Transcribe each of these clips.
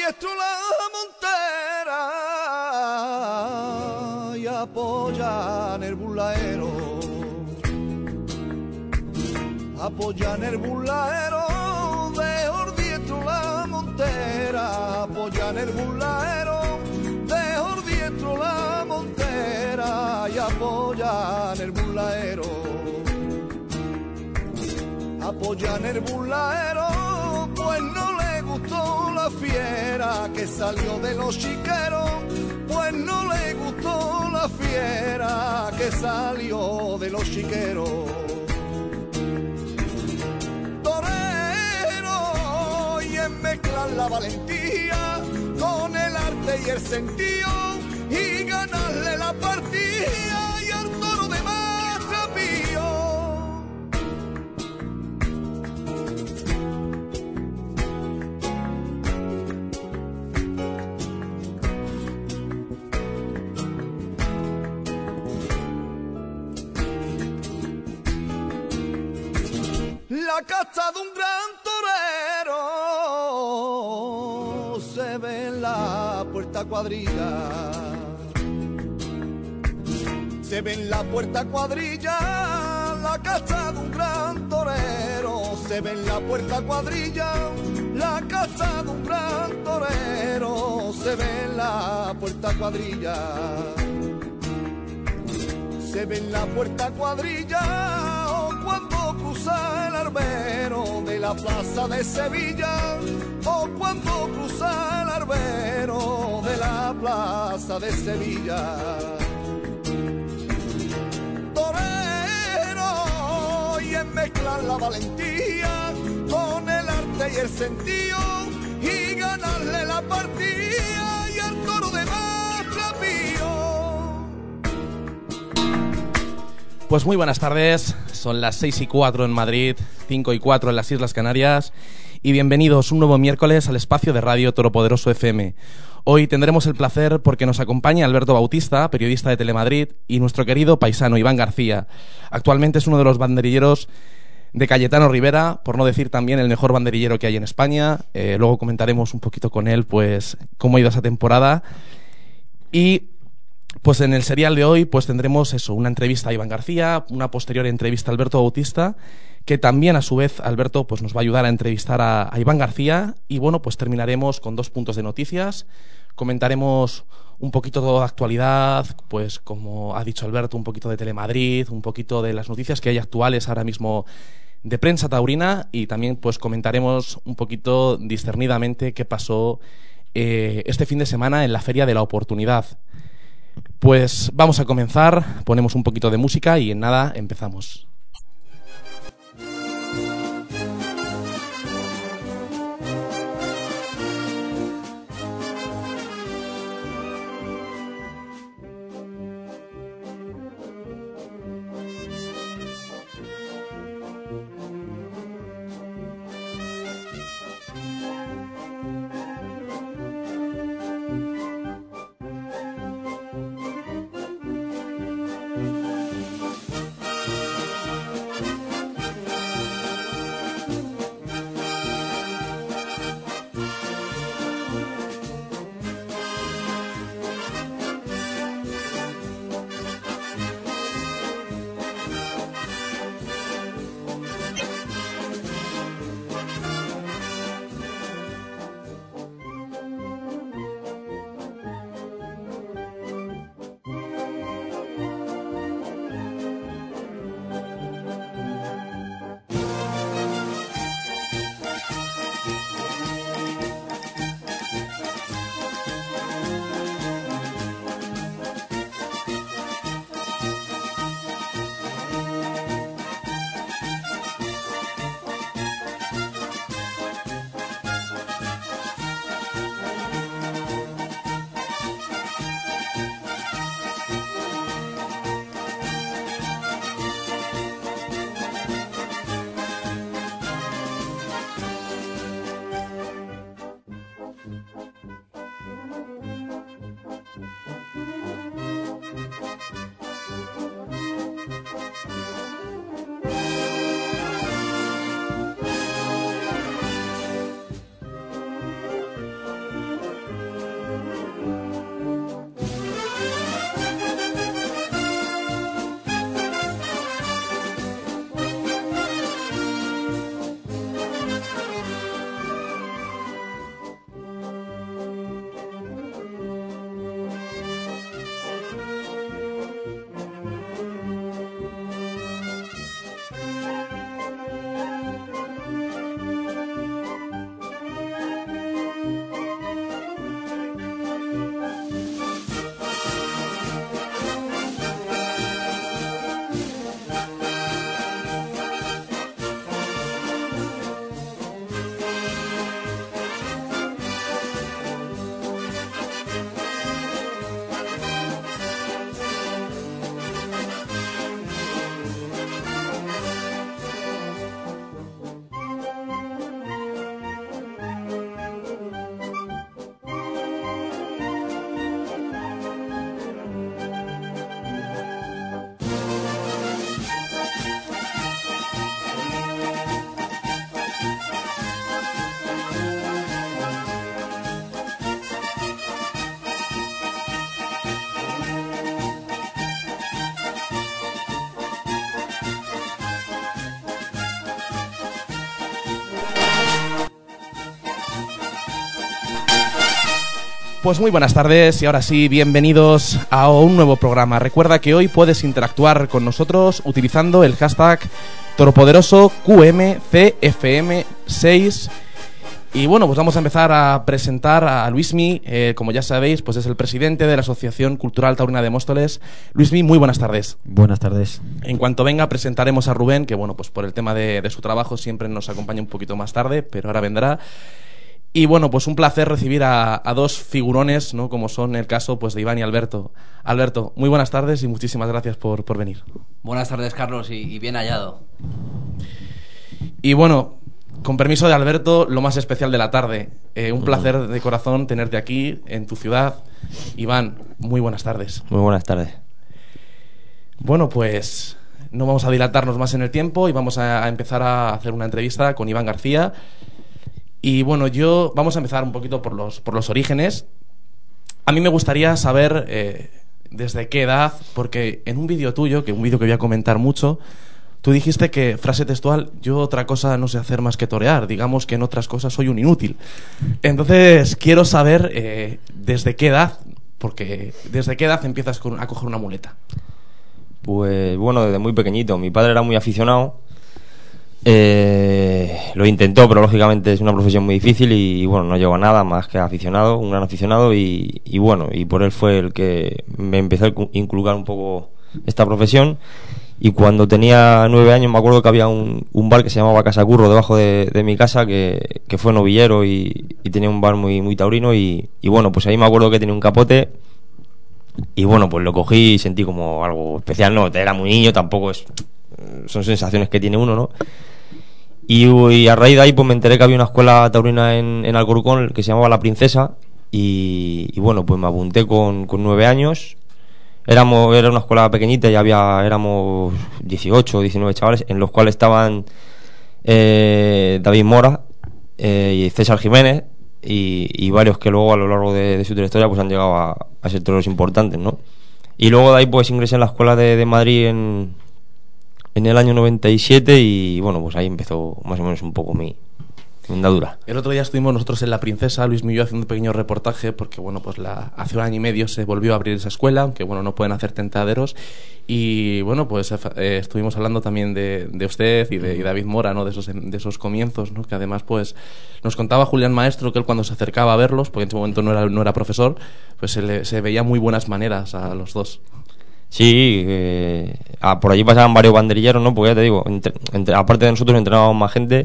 diestro la montera y apoyan el burlaero. Apoyan el burlaero, dejo diestro la montera. Apoyan el burlaero, dejo diestro la montera y apoyan el burlaero. Apoyan el burlaero, pues no le gustó la fiera que salió de los chiqueros, pues no le gustó la fiera que salió de los chiqueros. Torero, y en mezclar la valentía con el arte y el sentido y ganarle la partida y al toro de más rapío. La caza de un gran torero se ve en la puerta cuadrilla. Se ve en la puerta cuadrilla, la caza de un gran torero. Se ve en la puerta cuadrilla, la caza de un gran torero. Se ve en la puerta cuadrilla. Se ve en la puerta cuadrilla, o cuando cruza el arbero de la plaza de Sevilla, o cuando cruza el arbero de la plaza de Sevilla. Torero, y en mezclar la valentía con el arte y el sentido y ganarle la partida y al toro de más rapío. Pues muy buenas tardes, son las 6:04 en Madrid, 5:04 en las Islas Canarias y bienvenidos un nuevo miércoles al espacio de Radio Todopoderoso FM. Hoy tendremos el placer porque nos acompaña Alberto Bautista, periodista de Telemadrid, y nuestro querido paisano Iván García. Actualmente es uno de los banderilleros de Cayetano Rivera, por no decir también el mejor banderillero que hay en España. Luego comentaremos un poquito con él pues cómo ha ido esa temporada. Y pues en el serial de hoy pues tendremos eso, una entrevista a Iván García, una posterior entrevista a Alberto Bautista, que también a su vez Alberto pues nos va a ayudar a entrevistar a Iván García, y bueno, pues terminaremos con 2 puntos de noticias. Comentaremos un poquito de actualidad, pues como ha dicho Alberto, un poquito de Telemadrid, un poquito de las noticias que hay actuales ahora mismo de prensa taurina, y también pues comentaremos un poquito discernidamente qué pasó este fin de semana en la Feria de la Oportunidad. Pues vamos a comenzar, ponemos un poquito de música y en nada empezamos. Pues muy buenas tardes y ahora sí, bienvenidos a un nuevo programa. Recuerda que hoy puedes interactuar con nosotros utilizando el hashtag ToropoderosoQMCFM6. Y bueno, pues vamos a empezar a presentar a Luismi. Como ya sabéis, pues es el presidente de la Asociación Cultural Taurina de Móstoles. Luismi, muy buenas tardes. Buenas tardes. En cuanto venga, presentaremos a Rubén, que bueno, pues por el tema de su trabajo siempre nos acompaña un poquito más tarde, pero ahora vendrá. Y bueno, pues un placer recibir a dos figurones, ¿no? Como son el caso pues de Iván y Alberto. Alberto, muy buenas tardes y muchísimas gracias por venir. Buenas tardes, Carlos, y bien hallado. Y bueno, con permiso de Alberto, lo más especial de la tarde. Un placer de corazón tenerte aquí, en tu ciudad. Iván, muy buenas tardes. Muy buenas tardes. Bueno, pues no vamos a dilatarnos más en el tiempo y vamos a empezar a hacer una entrevista con Iván García. Y bueno, vamos a empezar un poquito por los orígenes. A mí me gustaría saber desde qué edad, porque en un vídeo tuyo, un vídeo que voy a comentar mucho, tú dijiste que, frase textual, yo otra cosa no sé hacer más que torear, digamos que en otras cosas soy un inútil. Entonces, quiero saber desde qué edad, porque desde qué edad empiezas a coger una muleta. Pues bueno, desde muy pequeñito. Mi padre era muy aficionado. Lo intentó, pero lógicamente es una profesión muy difícil y bueno, no llegó a nada más que aficionado, un gran aficionado y bueno, y por él fue el que me empezó a inculcar un poco esta profesión. Y cuando tenía 9 años me acuerdo que había un bar que se llamaba Casa Curro debajo de mi casa, que fue novillero y tenía un bar muy taurino y bueno, pues ahí me acuerdo que tenía un capote y bueno, pues lo cogí y sentí como algo especial. No, era muy niño, tampoco son sensaciones que tiene uno, ¿no? Y a raíz de ahí pues me enteré que había una escuela taurina en Alcorcón que se llamaba La Princesa y bueno, pues me apunté con 9 años. Era una escuela pequeñita y éramos 18 o 19 chavales, en los cuales estaban David Mora y César Jiménez y varios que luego a lo largo de su trayectoria pues han llegado a ser toros importantes, ¿no? Y luego de ahí pues ingresé en la escuela de Madrid en el año 97 y bueno, pues ahí empezó más o menos un poco mi andadura. El otro día estuvimos nosotros en La Princesa, Luis y yo, haciendo un pequeño reportaje porque bueno, pues hace un año y medio se volvió a abrir esa escuela, aunque bueno, no pueden hacer tentaderos y bueno, pues estuvimos hablando también de usted y de David Mora, ¿no? De esos comienzos, ¿no? Que además pues nos contaba Julián Maestro que él cuando se acercaba a verlos, porque en ese momento no era profesor, pues se veía muy buenas maneras a los dos. Sí, por allí pasaban varios banderilleros, ¿no? Porque ya te digo, aparte de nosotros entrenábamos más gente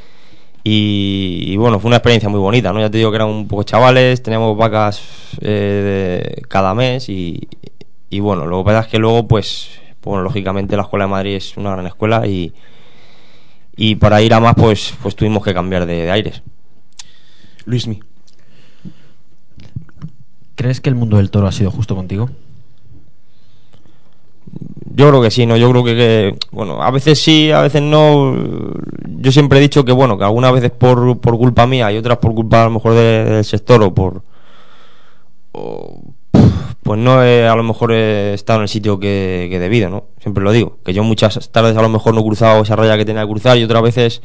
y bueno, fue una experiencia muy bonita, ¿no? Ya te digo que eran un poco chavales, teníamos vacas cada mes y bueno, lo que pasa es que luego pues bueno, lógicamente la Escuela de Madrid es una gran escuela y para ir a más pues tuvimos que cambiar de aires. Luismi, ¿crees que el mundo del toro ha sido justo contigo? Yo creo que sí, ¿no? Yo creo que bueno, a veces sí, a veces no. Yo siempre he dicho que bueno, que algunas veces por culpa mía y otras por culpa a lo mejor del sector pues no a lo mejor he estado en el sitio que debido, ¿no? Siempre lo digo, que yo muchas tardes a lo mejor no he cruzado esa raya que tenía que cruzar y otras veces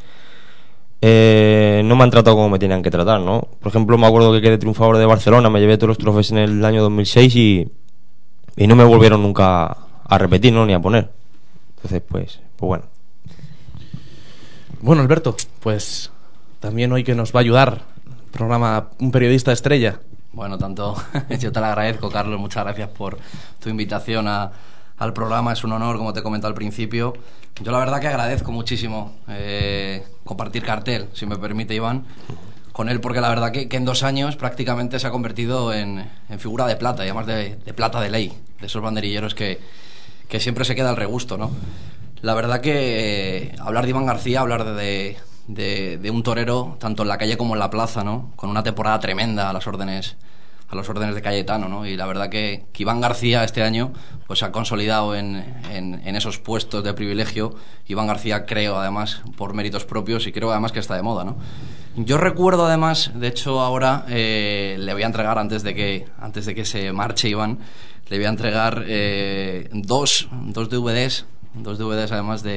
no me han tratado como me tenían que tratar, ¿no? Por ejemplo, me acuerdo que quedé triunfador de Barcelona, me llevé todos los trofeos en el año 2006 y no me volvieron nunca a repetir, ¿no? Ni a poner. Entonces, pues bueno. Bueno, Alberto, pues también hoy que nos va a ayudar un periodista estrella. Bueno, tanto yo te lo agradezco, Carlos, muchas gracias por tu invitación al programa, es un honor, como te he comentado al principio. Yo la verdad que agradezco muchísimo compartir cartel, si me permite, Iván, con él, porque la verdad que en 2 años prácticamente se ha convertido en figura de plata, y además de plata de ley, de esos banderilleros que siempre se queda al regusto, ¿no? La verdad que hablar de Iván García, hablar de un torero, tanto en la calle como en la plaza, ¿no? Con una temporada tremenda a los órdenes de Cayetano, ¿no? Y la verdad que Iván García este año pues se ha consolidado en esos puestos de privilegio. Iván García, creo, además, por méritos propios, y creo además que está de moda, ¿no? Yo recuerdo además, de hecho ahora le voy a entregar, antes de que se marche Iván, le voy a entregar dos DVDs además de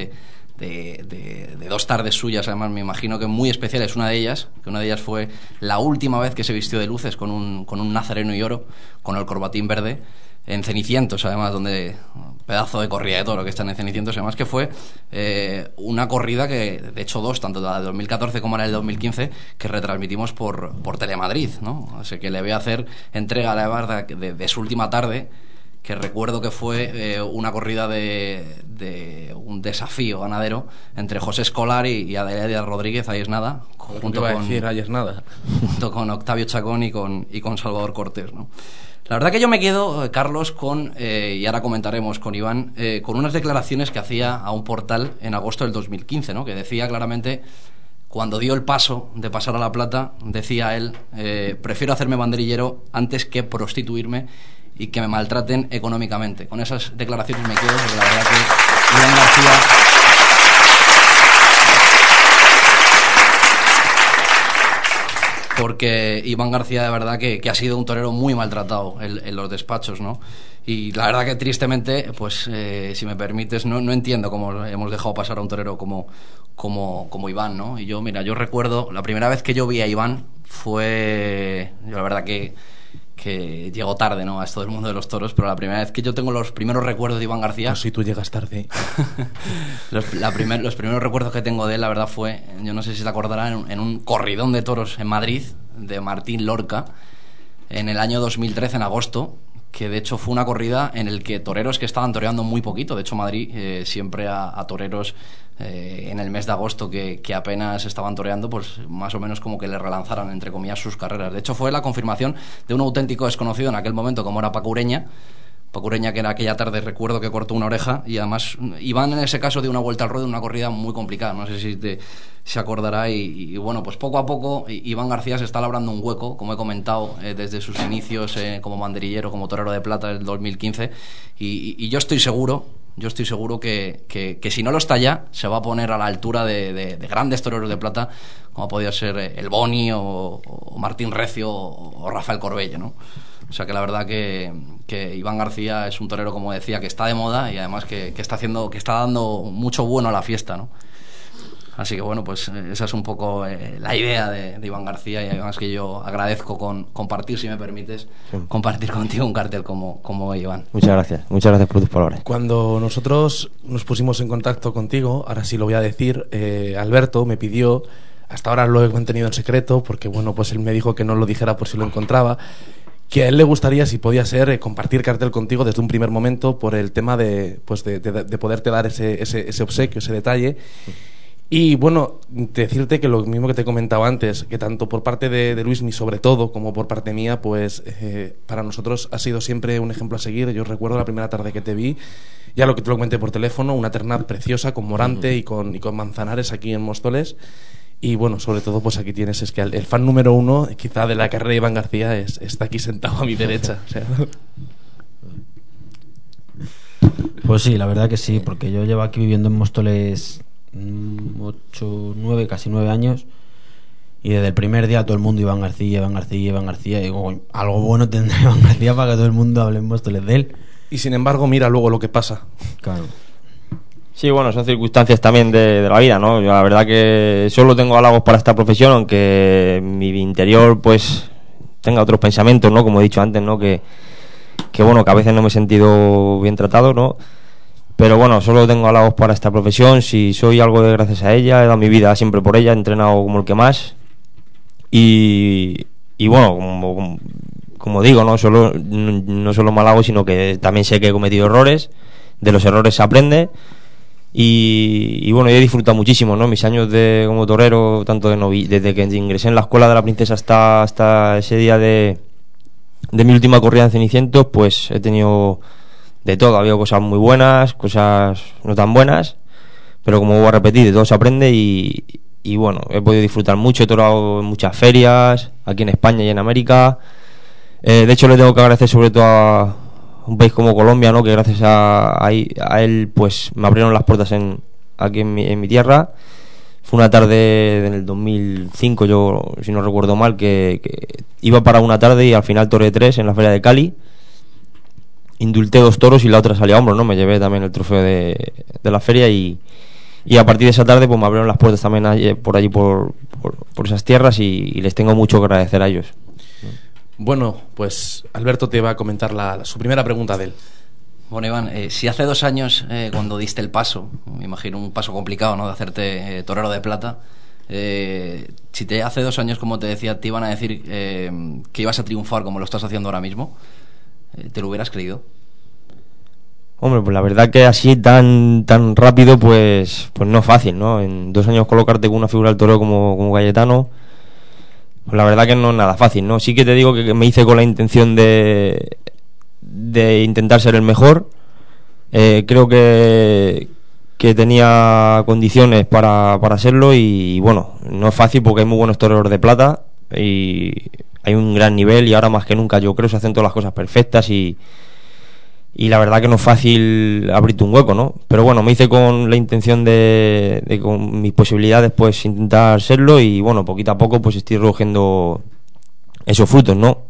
de dos tardes suyas, además me imagino que muy especiales. Una de ellas fue la última vez que se vistió de luces con un nazareno y oro, con el corbatín verde, en Cenicientos, además, donde pedazo de corrida de toro que están en Cenicientos, además que fue una corrida que, de hecho, tanto la de 2014 como la del 2015, que retransmitimos por Telemadrid, ¿no? Así que le voy a hacer entrega, la verdad, de su última tarde, que recuerdo que fue una corrida de un desafío ganadero entre José Escolar y Adelaida Rodríguez, ahí es nada, junto con Octavio Chacón y con Salvador Cortés, ¿no? La verdad que yo me quedo, Carlos, y ahora comentaremos con Iván, con unas declaraciones que hacía a un portal en agosto del 2015, ¿no? Que decía claramente, cuando dio el paso de pasar a La Plata, decía él, prefiero hacerme banderillero antes que prostituirme y que me maltraten económicamente. Con esas declaraciones me quedo, porque la verdad que Iván García... Porque Iván García, de verdad, que ha sido un torero muy maltratado en los despachos, ¿no? Y la verdad que tristemente, pues si me permites, no entiendo cómo hemos dejado pasar a un torero como Iván, ¿no? Y yo recuerdo, la primera vez que yo vi a Iván fue... Yo la verdad que llego tarde, ¿no?, a esto del mundo de los toros, pero la primera vez que yo tengo los primeros recuerdos de Iván García... Pues si tú llegas tarde. los primeros recuerdos que tengo de él, la verdad, fue, yo no sé si te acordarás, en un corridón de toros en Madrid, de Martín Lorca, en el año 2013, en agosto, que de hecho fue una corrida en el que toreros que estaban toreando muy poquito, de hecho Madrid siempre a toreros en el mes de agosto que apenas estaban toreando, pues más o menos como que le relanzaran, entre comillas, sus carreras. De hecho fue la confirmación de un auténtico desconocido en aquel momento, como era Paco Ureña, que en aquella tarde recuerdo que cortó una oreja, y además Iván en ese caso dio una vuelta al ruedo en una corrida muy complicada, no sé si se acordará, y bueno, pues poco a poco Iván García se está labrando un hueco, como he comentado, desde sus inicios como banderillero, como torero de plata del 2015, y yo estoy seguro que si no lo está ya, se va a poner a la altura de grandes toreros de plata, como podía ser el Boni o Martín Recio o Rafael Corbella, ¿no? O sea que la verdad que Iván García es un torero, como decía, que está de moda y además que está dando mucho bueno a la fiesta, ¿no? Así que bueno, pues esa es un poco la idea de Iván García, y además que yo agradezco compartir, si me permites, compartir contigo un cartel como Iván. Muchas gracias por tus palabras. Cuando nosotros nos pusimos en contacto contigo, ahora sí lo voy a decir, Alberto me pidió, hasta ahora lo he mantenido en secreto, porque bueno, pues él me dijo que no lo dijera por si lo encontraba, que a él le gustaría, si podía ser, compartir cartel contigo desde un primer momento, por el tema de poderte dar ese obsequio, ese detalle. Y bueno, decirte que lo mismo que te comentaba antes, que tanto por parte de Luismi, sobre todo, como por parte mía, pues para nosotros ha sido siempre un ejemplo a seguir. Yo recuerdo la primera tarde que te vi, ya lo que te lo comenté por teléfono, una terna preciosa con Morante y con Manzanares aquí en Móstoles. Y bueno, sobre todo, pues aquí tienes, es que el fan número uno, quizá de la carrera de Iván García, está aquí sentado a mi derecha. O sea. Pues sí, la verdad que sí, porque yo llevo aquí viviendo en Móstoles 8, 9, casi 9 años, y desde el primer día todo el mundo Iván García, y digo, algo bueno tendrá Iván García para que todo el mundo hable en Móstoles de él. Y sin embargo, mira luego lo que pasa. Claro. Sí, bueno, son circunstancias también de la vida, ¿no? Yo la verdad que solo tengo halagos para esta profesión, aunque mi interior pues tenga otros pensamientos, ¿no? Como he dicho antes, ¿no? Que bueno, que a veces no me he sentido bien tratado, ¿no? Pero bueno, solo tengo halagos para esta profesión. Si soy algo de gracias a ella, he dado mi vida siempre por ella, he entrenado como el que más. Y bueno, como digo, no solo me halago, sino que también sé que he cometido errores. De los errores se aprende. Y bueno, yo he disfrutado muchísimo, ¿no? Mis años como torero, tanto desde que ingresé en la escuela de la princesa hasta ese día de mi última corrida en Cenicientos, pues he tenido de todo. Ha habido cosas muy buenas, cosas no tan buenas, pero como voy a repetir, de todo se aprende. Y bueno, he podido disfrutar mucho, he torado en muchas ferias aquí en España y en América. De hecho, le tengo que agradecer sobre todo a un país como Colombia, ¿no? Que gracias a él pues me abrieron las puertas aquí en mi tierra. Fue una tarde en el 2005, yo si no recuerdo mal, que iba para una tarde y al final toreé 3 en la feria de Cali. Indulté 2 toros y la otra salía a hombros, ¿no? Me llevé también el trofeo de la feria y y a partir de esa tarde pues me abrieron las puertas también por allí por esas tierras y les tengo mucho que agradecer a ellos. Bueno, pues Alberto te va a comentar su primera pregunta de él. Bueno, Iván, si hace 2 años, cuando diste el paso, me imagino un paso complicado, ¿no?, de hacerte torero de plata, si hace 2 años, como te decía, te iban a decir que ibas a triunfar como lo estás haciendo ahora mismo, ¿te lo hubieras creído? Hombre, pues la verdad que así tan rápido, pues no es fácil, ¿no? En 2 años colocarte con una figura del toreo como Cayetano, pues la verdad que no es nada fácil, ¿no? Sí que te digo que me hice con la intención de intentar ser el mejor. Creo que tenía condiciones para serlo y bueno, no es fácil porque hay muy buenos toreros de plata y hay un gran nivel y ahora más que nunca yo creo se hacen todas las cosas perfectas y la verdad que no es fácil abrirte un hueco, ¿no? Pero bueno, me hice con la intención de con mis posibilidades pues intentar serlo y bueno, poquito a poco pues estoy recogiendo esos frutos, ¿no?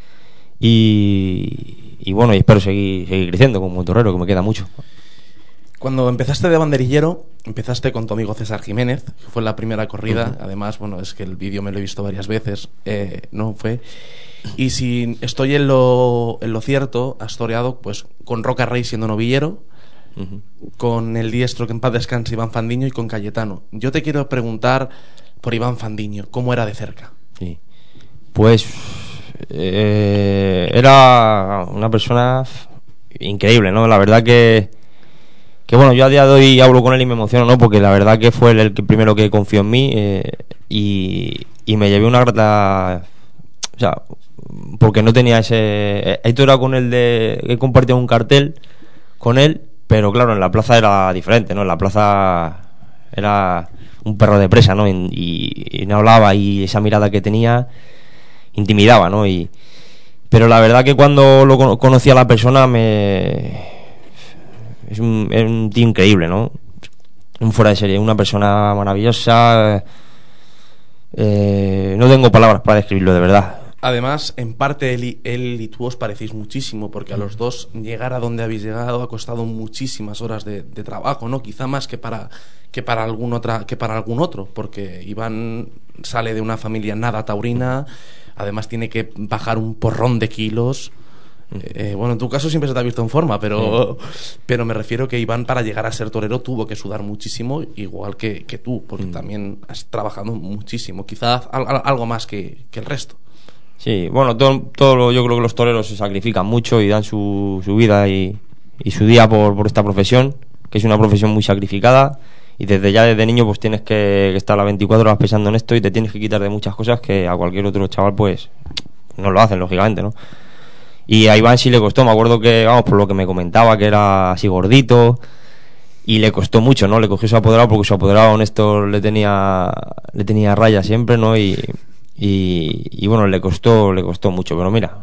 Y bueno, y espero seguir creciendo como torero, que me queda mucho. Cuando empezaste de banderillero, empezaste con tu amigo César Jiménez, que fue la primera corrida. Además, bueno, es que el vídeo me lo he visto varias veces, ¿no? Fue... Y si estoy en lo cierto, has toreado pues con Roca Rey siendo novillero, con el diestro, que en paz descanse, Iván Fandiño, y con Cayetano. Yo te quiero preguntar por Iván Fandiño, ¿cómo era de cerca? Sí. Pues era una persona increíble, ¿no? La verdad que bueno, yo a día de hoy hablo con él y me emociono, ¿no? Porque la verdad que fue el primero que confió en mí y me llevé una grata... O sea, porque no tenía ese... Esto era con él he compartido un cartel con él, pero claro, en la plaza era diferente, ¿no? En la plaza era un perro de presa, ¿no? Y no hablaba y esa mirada que tenía intimidaba, ¿no? Pero la verdad que cuando lo conocí a la persona es un tío increíble, ¿no? Un fuera de serie, una persona maravillosa. No tengo palabras para describirlo, de verdad. Además, en parte él y tú os parecéis muchísimo, porque a los dos llegar a donde habéis llegado ha costado muchísimas horas de trabajo, ¿no? Quizá más que para algún otro, porque Iván sale de una familia nada taurina, además tiene que bajar un porrón de kilos. Bueno, en tu caso siempre se te ha visto en forma, pero me refiero que Iván, para llegar a ser torero, tuvo que sudar muchísimo, igual que tú, porque también has trabajado muchísimo, quizás algo más que el resto. Sí, bueno, yo creo que los toreros se sacrifican mucho y dan su vida y su día por esta profesión, que es una profesión muy sacrificada, y desde niño pues tienes que estar las 24 horas pensando en esto y te tienes que quitar de muchas cosas que a cualquier otro chaval pues no lo hacen, lógicamente, ¿no? Y a Iván sí le costó, me acuerdo que, vamos, por lo que me comentaba, que era así gordito y le costó mucho, ¿no? Le cogió su apoderado porque su apoderado Néstor le tenía raya siempre, ¿no? Y bueno, le costó mucho, pero mira,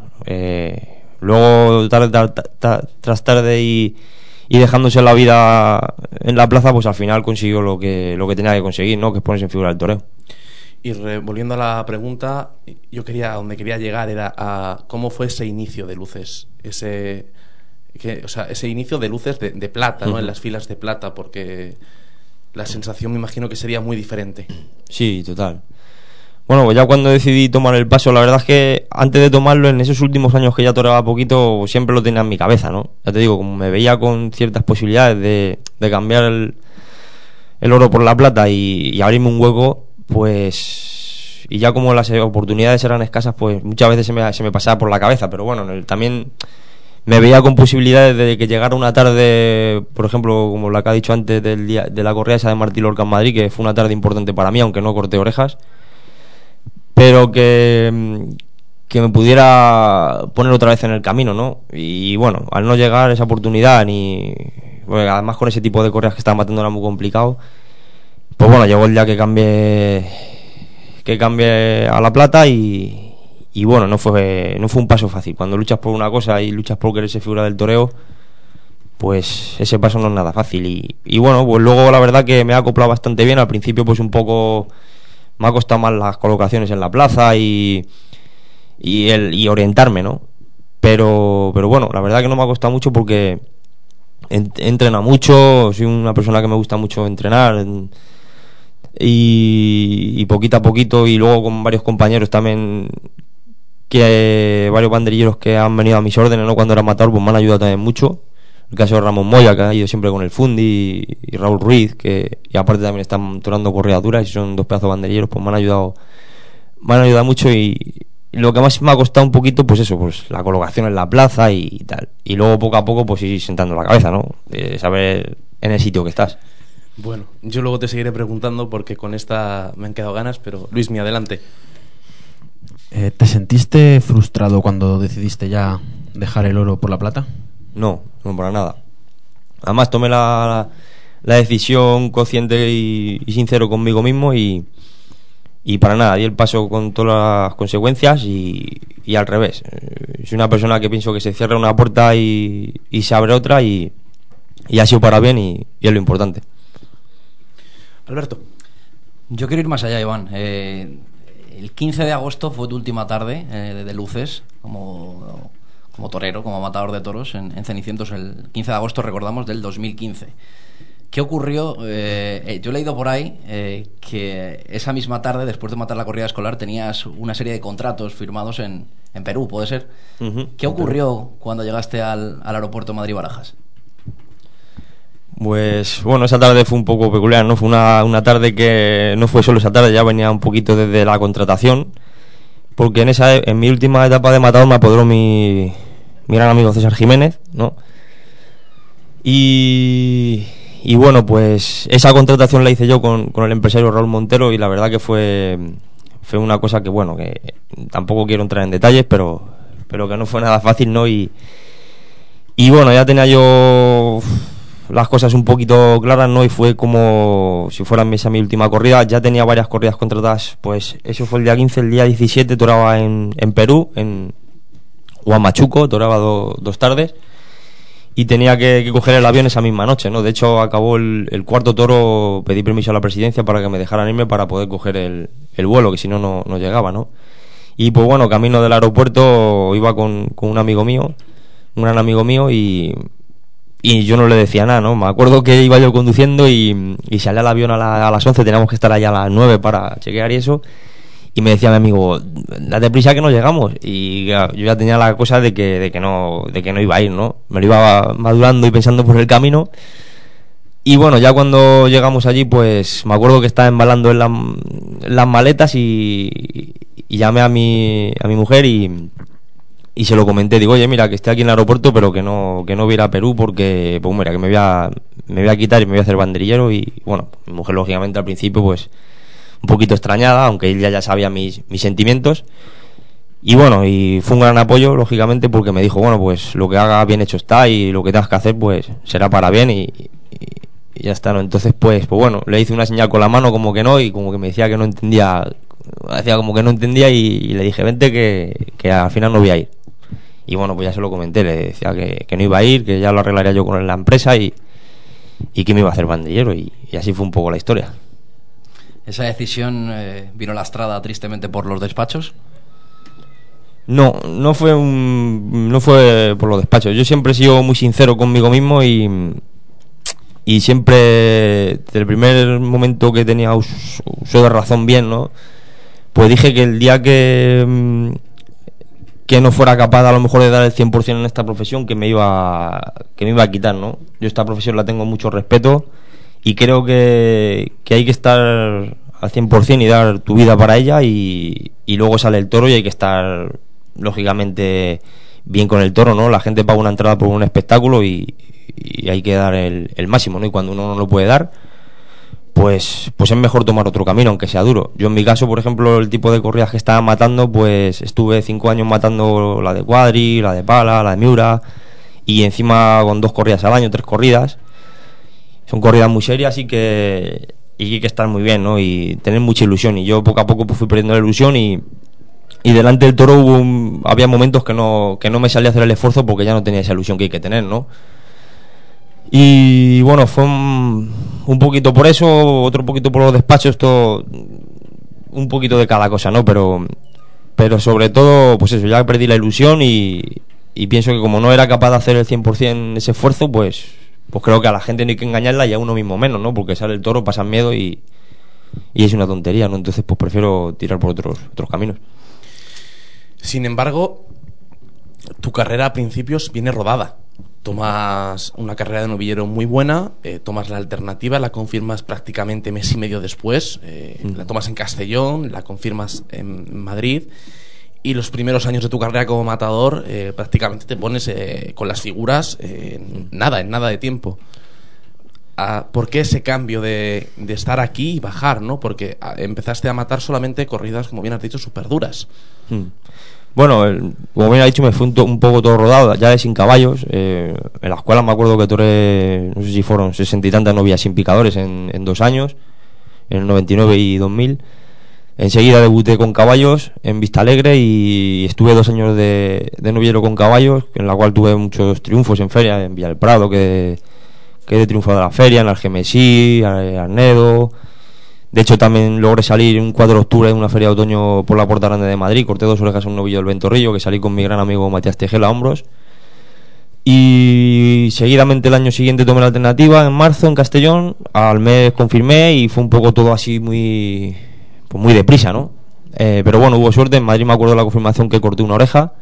luego tras tarde y dejándose la vida en la plaza, pues al final consiguió lo que tenía que conseguir, ¿no? Que es ponerse en figura del toreo. Y volviendo a la pregunta, donde quería llegar era a cómo fue ese inicio de luces, ese inicio de luces de plata, ¿no? En las filas de plata, porque la sensación me imagino que sería muy diferente. Sí, total. Bueno, pues ya cuando decidí tomar el paso, la verdad es que antes de tomarlo, en esos últimos años que ya toreaba poquito, siempre lo tenía en mi cabeza, ¿no? Ya te digo, como me veía con ciertas posibilidades de cambiar el oro por la plata y abrirme un hueco, pues, y ya como las oportunidades eran escasas, pues muchas veces se me pasaba por la cabeza, pero bueno, también me veía con posibilidades de que llegara una tarde, por ejemplo, como la que ha dicho antes del día de la corrida esa de Martí Lorca en Madrid, que fue una tarde importante para mí, aunque no corté orejas, pero que me pudiera poner otra vez en el camino, ¿no? Y bueno, al no llegar esa oportunidad, bueno, además con ese tipo de corridas que estaban matando era muy complicado, pues bueno, llegó el día que cambié a la plata y bueno, no fue un paso fácil. Cuando luchas por una cosa y luchas por querer ser figura del toreo, pues ese paso no es nada fácil y bueno, pues luego la verdad que me ha acoplado bastante bien. Al principio pues un poco me ha costado más las colocaciones en la plaza y orientarme, ¿no? Pero bueno, la verdad que no me ha costado mucho porque entrena mucho, soy una persona que me gusta mucho entrenar, y poquito a poquito, y luego con varios compañeros también, que varios banderilleros que han venido a mis órdenes, ¿no?, cuando era matador, pues me han ayudado también mucho. El caso de Ramón Moya, que ha ido siempre con el Fundi, y Raúl Ruiz, y aparte también están tornando corridas duras y son dos pedazos de banderilleros, pues me han ayudado mucho. Y lo que más me ha costado un poquito, pues eso, pues la colocación en la plaza y tal, y luego poco a poco pues ir sentando la cabeza, ¿no?, saber en el sitio que estás. Bueno, yo luego te seguiré preguntando porque con esta me han quedado ganas, pero Luismi, adelante. ¿Te sentiste frustrado cuando decidiste ya dejar el oro por la plata? No para nada. Además tomé la decisión consciente y sincero conmigo mismo, y para nada, di el paso con todas las consecuencias, y al revés. Soy una persona que pienso que se cierra una puerta y se abre otra, y ha sido para bien, y es lo importante. Alberto. Yo quiero ir más allá, Iván. El 15 de agosto fue tu última tarde de luces como torero, como matador de toros en Cenicientos, el 15 de agosto, recordamos, del 2015. ¿Qué ocurrió? Yo he leído por ahí que esa misma tarde, después de matar la corrida escolar, tenías una serie de contratos firmados en Perú, ¿puede ser? Uh-huh. ¿Qué ocurrió cuando llegaste al aeropuerto Madrid-Barajas? Pues bueno, esa tarde fue un poco peculiar, ¿no? Fue una tarde que no fue solo esa tarde, ya venía un poquito desde la contratación, porque en mi última etapa de matador me apoderó mi gran amigo César Jiménez, ¿no? Y bueno, pues esa contratación la hice yo con el empresario Raúl Montero, y la verdad que fue una cosa que, bueno, que tampoco quiero entrar en detalles, pero que no fue nada fácil, ¿no? Y bueno, ya tenía yo las cosas un poquito claras, ¿no? Y fue como si fuera mi última corrida. Ya tenía varias corridas contratadas, pues eso fue el día 15. El día 17 toraba en Perú, en Huamachuco, toraba dos tardes, y tenía que coger el avión esa misma noche, ¿no? De hecho, acabó el cuarto toro, pedí permiso a la presidencia para que me dejaran irme para poder coger el vuelo, que si no llegaba, ¿no? Y pues bueno, camino del aeropuerto iba con un amigo mío, un gran amigo mío, y yo no le decía nada, ¿no? Me acuerdo que iba yo conduciendo y salía el avión a las 11, teníamos que estar allá a las 9 para chequear y eso, y me decía mi amigo, date prisa que no llegamos, y yo ya tenía la cosa de que no iba a ir, ¿no? Me lo iba madurando y pensando por el camino. Y bueno, ya cuando llegamos allí, pues me acuerdo que estaba embalando en las maletas, y llamé a mi mujer y se lo comenté. Digo, oye, mira, que estoy aquí en el aeropuerto, pero que no voy a ir a Perú porque, pues mira, que me voy a quitar y me voy a hacer banderillero. Y bueno, mi mujer lógicamente al principio pues un poquito extrañada, aunque ella ya sabía mis sentimientos. Y bueno, y fue un gran apoyo, lógicamente, porque me dijo, bueno, pues lo que haga bien hecho está, y lo que tengas que hacer pues será para bien, y ya está, ¿no? Entonces pues bueno, le hice una señal con la mano como que no, y como que me decía que no entendía, y le dije, vente que al final no voy a ir. Y bueno, pues ya se lo comenté, le decía que no iba a ir, que ya lo arreglaría yo con la empresa, y que me iba a hacer bandillero, y así fue un poco la historia. ¿Esa decisión vino lastrada tristemente por los despachos? No fue por los despachos. Yo siempre he sido muy sincero conmigo mismo, y siempre, desde el primer momento que tenía uso de razón bien, ¿no? Pues dije que el día que no fuera capaz a lo mejor de dar el 100% en esta profesión, que me iba a quitar, ¿no? Yo esta profesión la tengo mucho respeto, y creo que hay que estar al 100% y dar tu vida para ella, y luego sale el toro y hay que estar lógicamente bien con el toro, ¿no? La gente paga una entrada por un espectáculo y hay que dar el máximo, ¿no? Y cuando uno no lo puede dar, pues es mejor tomar otro camino, aunque sea duro. Yo en mi caso, por ejemplo, el tipo de corridas que estaba matando, pues estuve 5 años matando la de cuadri, la de pala, la de miura, y encima con 2 corridas al año, 3 corridas. Son corridas muy serias, y que hay que estar muy bien, ¿no? Y tener mucha ilusión. Y yo poco a poco pues fui perdiendo la ilusión, y delante del toro había momentos que no me salía a hacer el esfuerzo porque ya no tenía esa ilusión que hay que tener, ¿no? Y bueno, fue un poquito por eso, otro poquito por los despachos, todo un poquito de cada cosa, ¿no? Pero sobre todo, pues eso, ya perdí la ilusión, y pienso que como no era capaz de hacer el 100% ese esfuerzo, pues pues creo que a la gente no hay que engañarla y a uno mismo menos, ¿no? Porque sale el toro, pasan miedo y es una tontería, ¿no? Entonces pues prefiero tirar por otros caminos. Sin embargo, tu carrera a principios viene rodada. Tomas una carrera de novillero muy buena, tomas la alternativa, la confirmas prácticamente mes y medio después, la tomas en Castellón, la confirmas en Madrid, y los primeros años de tu carrera como matador prácticamente te pones con las figuras en nada de tiempo. ¿Por qué ese cambio de estar aquí y bajar, ¿no? Porque empezaste a matar solamente corridas, como bien has dicho, súper duras. Bueno, como bien ha dicho, me fue un poco todo rodado, ya de sin caballos. En la escuela me acuerdo que toré, no sé si fueron 60 y tantas novillas sin picadores en 2 años, en el 99 y 2000. Enseguida debuté con caballos en Vistalegre y estuve 2 años de novillero con caballos, en la cual tuve muchos triunfos en feria, en Villa del Prado, que he triunfado de la feria, en Algemesí, Arnedo. De hecho, también logré salir un 4 de octubre en una feria de otoño por la Puerta Grande de Madrid. Corté 2 orejas a un novillo del Ventorrillo, que salí con mi gran amigo Matías Tejela a hombros. Y seguidamente el año siguiente tomé la alternativa en marzo en Castellón. Al mes confirmé y fue un poco todo así muy deprisa, ¿no? Pero bueno, hubo suerte. En Madrid me acuerdo de la confirmación que corté una oreja.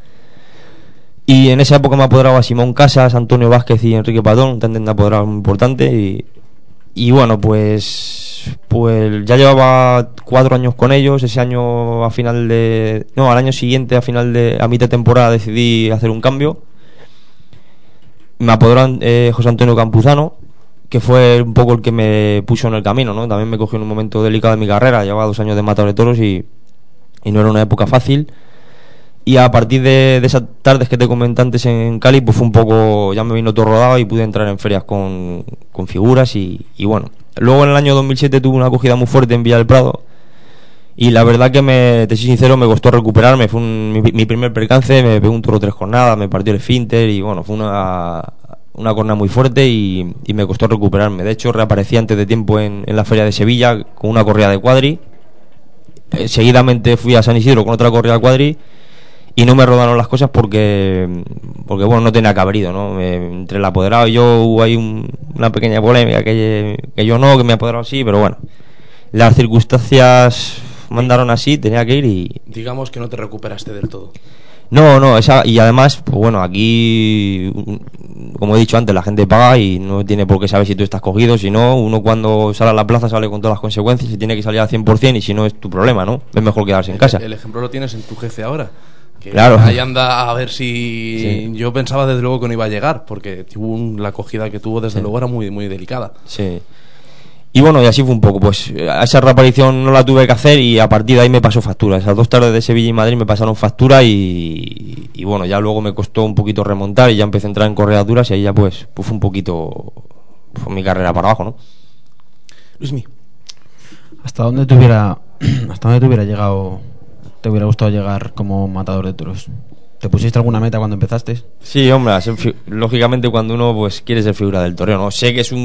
Y en esa época me apoderaba Simón Casas, Antonio Vázquez y Enrique Padón, un tándem de apoderado muy importante. Y bueno, pues ya llevaba 4 años con ellos. Ese año al año siguiente, a mitad de temporada, decidí hacer un cambio. Me apoderó José Antonio Campuzano, que fue un poco el que me puso en el camino, ¿no? También me cogió en un momento delicado de mi carrera. Llevaba 2 años de matador de toros y no era una época fácil. Y a partir de esas tardes que te comenté antes en Cali, pues fue un poco, ya me vino todo rodado y pude entrar en ferias con figuras y bueno. Luego en el año 2007 tuve una acogida muy fuerte en Villa del Prado y la verdad que te soy sincero, me costó recuperarme. Fue mi primer percance, me pegó un toro 3 jornadas, me partió el esfínter y bueno, fue una cornada muy fuerte y me costó recuperarme. De hecho, reaparecí antes de tiempo en la feria de Sevilla con una corrida de cuadri. Seguidamente fui a San Isidro con otra corrida de cuadri y no me rodaron las cosas porque bueno, no tenía cabrido, ¿no? Entre el apoderado y yo hubo ahí una pequeña polémica que yo no, que me apoderado sí, pero bueno, las circunstancias mandaron así, tenía que ir y... Digamos que no te recuperaste del todo. No, y además, pues bueno, aquí, como he dicho antes, la gente paga y no tiene por qué saber si tú estás cogido. Si no, uno cuando sale a la plaza sale con todas las consecuencias y tiene que salir al 100%, y si no es tu problema, ¿no? Es mejor quedarse en casa. El ejemplo lo tienes en tu jefe ahora. Que claro. Ahí anda a ver si... Sí. Yo pensaba desde luego que no iba a llegar, porque la acogida que tuvo desde luego era muy, muy delicada. Sí. Y bueno, y así fue un poco, pues esa reaparición no la tuve que hacer y a partir de ahí me pasó factura. Esas 2 tardes de Sevilla y Madrid me pasaron factura y bueno, ya luego me costó un poquito remontar y ya empecé a entrar en correas duras y ahí ya pues fue un poquito mi carrera para abajo, ¿no? Luismi, ¿Hasta dónde te hubiera llegado, te hubiera gustado llegar como matador de toros? ¿Te pusiste alguna meta cuando empezaste? Sí, hombre, lógicamente cuando uno pues quiere ser figura del toreo, ¿no? Sé que es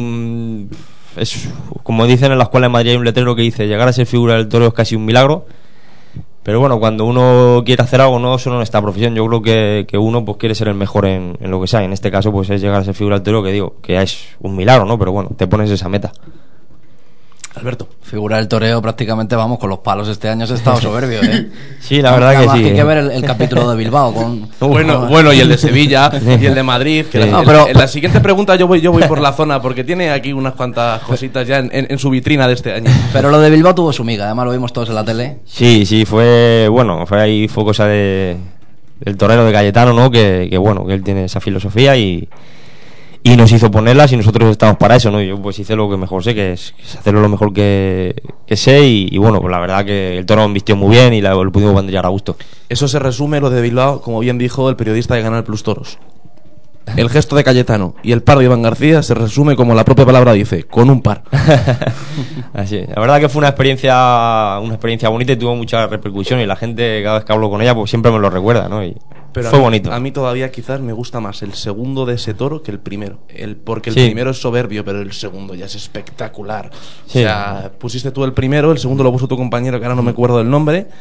como dicen en la escuela de Madrid, hay un letrero que dice llegar a ser figura del toreo es casi un milagro, pero bueno, cuando uno quiere hacer algo, no solo en esta profesión, yo creo que uno pues quiere ser el mejor en lo que sea. En este caso pues es llegar a ser figura del toreo, que digo que es un milagro, ¿no? Pero bueno, te pones esa meta. Alberto. Figura del toreo, prácticamente vamos con los palos. Este año se ha estado soberbio, ¿eh? Sí, la verdad que sí. Hay que ver el capítulo de Bilbao con... Bueno, y el de Sevilla y el de Madrid. Que Sí. en la siguiente pregunta yo voy por la zona, porque tiene aquí unas cuantas cositas ya en su vitrina de este año. Pero lo de Bilbao tuvo su miga, además lo vimos todos en la tele. Sí, fue cosa del torero de Cayetano, ¿no? Que bueno, que él tiene esa filosofía y nos hizo ponerlas y nosotros estamos para eso, ¿no? Yo pues hice lo que mejor sé, que es hacerlo lo mejor que sé y bueno, pues la verdad que el toro vistió muy bien y lo pudimos banderillar a gusto. Eso se resume, lo de Bilbao, como bien dijo el periodista de Canal Plus Toros. El gesto de Cayetano y el par de Iván García se resume como la propia palabra dice, con un par. Así, la verdad que fue una experiencia bonita y tuvo mucha repercusión y la gente cada vez que hablo con ella pues siempre me lo recuerda, ¿no? Pero fue bonito. A mí todavía quizás me gusta más el segundo de ese toro que el primero. Porque el Sí. primero es soberbio, pero el segundo ya es espectacular. Sí. O sea, pusiste tú el primero, el segundo lo puso tu compañero, que ahora no me acuerdo del nombre.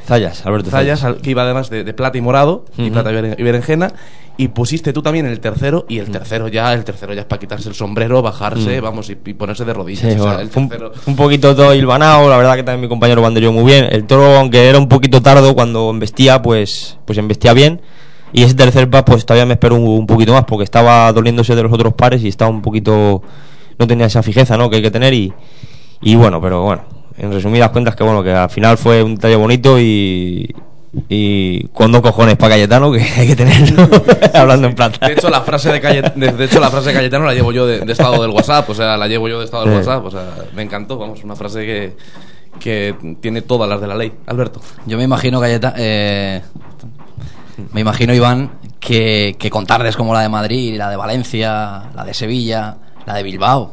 Zayas, Alberto Zayas, que iba además de plata y morado, y plata y berenjena, y pusiste tú también el tercero, y el tercero ya es para quitarse el sombrero, bajarse, vamos, y ponerse de rodillas. Sí, o sea, bueno, el tercero... un poquito todo hilvanado, la verdad que también mi compañero banderilló muy bien. El toro, aunque era un poquito tardo cuando embestía, pues embestía bien. Y ese tercer pas, pues todavía me esperó un poquito más, porque estaba doliéndose de los otros pares y estaba un poquito... No tenía esa fijeza, ¿no?, que hay que tener, y bueno, pero bueno, en resumidas cuentas, que bueno, que al final fue un detalle bonito y con 2 cojones para Cayetano, que hay que tenerlo. Hablando en plata. De hecho, la frase de Cayetano la llevo yo de estado del WhatsApp, o sea, WhatsApp, o sea, me encantó, vamos, una frase que tiene todas las de la ley. Alberto. Yo me imagino, Iván, que con tardes como la de Madrid, la de Valencia, la de Sevilla, la de Bilbao,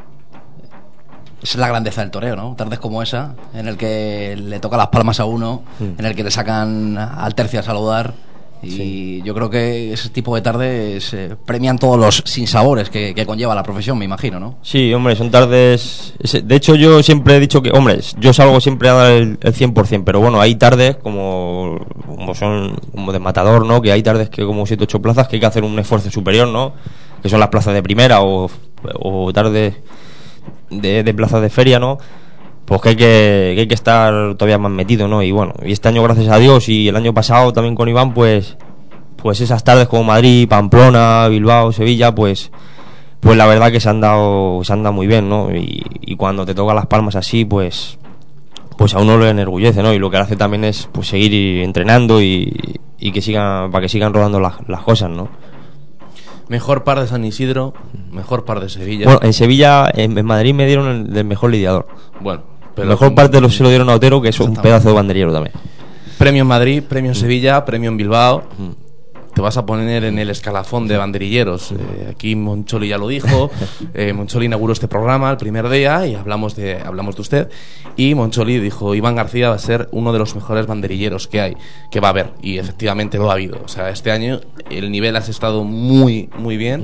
esa es la grandeza del toreo, ¿no? Tardes como esa, en el que le toca las palmas a uno, en el que le sacan al tercio a saludar, y yo creo que ese tipo de tardes premian todos los sinsabores que conlleva la profesión, me imagino, ¿no? Sí, hombre, son tardes... De hecho, yo siempre he dicho que, hombre, yo salgo siempre a dar el 100%, pero bueno, hay tardes como son como de matador, ¿no?, que hay tardes que como 7 o 8 plazas que hay que hacer un esfuerzo superior, ¿no?, que son las plazas de primera o tardes de plazas de feria, ¿no?, pues que hay que estar todavía más metido, ¿no? Y bueno, y este año, gracias a Dios, y el año pasado también con Iván, pues esas tardes como Madrid, Pamplona, Bilbao, Sevilla, pues la verdad que se han dado muy bien, ¿no? Y cuando te tocan las palmas así, pues a uno lo enorgullece, ¿no? Y lo que hace también es pues seguir entrenando y para que sigan rodando las cosas, ¿no? Mejor par de San Isidro, mejor par de Sevilla. Bueno, en Sevilla, en Madrid me dieron el mejor lidiador. Bueno, pero mejor parte se lo dieron a Otero, que es un pedazo de banderillero también. Premio en Madrid, premio en Sevilla, premio en Bilbao. Te vas a poner en el escalafón de banderilleros. Aquí Moncholi ya lo dijo. Moncholi inauguró este programa el primer día y hablamos de usted. Y Moncholi dijo: Iván García va a ser uno de los mejores banderilleros que va a haber. Y efectivamente lo ha habido. O sea, este año el nivel ha estado muy, muy bien.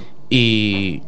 Y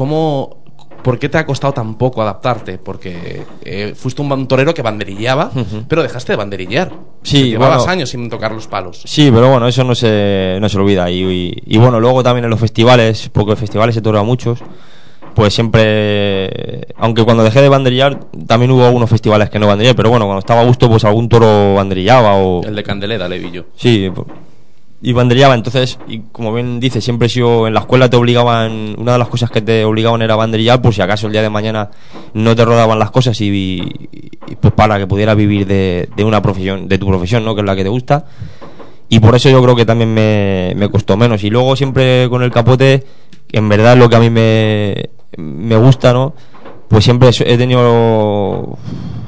¿por qué te ha costado tan poco adaptarte? Porque fuiste un torero que banderillaba, pero dejaste de banderillar. Sí, llevabas años sin tocar los palos. Sí, pero bueno, eso no se olvida. Y bueno, luego también en los festivales, porque en festivales he toreado muchos, pues siempre, aunque cuando dejé de banderillar, también hubo algunos festivales que no banderillé, pero bueno, cuando estaba a gusto, pues algún toro banderillaba o... El de Candelera le vi yo. Sí, y banderillaba. Entonces, y como bien dice, siempre he sido, en la escuela te obligaban, una de las cosas que te obligaban era banderillar, por si acaso el día de mañana no te rodaban las cosas y pues para que pudieras vivir de una profesión, de tu profesión, ¿no?, que es la que te gusta. Y por eso yo creo que también me costó menos. Y luego siempre con el capote, que en verdad es lo que a mí me gusta, ¿no?, pues siempre he tenido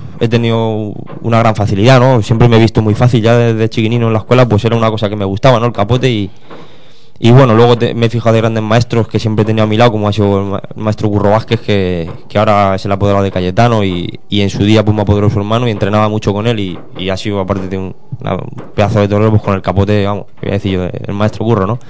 una gran facilidad, ¿no? Siempre me he visto muy fácil, ya desde chiquinino en la escuela, pues era una cosa que me gustaba, ¿no?, el capote. Y bueno, luego me he fijado de grandes maestros que siempre he tenido a mi lado, como ha sido el maestro Curro Vázquez, que ahora es el apoderado de Cayetano, y en su día pues me apoderó su hermano y entrenaba mucho con él, y ha sido, aparte de un pedazo de torero, pues con el capote, vamos, voy a decir yo, el maestro Curro, ¿no?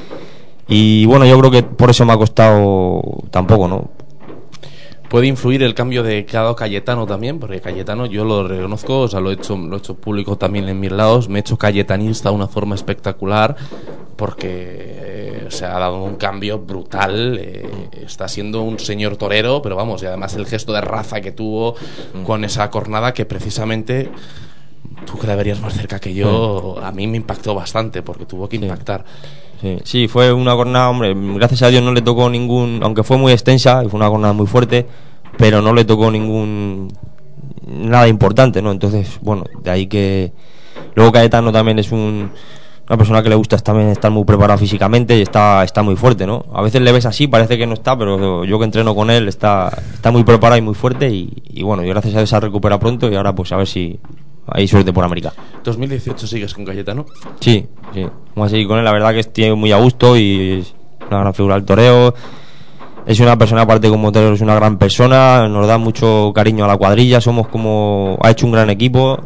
Y bueno, yo creo que por eso me ha costado tampoco, ¿no? ¿Puede influir el cambio de que ha dado Cayetano también? Porque Cayetano, yo lo reconozco, o sea, lo he hecho público también en mis lados, me he hecho cayetanista de una forma espectacular, porque se ha dado un cambio brutal. Está siendo un señor torero, pero vamos, y además el gesto de raza que tuvo con esa cornada, que precisamente tú que la verías más cerca que yo, a mí me impactó bastante, porque tuvo que impactar. Sí, fue una jornada, hombre, gracias a Dios no le tocó aunque fue muy extensa y fue una jornada muy fuerte, pero no le tocó nada importante, ¿no? Entonces, bueno, de ahí que... Luego Cayetano también es una persona que le gusta también estar muy preparado físicamente y está muy fuerte, ¿no? A veces le ves así, parece que no está, pero yo que entreno con él está muy preparado y muy fuerte, y bueno, y gracias a Dios se recupera pronto, y ahora pues a ver si hay suerte por América. ¿2018 sigues con Cayetano? Sí, vamos a seguir con él. La verdad que estoy muy a gusto y es una gran figura del toreo. Es una persona, aparte como torero, es una gran persona, nos da mucho cariño a la cuadrilla, ha hecho un gran equipo.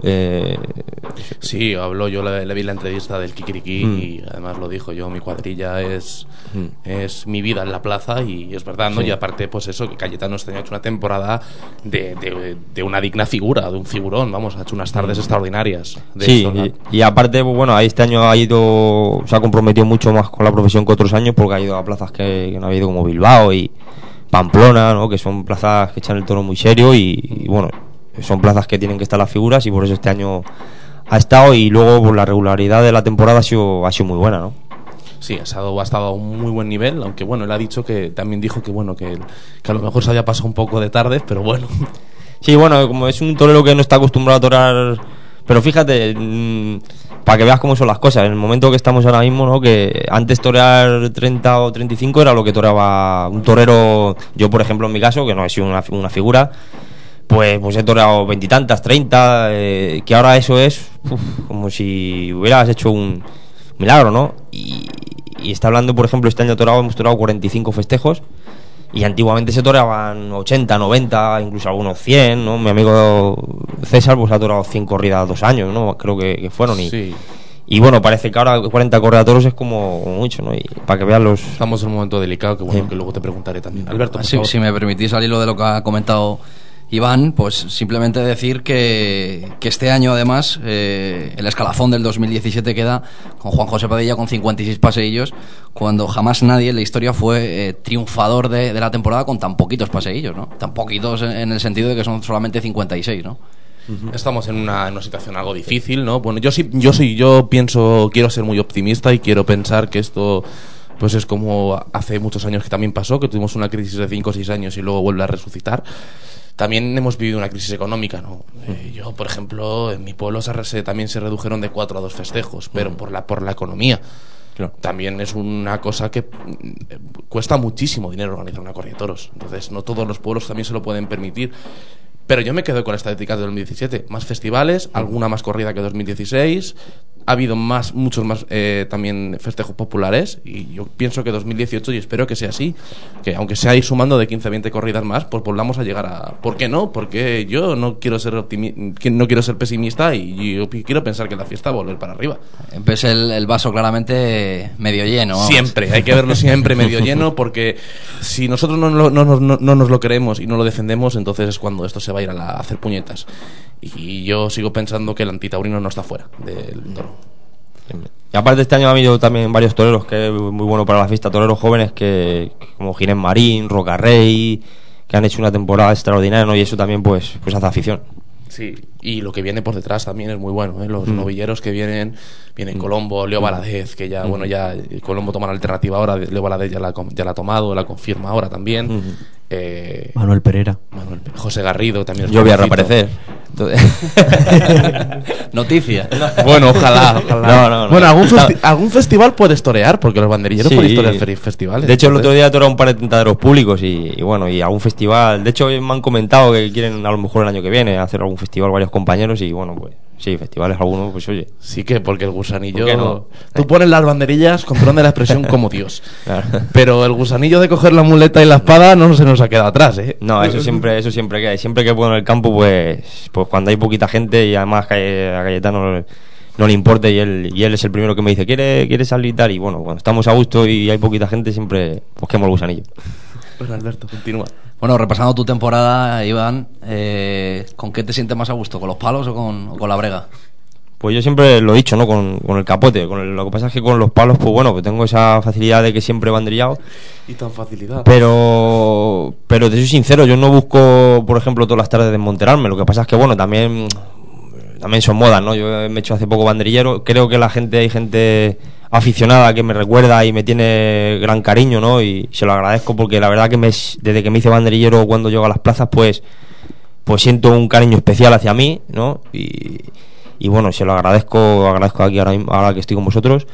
Sí, habló, yo le vi la entrevista del Kikiriki y además lo dijo mi cuadrilla es mi vida en la plaza, y es verdad, ¿no? Sí. Y aparte, pues eso, que Cayetano este año ha hecho una temporada de una digna figura, de un figurón, vamos, ha hecho unas tardes extraordinarias. Sí, y aparte, pues bueno, este año se ha comprometido mucho más con la profesión que otros años, porque ha ido a plazas que no ha ido, como Bilbao y Pamplona, ¿no? Que son plazas que echan el toro muy serio y bueno, son plazas que tienen que estar las figuras, y por eso este año ha estado, y luego pues, la regularidad de la temporada ha sido muy buena, ¿no? Sí, ha estado a un muy buen nivel, aunque bueno, él ha dicho también dijo que a lo mejor se había pasado un poco de tarde, pero bueno. Sí, bueno, como es un torero que no está acostumbrado a torear, pero fíjate, para que veas cómo son las cosas, en el momento que estamos ahora mismo, ¿no? Que antes torear 30 o 35 era lo que toreaba un torero. Yo, por ejemplo, en mi caso, que no he sido una figura, pues he toreado 20 y tantas, 30, que ahora eso es como si hubieras hecho un milagro, ¿no? Y está hablando, por ejemplo, este año hemos toreado 45 festejos, y antiguamente se toreaban 80, 90, incluso algunos 100, ¿no? Mi amigo César pues ha toreado 100 corridas 2 años, ¿no? Creo que fueron, sí. Y bueno, parece que ahora 40 corridas toros es como mucho, ¿no? Y para que vean Estamos en un momento delicado, que bueno, que luego te preguntaré también. Alberto, por favor. Si me permitís al hilo de lo que ha comentado Iván, pues simplemente decir que este año además el escalafón del 2017 queda con Juan José Padilla con 56 paseillos, cuando jamás nadie en la historia fue triunfador de la temporada con tan poquitos paseillos, ¿no? Tan poquitos en el sentido de que son solamente 56, ¿no? Estamos en una situación algo difícil, ¿no? Bueno, yo pienso, quiero ser muy optimista y quiero pensar que esto pues es como hace muchos años que también pasó, que tuvimos una crisis de 5 o 6 años y luego vuelve a resucitar. También hemos vivido una crisis económica, ¿no? Yo, por ejemplo, en mi pueblo también se redujeron de 4 a 2 festejos, pero por la economía. Claro. También es una cosa que cuesta muchísimo dinero organizar una corrida de toros. Entonces, no todos los pueblos también se lo pueden permitir. Pero yo me quedo con la estadística de 2017. Más festivales, alguna más corrida que 2016. Ha habido muchos más también festejos populares, y yo pienso que 2018, y espero que sea así, que aunque sea ir sumando de 15 a 20 corridas más, pues volvamos a llegar a... ¿Por qué no? Porque yo no quiero ser no quiero ser pesimista, y yo quiero pensar que la fiesta va a volver para arriba. Ves el vaso claramente medio lleno, vamos. Siempre, hay que verlo siempre medio lleno, porque si nosotros no nos lo creemos y no lo defendemos, entonces es cuando esto se va a ir a hacer puñetas. Y yo sigo pensando que el antitaurino no está fuera del toro. Y aparte, este año ha habido también varios toreros que es muy bueno para la fiesta, toreros jóvenes que como Ginés Marín, Rocarrey, que han hecho una temporada extraordinaria, ¿no? Y eso también pues hace afición. Sí, y lo que viene por detrás también es muy bueno, ¿eh? Los novilleros que vienen Colombo, Leo Valadez, que ya, bueno, ya Colombo toma la alternativa ahora, Leo Valadez ya la ha tomado, la confirma ahora también. Manuel Pereira. José Garrido también. Yo voy a reaparecer. Noticia. Bueno, ojalá. No. Bueno, algún festival puedes torear, porque los banderilleros pueden torear festivales. De hecho, el otro día toreé un par de tentaderos públicos y bueno, y algún festival. De hecho, me han comentado que quieren a lo mejor el año que viene hacer algún festival varios compañeros, y bueno, pues sí, festivales algunos, pues oye. Sí, que porque el gusanillo... No? Tú pones las banderillas, con perdón de la expresión, como Dios. Claro. Pero el gusanillo de coger la muleta y la espada no se nos ha quedado atrás, ¿eh? No, eso siempre queda. Siempre que puedo en el campo, pues cuando hay poquita gente, y además que a Cayetano no le importa, y él es el primero que me dice, ¿quiere salir y tal? Y bueno, cuando estamos a gusto y hay poquita gente, siempre pues quemo el gusanillo. Pues Alberto, continúa. Bueno, repasando tu temporada, Iván, ¿con qué te sientes más a gusto? ¿Con los palos o con la brega? Pues yo siempre lo he dicho, ¿no? Con el capote. Lo que pasa es que con los palos, pues bueno, pues tengo esa facilidad de que siempre he banderillado. Y tan facilidad. Pero te soy sincero, yo no busco, por ejemplo, todas las tardes desmonterarme. Lo que pasa es que, bueno, también son modas, ¿no? Yo me he hecho hace poco banderillero. Creo que hay gente aficionada que me recuerda y me tiene gran cariño, ¿no? Y se lo agradezco, porque la verdad que desde que me hice banderillero, cuando llego a las plazas, pues siento un cariño especial hacia mí, ¿no? Y bueno, se lo agradezco aquí ahora que estoy con vosotros.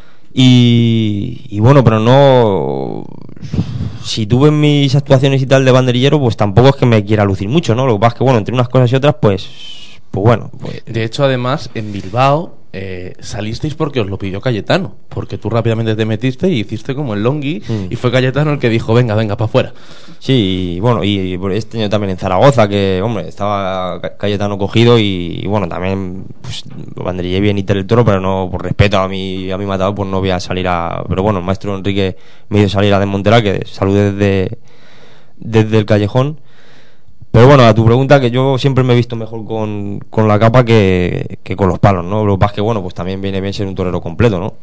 Y bueno, pero no... Si tuve mis actuaciones y tal de banderillero, pues tampoco es que me quiera lucir mucho, ¿no? Lo que pasa es que, bueno, entre unas cosas y otras, pues bueno. De hecho, además, en Bilbao salisteis porque os lo pidió Cayetano, porque tú rápidamente te metiste y hiciste como el longui y fue Cayetano el que dijo venga para afuera. Sí, y bueno, y este año también en Zaragoza, que hombre, estaba Cayetano cogido y bueno, también pues lo banderillé bien y el toro, pero no, por respeto a mi matador, pues no voy a salir pero bueno, el maestro Enrique me hizo salir a desmontelar, que saludé desde el callejón. Pero bueno, a tu pregunta, que yo siempre me he visto mejor con la capa que con los palos, ¿no? Lo que pasa es que bueno, pues también viene bien ser un torero completo, ¿no?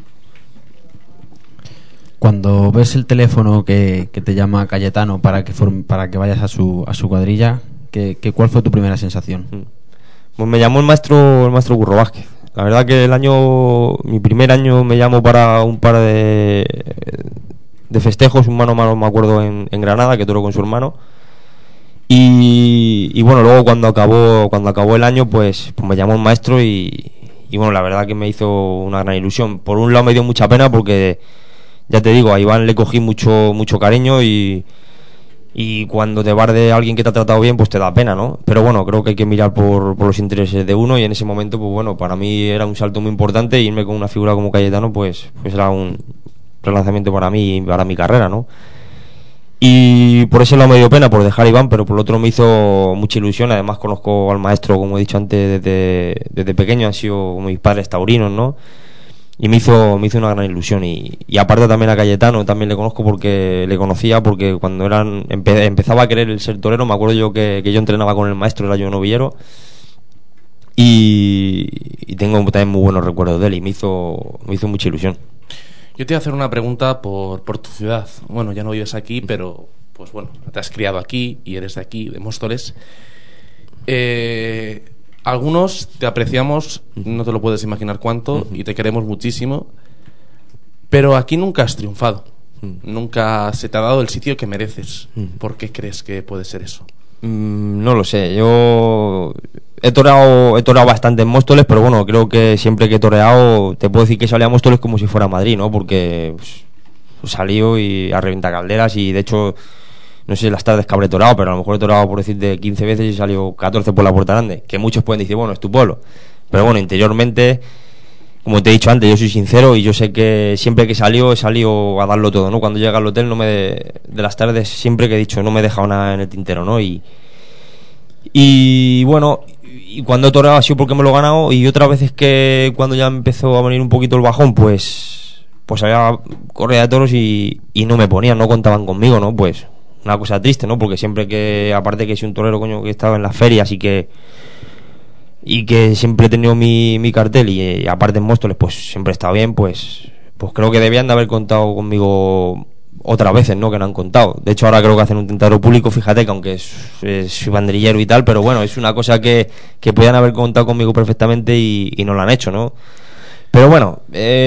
Cuando ves el teléfono que te llama Cayetano para que vayas a su cuadrilla, ¿cuál fue tu primera sensación? Pues me llamó el maestro Curro Vázquez. La verdad que mi primer año me llamó para un par de festejos, un mano a mano, me acuerdo, en Granada, que toró con su hermano. Y bueno, luego cuando acabó el año, pues me llamó el maestro y bueno, la verdad que me hizo una gran ilusión. Por un lado me dio mucha pena porque, ya te digo, a Iván le cogí mucho cariño y cuando te vas de alguien que te ha tratado bien, pues te da pena, ¿no? Pero bueno, creo que hay que mirar por los intereses de uno, y en ese momento, pues bueno, para mí era un salto muy importante, y irme con una figura como Cayetano, pues era un relanzamiento para mí y para mi carrera, ¿no? Y por ese lado me dio pena por dejar a Iván, pero por el otro me hizo mucha ilusión. Además conozco al maestro, como he dicho antes, desde pequeño, han sido mis padres taurinos, ¿no? Y me hizo una gran ilusión. Y aparte también a Cayetano, también le conozco porque le conocía, porque cuando empezaba a querer el ser torero, me acuerdo yo que yo entrenaba con el maestro, era yo novillero, y tengo también muy buenos recuerdos de él, y me hizo mucha ilusión. Yo te voy a hacer una pregunta por tu ciudad. Bueno, ya no vives aquí, pero pues bueno, te has criado aquí y eres de aquí, de Móstoles. Algunos te apreciamos, no te lo puedes imaginar cuánto, y te queremos muchísimo, pero aquí nunca has triunfado. Nunca se te ha dado el sitio que mereces. ¿Por qué crees que puede ser eso? No lo sé, yo he toreado bastante en Móstoles, pero bueno, creo que siempre que he toreado te puedo decir que salí a Móstoles como si fuera Madrid, ¿no? Porque pues salió y a reventar calderas, y de hecho no sé las tardes que habré toreado, pero a lo mejor he toreado, por decir, de 15 veces y salió 14 por la Puerta Grande, que muchos pueden decir, bueno, es tu pueblo, pero bueno, interiormente, como te he dicho antes, yo soy sincero y yo sé que siempre que he salido a darlo todo, ¿no? Cuando llega al hotel, de las tardes, siempre que he dicho, no me he dejado nada en el tintero, ¿no? Y bueno, y cuando he toreado ha sido porque me lo he ganado, y otras veces que cuando ya empezó a venir un poquito el bajón, pues había corrida de toros y no me ponían, no contaban conmigo, ¿no? Pues una cosa triste, ¿no? Porque siempre que, aparte que soy un torero, coño, que estaba en las ferias y que siempre he tenido mi cartel, y aparte en Móstoles pues siempre he estado bien, pues creo que debían de haber contado conmigo otras veces, ¿no? Que no han contado. De hecho ahora creo que hacen un tentadero público, fíjate, que aunque soy banderillero y tal, pero bueno, es una cosa que podían haber contado conmigo perfectamente y no lo han hecho, ¿no? Pero bueno,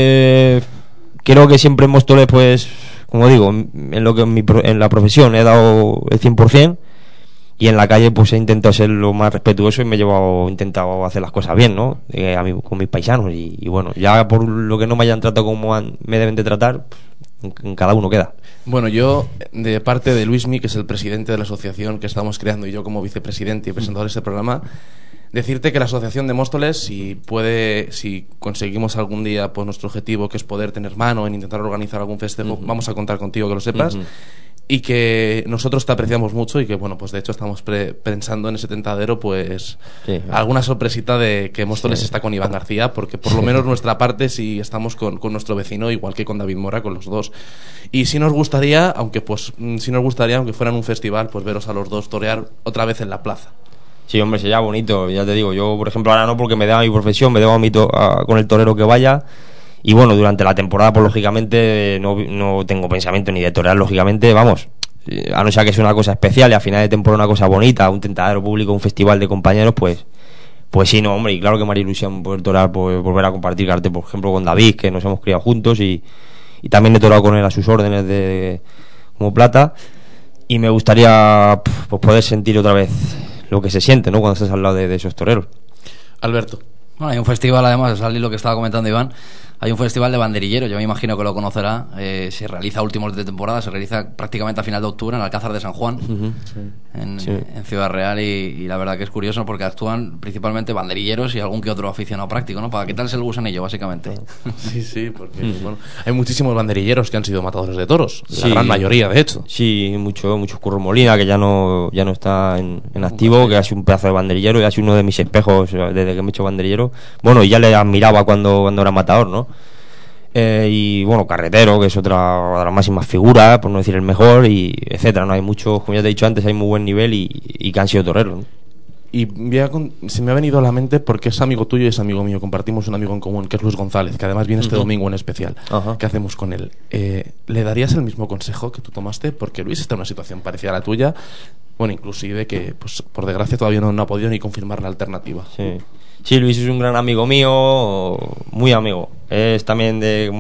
creo que siempre en Móstoles, pues como digo, en lo que en la profesión he dado el 100%, y en la calle pues he intentado ser lo más respetuoso y he intentado hacer las cosas bien, ¿no? Con mis paisanos, y bueno, ya por lo que no me hayan tratado como me deben de tratar, en cada uno queda. Bueno, yo, de parte de Luismi, que es el presidente de la asociación que estamos creando, y yo como vicepresidente y presentador de este programa, decirte que la asociación de Móstoles, si conseguimos algún día pues nuestro objetivo, que es poder tener mano en intentar organizar algún festejo, vamos a contar contigo, que lo sepas, y que nosotros te apreciamos mucho, y que bueno, pues de hecho estamos pensando en ese tentadero, pues alguna sorpresita de que Móstoles está con Iván García, porque por lo menos nuestra parte sí estamos con nuestro vecino, igual que con David Mora, con los dos. Y sí nos gustaría, aunque fueran un festival, pues veros a los dos torear otra vez en la plaza. Sí, hombre, sería bonito, ya te digo, yo por ejemplo ahora no, porque me debo a mi profesión, me debo con el torero que vaya, y bueno, durante la temporada pues lógicamente no tengo pensamiento ni de torear, lógicamente, vamos, a no ser que sea una cosa especial y a final de temporada una cosa bonita, un tentadero público, un festival de compañeros, pues sí, no, hombre, y claro que me haría ilusión poder torear, pues volver a compartir cartel, por ejemplo, con David, que nos hemos criado juntos, y también he toreado con él a sus órdenes como plata, y me gustaría pues poder sentir otra vez lo que se siente, ¿no? Cuando estás al lado de esos toreros. Alberto. Bueno, hay un festival, además, es lo que estaba comentando Iván, hay un festival de banderilleros, yo me imagino que lo conocerá, se realiza a últimos de temporada, se realiza prácticamente a final de octubre en Alcázar de San Juan, en Ciudad Real, y la verdad que es curioso porque actúan principalmente banderilleros y algún que otro aficionado práctico, ¿no? Para quitarse el gusanillo, básicamente. Sí, porque bueno, hay muchísimos banderilleros que han sido matadores de toros, la gran mayoría, de hecho. Sí, mucho Curro Molina, que ya no está en activo, que ha sido un pedazo de banderillero y ha sido uno de mis espejos desde que me he hecho banderillero. Bueno, y ya le admiraba cuando era matador, ¿no? Y bueno, Carretero, que es otra de las máximas figuras, por no decir el mejor, y etcétera, ¿no? Hay muchos, como ya te he dicho antes, hay muy buen nivel y que han sido toreros, ¿no? Y se me ha venido a la mente porque es amigo tuyo y es amigo mío. Compartimos un amigo en común, que es Luis González, que además viene este domingo en especial. ¿Qué hacemos con él? ¿Le darías el mismo consejo que tú tomaste? Porque Luis está en una situación parecida a la tuya. Bueno, inclusive que, pues, por desgracia todavía no ha podido ni confirmar la alternativa. Sí, Luis es un gran amigo mío, muy amigo. Es también de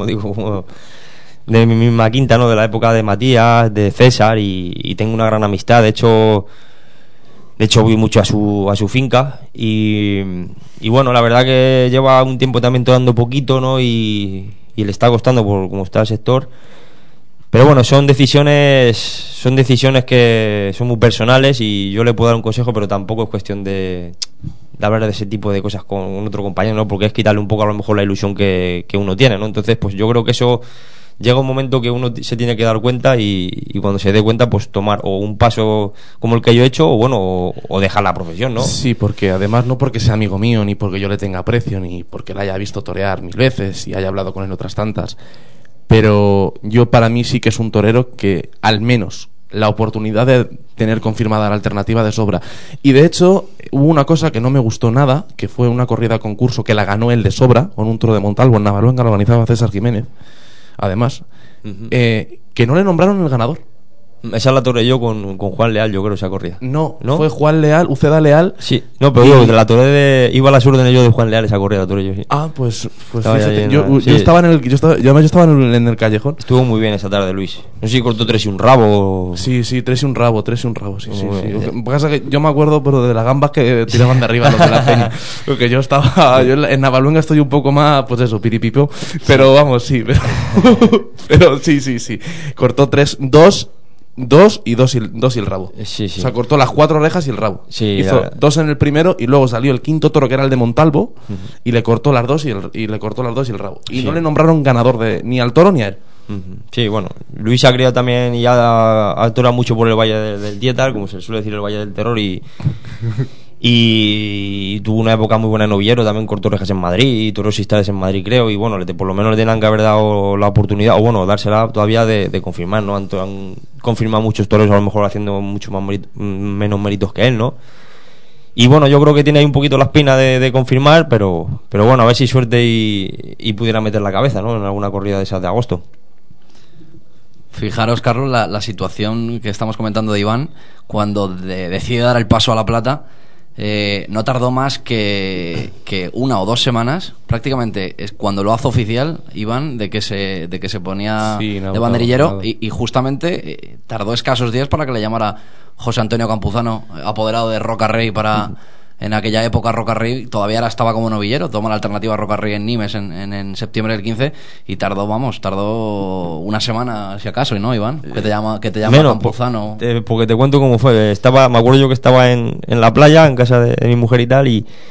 mi misma quinta, ¿no? De la época de Matías, de César, y tengo una gran amistad. De hecho voy mucho a su finca y bueno, la verdad que lleva un tiempo también tomando poquito, ¿no? Y le está costando por cómo está el sector. Pero bueno, son decisiones que son muy personales y yo le puedo dar un consejo, pero tampoco es cuestión de hablar de ese tipo de cosas con otro compañero, ¿no? Porque es quitarle un poco a lo mejor la ilusión que uno tiene, ¿no? Entonces, pues yo creo que eso llega un momento que uno se tiene que dar cuenta y cuando se dé cuenta, pues tomar o un paso como el que yo he hecho, o bueno, o dejar la profesión, ¿no? Sí, porque además no porque sea amigo mío, ni porque yo le tenga aprecio, ni porque le haya visto torear 1000 veces y haya hablado con él otras tantas, pero yo, para mí, sí que es un torero que al menos la oportunidad de tener confirmada la alternativa de sobra. Y de hecho hubo una cosa que no me gustó nada, que fue una corrida a concurso que la ganó él de sobra con un toro de Montalvo en Navaluenga, lo organizaba César Jiménez, además, que no le nombraron el ganador. Esa la toré yo con Juan Leal, yo creo, esa corrida. No, fue Juan Leal, Uceda Leal. Sí, no, pero digo, la toré iba a las órdenes yo de Juan Leal, esa corrida la toré yo, sí. Ah, pues fíjate, yo estaba en el, yo estaba en el callejón. Estuvo muy bien esa tarde, Luis. No sé si cortó 3 y un rabo. Sí, 3 y un rabo, sí. Lo que pasa es que yo me acuerdo, pero de las gambas que tiraban de arriba los de la peña. Porque yo en Navaluenga estoy un poco más, pues eso, piripipo. Pero vamos, sí. Pero sí. Cortó 2 y el rabo. Sí. O sea, cortó las 4 orejas y el rabo. Sí, hizo 2 en el primero y luego salió el quinto toro, que era el de Montalvo, y le cortó las 2 y el rabo. Y no le nombraron ganador ni al toro ni a él. Sí, bueno, Luis ha criado también y ha torado mucho por el Valle del Tietar, como se suele decir, el Valle del Terror, y tuvo una época muy buena en novillero, también cortó orejas en Madrid y toros sistales en Madrid, creo, y bueno, por lo menos le tenían que haber dado la oportunidad, o bueno, dársela todavía de confirmar, ¿no? Han confirmado muchos toros, a lo mejor haciendo mucho menos méritos que él, ¿no? Y bueno, yo creo que tiene ahí un poquito la espina de confirmar, pero bueno, a ver si suerte y pudiera meter la cabeza, ¿no? En alguna corrida de esas de agosto. Fijaros, Carlos, la situación que estamos comentando de Iván, cuando decide dar el paso a La Plata. No tardó más que 1 o 2 semanas, prácticamente es cuando lo hace oficial Iván, de que se ponía de banderillero, y justamente tardó escasos días para que le llamara José Antonio Campuzano, apoderado de Roca Rey para... En aquella época Roca Rey todavía estaba como novillero, toma la alternativa Roca Rey en Nimes en septiembre del 15 y tardó 1 semana si acaso, ¿no, Iván? Que te llama Campuzano. Porque te cuento cómo fue. Me acuerdo yo que estaba en la playa, en casa de mi mujer y tal,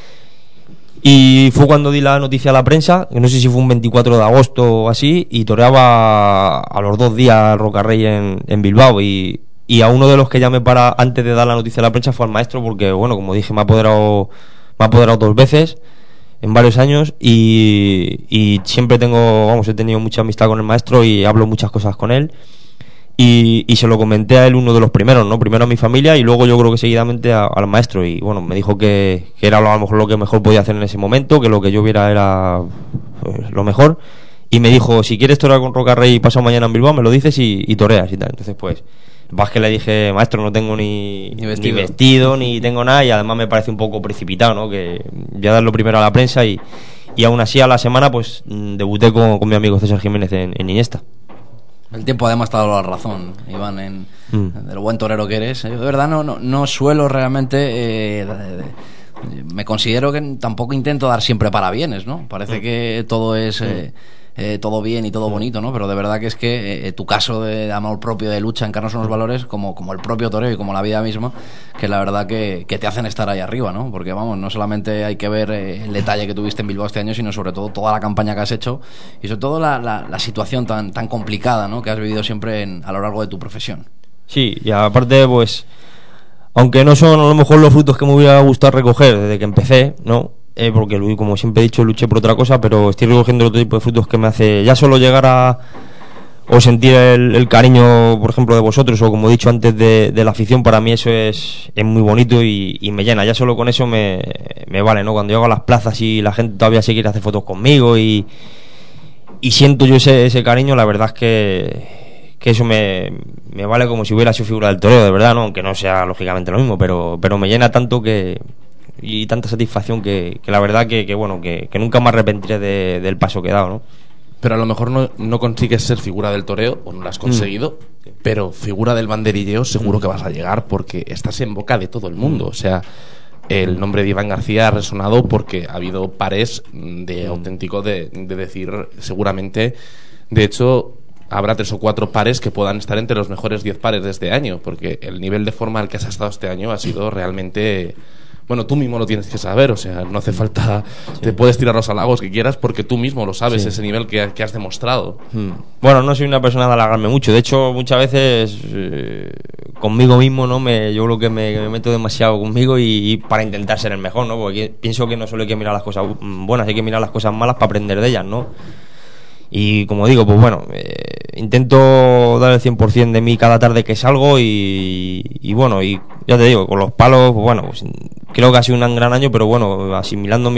y fue cuando di la noticia a la prensa, que no sé si fue un 24 de agosto o así, y toreaba a los 2 días Roca Rey en Bilbao, y a uno de los que llamé para antes de dar la noticia a la prensa fue al maestro, porque bueno, como dije, me ha apoderado 2 veces en varios años y siempre he tenido mucha amistad con el maestro y hablo muchas cosas con él, y se lo comenté a él, uno de los primeros, ¿no? Primero a mi familia y luego yo creo que seguidamente al maestro, y bueno, me dijo que era a lo mejor lo que mejor podía hacer en ese momento, que lo que yo viera era lo mejor, y me dijo, si quieres torear con Roca Rey pasado mañana en Bilbao, me lo dices y toreas y tal. Entonces pues vas que le dije, maestro, no tengo ni vestido ni tengo nada, y además me parece un poco precipitado, ¿no? Que ya darlo primero a la prensa, y aún así a la semana pues debuté con mi amigo César Jiménez en Iniesta. El tiempo además te ha dado la razón, Iván, de lo buen torero que eres. Yo de verdad no suelo realmente... me considero que tampoco intento dar siempre parabienes, ¿no? Parece que todo es todo bien y todo bonito, ¿no? Pero de verdad que es que tu caso de amor propio, de lucha, encarnas unos valores como el propio toreo y como la vida misma, que la verdad que te hacen estar ahí arriba, ¿no? Porque vamos, no solamente hay que ver el detalle que tuviste en Bilbao este año, sino sobre todo toda la campaña que has hecho y sobre todo la situación tan complicada, ¿no? Que has vivido siempre a lo largo de tu profesión. Sí, y aparte, pues, aunque no son a lo mejor los frutos que me hubiera gustado recoger desde que empecé, ¿no? Porque como siempre he dicho, luché por otra cosa, pero estoy recogiendo otro tipo de frutos que me hace ya solo llegar a o sentir el cariño, por ejemplo, de vosotros, o como he dicho antes, de la afición. Para mí eso es muy bonito y me llena. Ya solo con eso me vale, ¿no? Cuando llego a las plazas y la gente todavía se quiere hacer fotos conmigo y siento yo ese cariño, la verdad es que eso me vale como si hubiera sido figura del toreo, de verdad, ¿no? Aunque no sea lógicamente lo mismo, pero me llena tanto y tanta satisfacción que la verdad que bueno, que nunca me arrepentiré del paso que he dado, ¿no? Pero a lo mejor no consigues ser figura del toreo, o no lo has conseguido, pero figura del banderilleo seguro que vas a llegar, porque estás en boca de todo el mundo. O sea, el nombre de Iván García ha resonado porque ha habido pares de auténtico de decir, seguramente, de hecho, habrá 3 o 4 pares que puedan estar entre los mejores 10 pares de este año, porque el nivel de forma al que has estado este año ha sido realmente... Bueno, tú mismo lo tienes que saber, o sea, no hace falta... Sí. Te puedes tirar los halagos que quieras porque tú mismo lo sabes, sí. Ese nivel que has demostrado. Bueno, no soy una persona de halagarme mucho. De hecho, muchas veces conmigo mismo, ¿no? Yo creo que me meto demasiado conmigo y para intentar ser el mejor, ¿no? Porque pienso que no solo hay que mirar las cosas buenas, hay que mirar las cosas malas para aprender de ellas, ¿no? Y como digo, pues bueno, intento dar el 100% de mí cada tarde que salgo y bueno, y ya te digo, con los palos, pues bueno, pues creo que ha sido un gran año, pero bueno, asimilando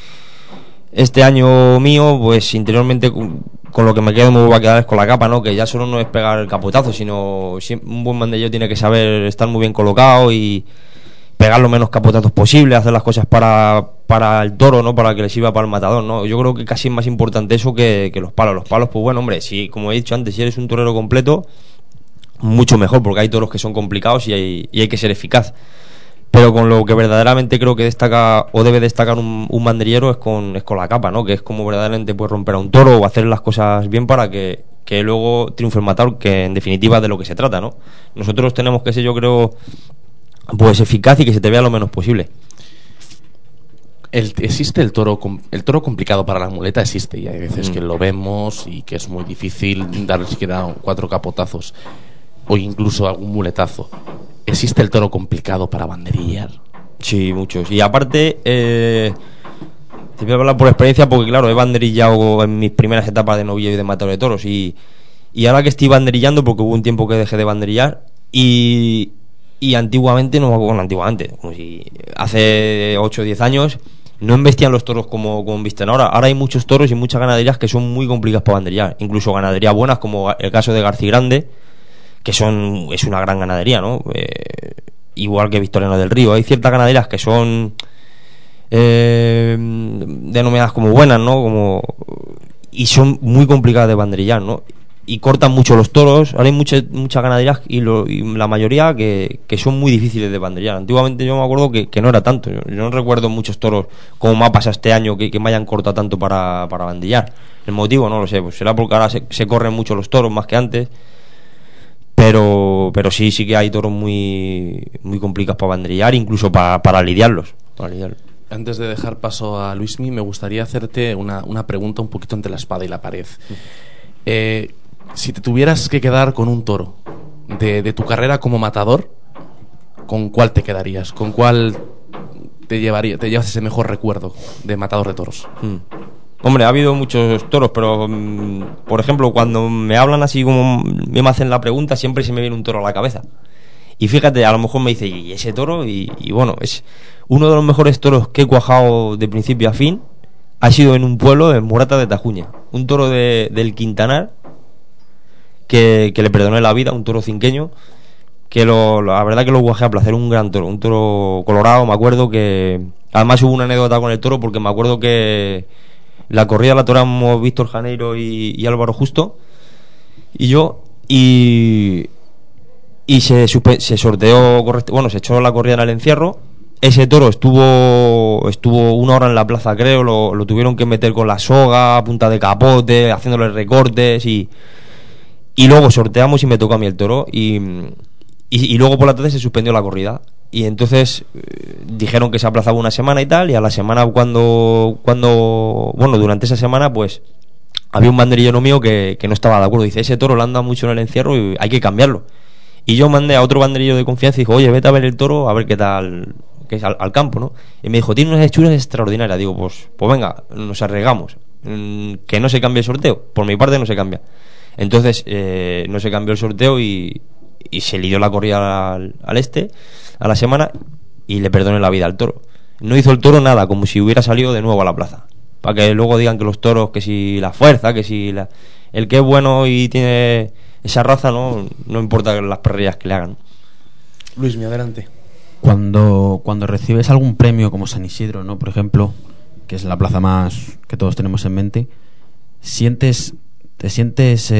este año mío, pues interiormente con lo que me quedo me voy a quedar es con la capa, ¿no? Que ya solo no es pegar el capotazo, sino un buen banderillero tiene que saber estar muy bien colocado y pegar los menos capotazos posible, hacer las cosas para el toro, ¿no? Para que le sirva para el matador, ¿no? Yo creo que casi es más importante eso que los palos. Los palos, pues bueno, hombre, si, como he dicho antes, si eres un torero completo, mucho mejor, porque hay toros que son complicados y hay que ser eficaz. Pero con lo que verdaderamente creo que destaca o debe destacar un banderillero es con la capa, ¿no? Que es como verdaderamente puede romper a un toro o hacer las cosas bien para que luego triunfe el matador, que en definitiva es de lo que se trata, ¿no? Nosotros tenemos que ser, yo creo, pues eficaz y que se te vea lo menos posible. Existe el toro complicado para la muleta, existe, y hay veces que lo vemos y que es muy difícil darle siquiera 4 capotazos o incluso algún muletazo. ¿Existe el toro complicado para banderillar? Sí, muchos. Y aparte, te voy a hablar por experiencia porque claro, he banderillado en mis primeras etapas de novillo y de matador de toros y ahora que estoy banderillando, porque hubo un tiempo que dejé de banderillar y antiguamente, como si hace 8 o 10 años no embestían los toros como embisten ahora. Ahora hay muchos toros y muchas ganaderías que son muy complicadas para banderillar, incluso ganaderías buenas como el caso de García Grande, que es una gran ganadería, ¿no? Igual que Victoriano del Río. Hay ciertas ganaderías que son denominadas como buenas, ¿no? Y son muy complicadas de banderillar, ¿no? Y cortan mucho los toros. Ahora hay muchas ganaderías y la mayoría que son muy difíciles de banderillar. Antiguamente yo me acuerdo que no era tanto. Yo no recuerdo muchos toros como me ha pasado este año que me hayan cortado tanto para banderillar. El motivo no lo sé, pues será porque ahora se corren mucho los toros más que antes. Pero sí que hay toros muy, muy complicados para banderillar, incluso para lidiarlos. Antes de dejar paso a Luismi, me gustaría hacerte una pregunta un poquito entre la espada y la pared. Si te tuvieras que quedar con un toro de tu carrera como matador, ¿con cuál te quedarías? ¿Con cuál te llevas ese mejor recuerdo de matador de toros? Hombre, ha habido muchos toros, pero por ejemplo, cuando me hablan así como me hacen la pregunta, siempre se me viene un toro a la cabeza. Y fíjate, a lo mejor me dice, ¿y ese toro? Y bueno, es uno de los mejores toros que he cuajado de principio a fin. Ha sido en un pueblo, en Morata de Tajuña. Un toro del Quintanar que le perdoné la vida, un toro cinqueño, que la verdad que lo guajé a placer, un gran toro, un toro colorado. Me acuerdo que además hubo una anécdota con el toro, porque me acuerdo que la corrida la toramos Víctor Janeiro y Álvaro Justo y yo, y se sorteó se echó la corrida en el encierro ese toro estuvo 1 hora en la plaza, creo, lo tuvieron que meter con la soga, a punta de capote, haciéndole recortes y luego sorteamos y me tocó a mí el toro y luego por la tarde se suspendió la corrida y entonces dijeron que se aplazaba una semana y tal, y a la semana cuando durante esa semana pues había un banderillero mío que no estaba de acuerdo, dice, ese toro le anda mucho en el encierro y hay que cambiarlo. Y yo mandé a otro banderillo de confianza y dijo, oye, vete a ver el toro, a ver qué tal, que es al campo, ¿no? Y me dijo, tiene unas hechuras extraordinarias. Digo, pues venga, nos arriesgamos, que no se cambie el sorteo. Por mi parte no se cambia. Entonces no se cambió el sorteo y se lidió la corrida a la semana, y le perdoné la vida al toro. No hizo el toro nada, como si hubiera salido de nuevo a la plaza, para que luego digan que los toros, que si la fuerza, que si el que es bueno y tiene esa raza, no importa las perrillas que le hagan. Luis, mi adelante. Cuando recibes algún premio como San Isidro, ¿no? Por ejemplo, que es la plaza más que todos tenemos en mente, te sientes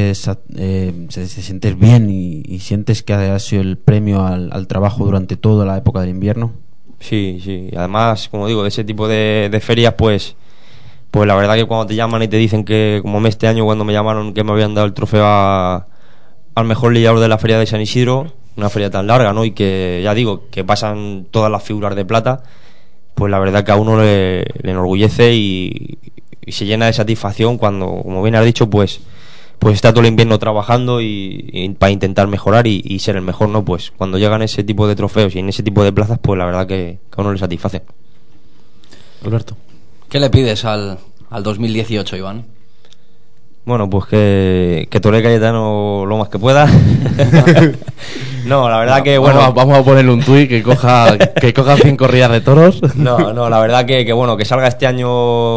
bien y sientes que ha sido el premio al trabajo durante toda la época del invierno. Sí. Además, como digo, de ese tipo de ferias, pues la verdad que cuando te llaman y te dicen que, como este año cuando me llamaron, que me habían dado el trofeo al mejor lidiador de la feria de San Isidro, una feria tan larga, ¿no? Y que, ya digo, que pasan todas las figuras de plata, pues la verdad que a uno le enorgullece y se llena de satisfacción cuando, como bien has dicho, pues está todo el invierno trabajando y para intentar mejorar y ser el mejor, ¿no? Pues cuando llegan ese tipo de trofeos y en ese tipo de plazas, pues la verdad que a uno le satisface. Alberto. ¿Qué le pides al 2018, Iván? Bueno, pues que toree Cayetano lo más que pueda. No, la verdad que bueno, vamos a ponerle un tuit que coja 100 corridas de toros. No, la verdad que bueno, que salga este año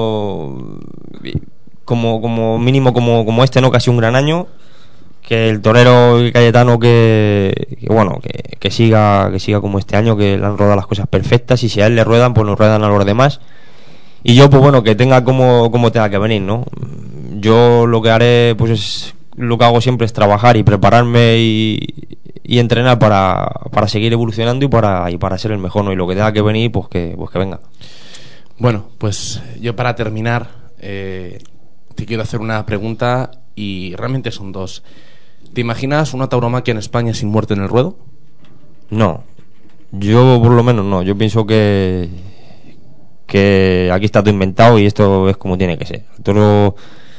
como mínimo como este, no, casi un gran año, que el torero Cayetano que siga como este año, que le han rodado las cosas perfectas, y si a él le ruedan, pues nos ruedan a los demás. Y yo, pues bueno, que tenga como tenga que venir, ¿no? Yo lo que haré, pues es lo que hago siempre, es trabajar y prepararme y entrenar para seguir evolucionando y para ser el mejor, ¿no? Y lo que tenga que venir, pues que venga. Bueno, pues yo para terminar te quiero hacer una pregunta, y realmente son dos. ¿Te imaginas una tauromaquia en España sin muerte en el ruedo? No. Yo por lo menos no. Yo pienso que aquí está todo inventado y esto es como tiene que ser. Todo,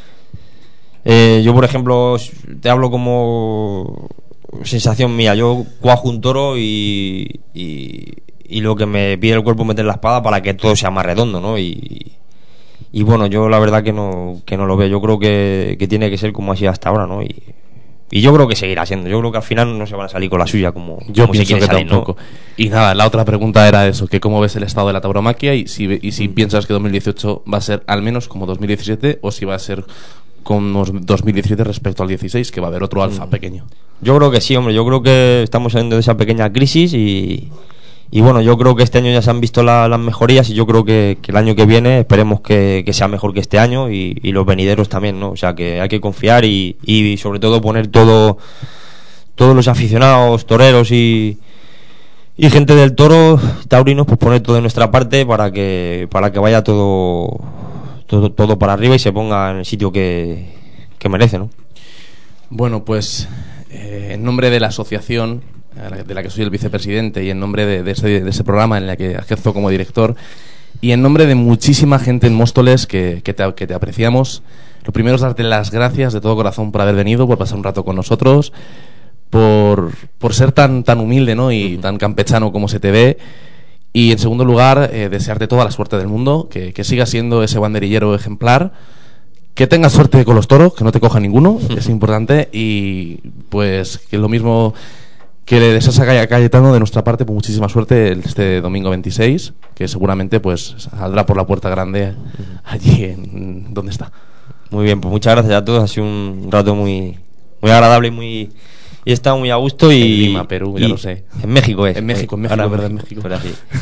yo por ejemplo te hablo como sensación mía. Yo cuajo un toro y lo que me pide el cuerpo es meter la espada para que todo sea más redondo, ¿no? Y bueno, yo la verdad que no lo veo. Yo creo que tiene que ser como ha sido hasta ahora, ¿no? Y yo creo que seguirá siendo. Yo creo que al final no se van a salir con la suya como pienso se quiere que salir, tampoco, ¿no? Y nada, la otra pregunta era eso, que cómo ves el estado de la tauromaquia y si piensas que 2018 va a ser al menos como 2017, o si va a ser como 2017 respecto al 16, que va a haber otro alfa pequeño. Yo creo que sí, hombre. Yo creo que estamos saliendo de esa pequeña crisis y bueno, yo creo que este año ya se han visto las mejorías, y yo creo que el año que viene esperemos que sea mejor que este año, y los venideros también, ¿no? O sea, que hay que confiar y sobre todo poner todos los aficionados, toreros y gente del toro, taurinos, pues poner todo de nuestra parte para que vaya todo para arriba y se ponga en el sitio que merece, ¿no? Bueno, pues en nombre de la asociación de la que soy el vicepresidente, y en nombre de ese programa en el que ejerzo como director, y en nombre de muchísima gente en Móstoles que te apreciamos, lo primero es darte las gracias de todo corazón por haber venido, por pasar un rato con nosotros, por ser tan humilde, ¿no? Y tan campechano como se te ve. Y en segundo lugar, desearte toda la suerte del mundo, que sigas siendo ese banderillero ejemplar, que tengas suerte con los toros, que no te coja ninguno, es importante, y pues que lo mismo que le deseas a Cayetano de nuestra parte, pues muchísima suerte este domingo 26, que seguramente pues saldrá por la puerta grande allí en donde está. Muy bien, pues muchas gracias a todos, ha sido un rato muy agradable y he estado muy a gusto. En Lima, Perú, ya lo sé. En México es. En México, Ahora ¿verdad? En México. Pero así.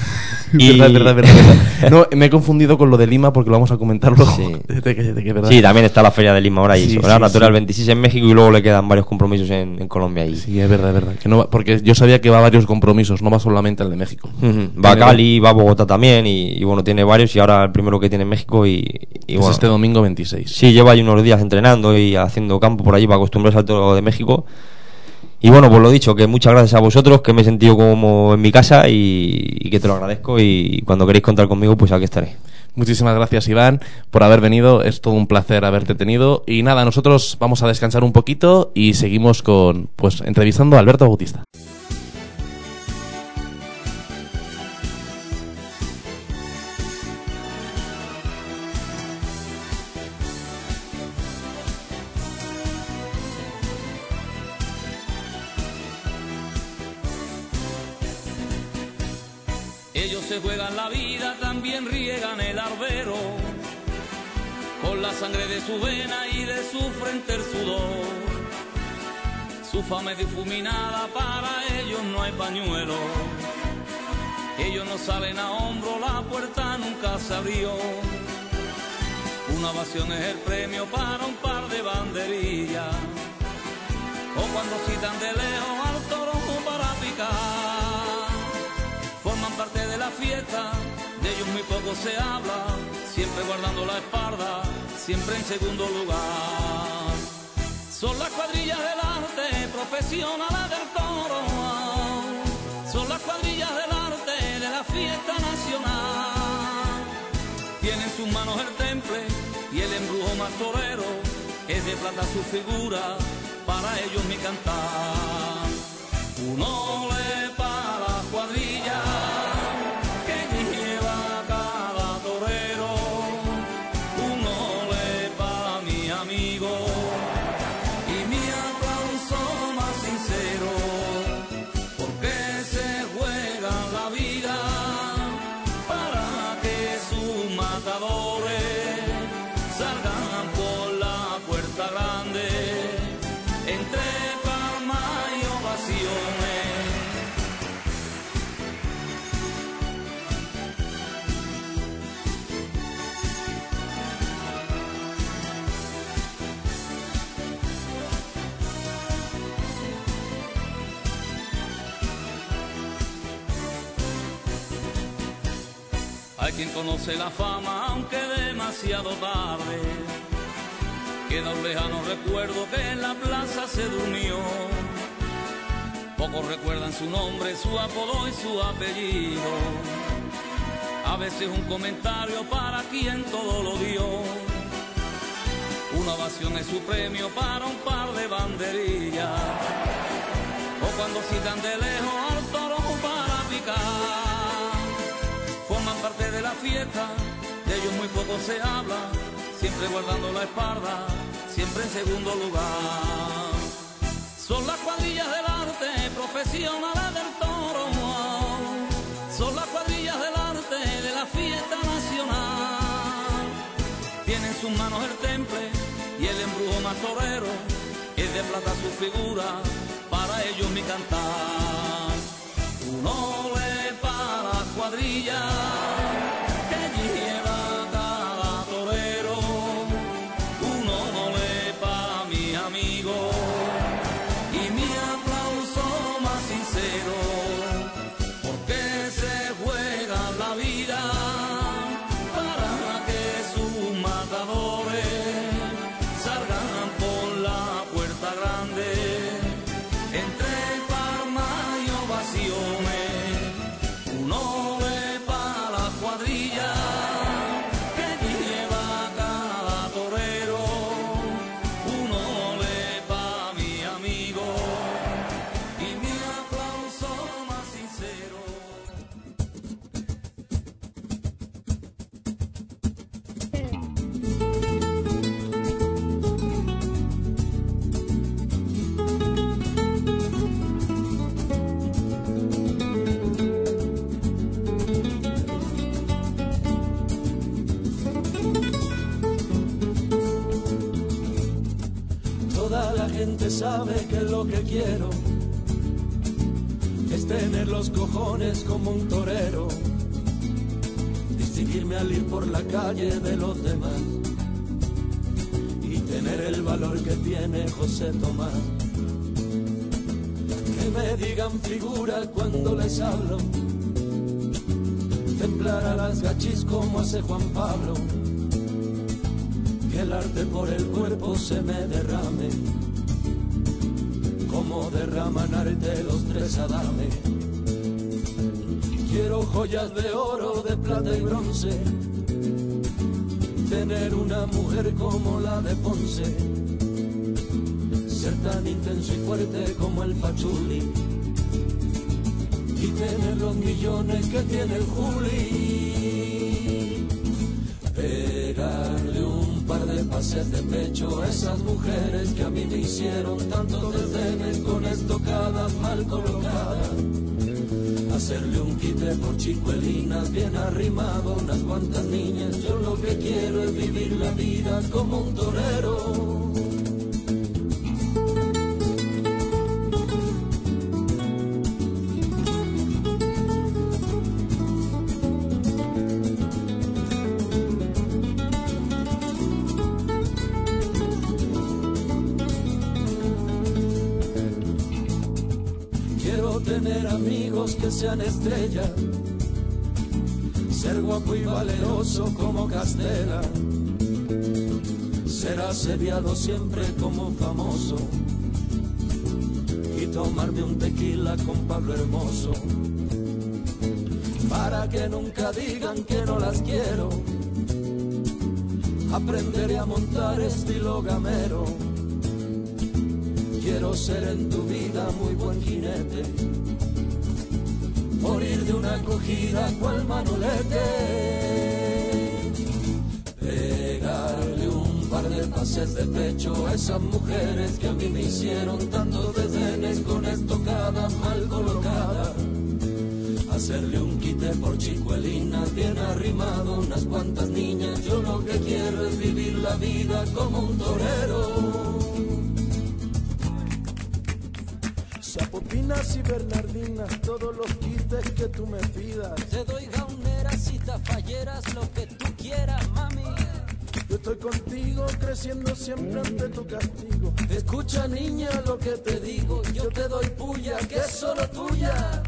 Y... verdad. No, me he confundido con lo de Lima porque lo vamos a comentar luego. Sí. ¿Verdad? Sí, también está la Feria de Lima ahora y Sí, eso. Ahora sí. el 26 en México y luego le quedan varios compromisos en Colombia. Y... Sí, es verdad. Que no va, porque yo sabía que va a varios compromisos, no va solamente al de México. Va a Cali, va a Bogotá también y bueno, tiene varios y ahora el primero que tiene en México y Es bueno. este domingo 26. Sí, lleva ahí unos días entrenando y haciendo campo por allí para acostumbrarse al toro de México. Y bueno, pues lo dicho, que muchas gracias a vosotros, que me he sentido como en mi casa y que te lo agradezco y cuando queréis contar conmigo, pues aquí estaré. Muchísimas gracias, Iván, por haber venido. Es todo un placer haberte tenido. Y nada, nosotros vamos a descansar un poquito y seguimos entrevistando a Alberto Bautista. Ellos se juegan la vida, también riegan el arbero, con la sangre de su vena y de su frente el sudor. Su fama es difuminada, para ellos no hay pañuelo. Ellos no salen a hombro, la puerta nunca se abrió. Una ovación es el premio para un par de banderillas, o cuando citan de lejos al toro para picar. Forman parte de la fiesta, de ellos muy poco se habla, siempre guardando la espalda, siempre en segundo lugar. Son las cuadrillas del arte, profesionales del toro. Son las cuadrillas del arte de la fiesta nacional. Tienen en sus manos el temple y el embrujo más torero. Es de plata su figura, para ellos mi cantar. Un ole para la cuadrilla que lleva cada torero. Un ole para mi amigo y mi aplauso más sincero, porque se juegan la vida para que sus matadores salgan por la puerta grande entre palmas y ovaciones. Hay quien conoce la fama, aunque demasiado tarde. Queda un lejano recuerdo que en la plaza se durmió. Pocos recuerdan su nombre, su apodo y su apellido. A veces un comentario para quien todo lo dio. Una ovación es su premio para un par de banderillas. O cuando citan de lejos al toro para picar. Forman parte de la fiesta, de ellos muy poco se habla, siempre guardando la espalda, siempre en segundo lugar. Son las cuadrillas del arte, profesionales del toro. Son las cuadrillas del arte de la fiesta nacional. Tienen en sus manos el temple y el embrujo más torero. Es de plata su figura, para ellos mi cantar. Un ole para la cuadrilla que lleva cada torero. Un ole para mi amigo y mi aplauso más sincero, porque se juega la vida para que sus matadores salgan por la puerta grande entre palmas y ovaciones. Un ole para la cuadrilla que lleva cada torero. Un ole para mi amigo y mi aplauso más sincero. Toda la gente sabe que lo que quiero es tener los cojones como un torero distinguirme al ir por la calle de los demás y tener el valor que tiene José Tomás. Que me digan figura cuando les hablo, templar a las gachis como hace Juan Pablo, que el arte por el cuerpo se me derrame, como derraman arte los tres adames. Quiero joyas de oro, de plata y bronce, tener una mujer como la de Ponce, ser tan intenso y fuerte como el Pachuli y tener los millones que tiene el Juli. Pegarle un par de pases de pecho a esas mujeres que a mí me hicieron tantos desdenes con estocadas mal colocadas. Hacerle un quite por chicuelinas bien arrimado, unas cuantas niñas. Yo lo que quiero es vivir la vida como un torero. Tener amigos que sean estrellas, ser guapo y valeroso como Castela, ser asediado siempre como famoso y tomarme un tequila con Pablo Hermoso, para que nunca digan que no las quiero. Aprenderé a montar estilo gamero. Quiero ser en tu vida muy buen jinete, morir de una acogida cual Manolete, pegarle un par de pases de pecho a esas mujeres que a mí me hicieron tantos desdenes con estocada mal colocada, hacerle un quite por chicuelinas bien arrimado, unas cuantas niñas. Yo lo que quiero es vivir la vida como un torero. Chapopinas y bernardinas, todos los quites que tú me pidas. Te doy gauneras y tafalleras, lo que tú quieras, mami. Yo estoy contigo, creciendo siempre ante tu castigo. Escucha, niña, lo que te digo. Yo te doy puya, que es solo tuya.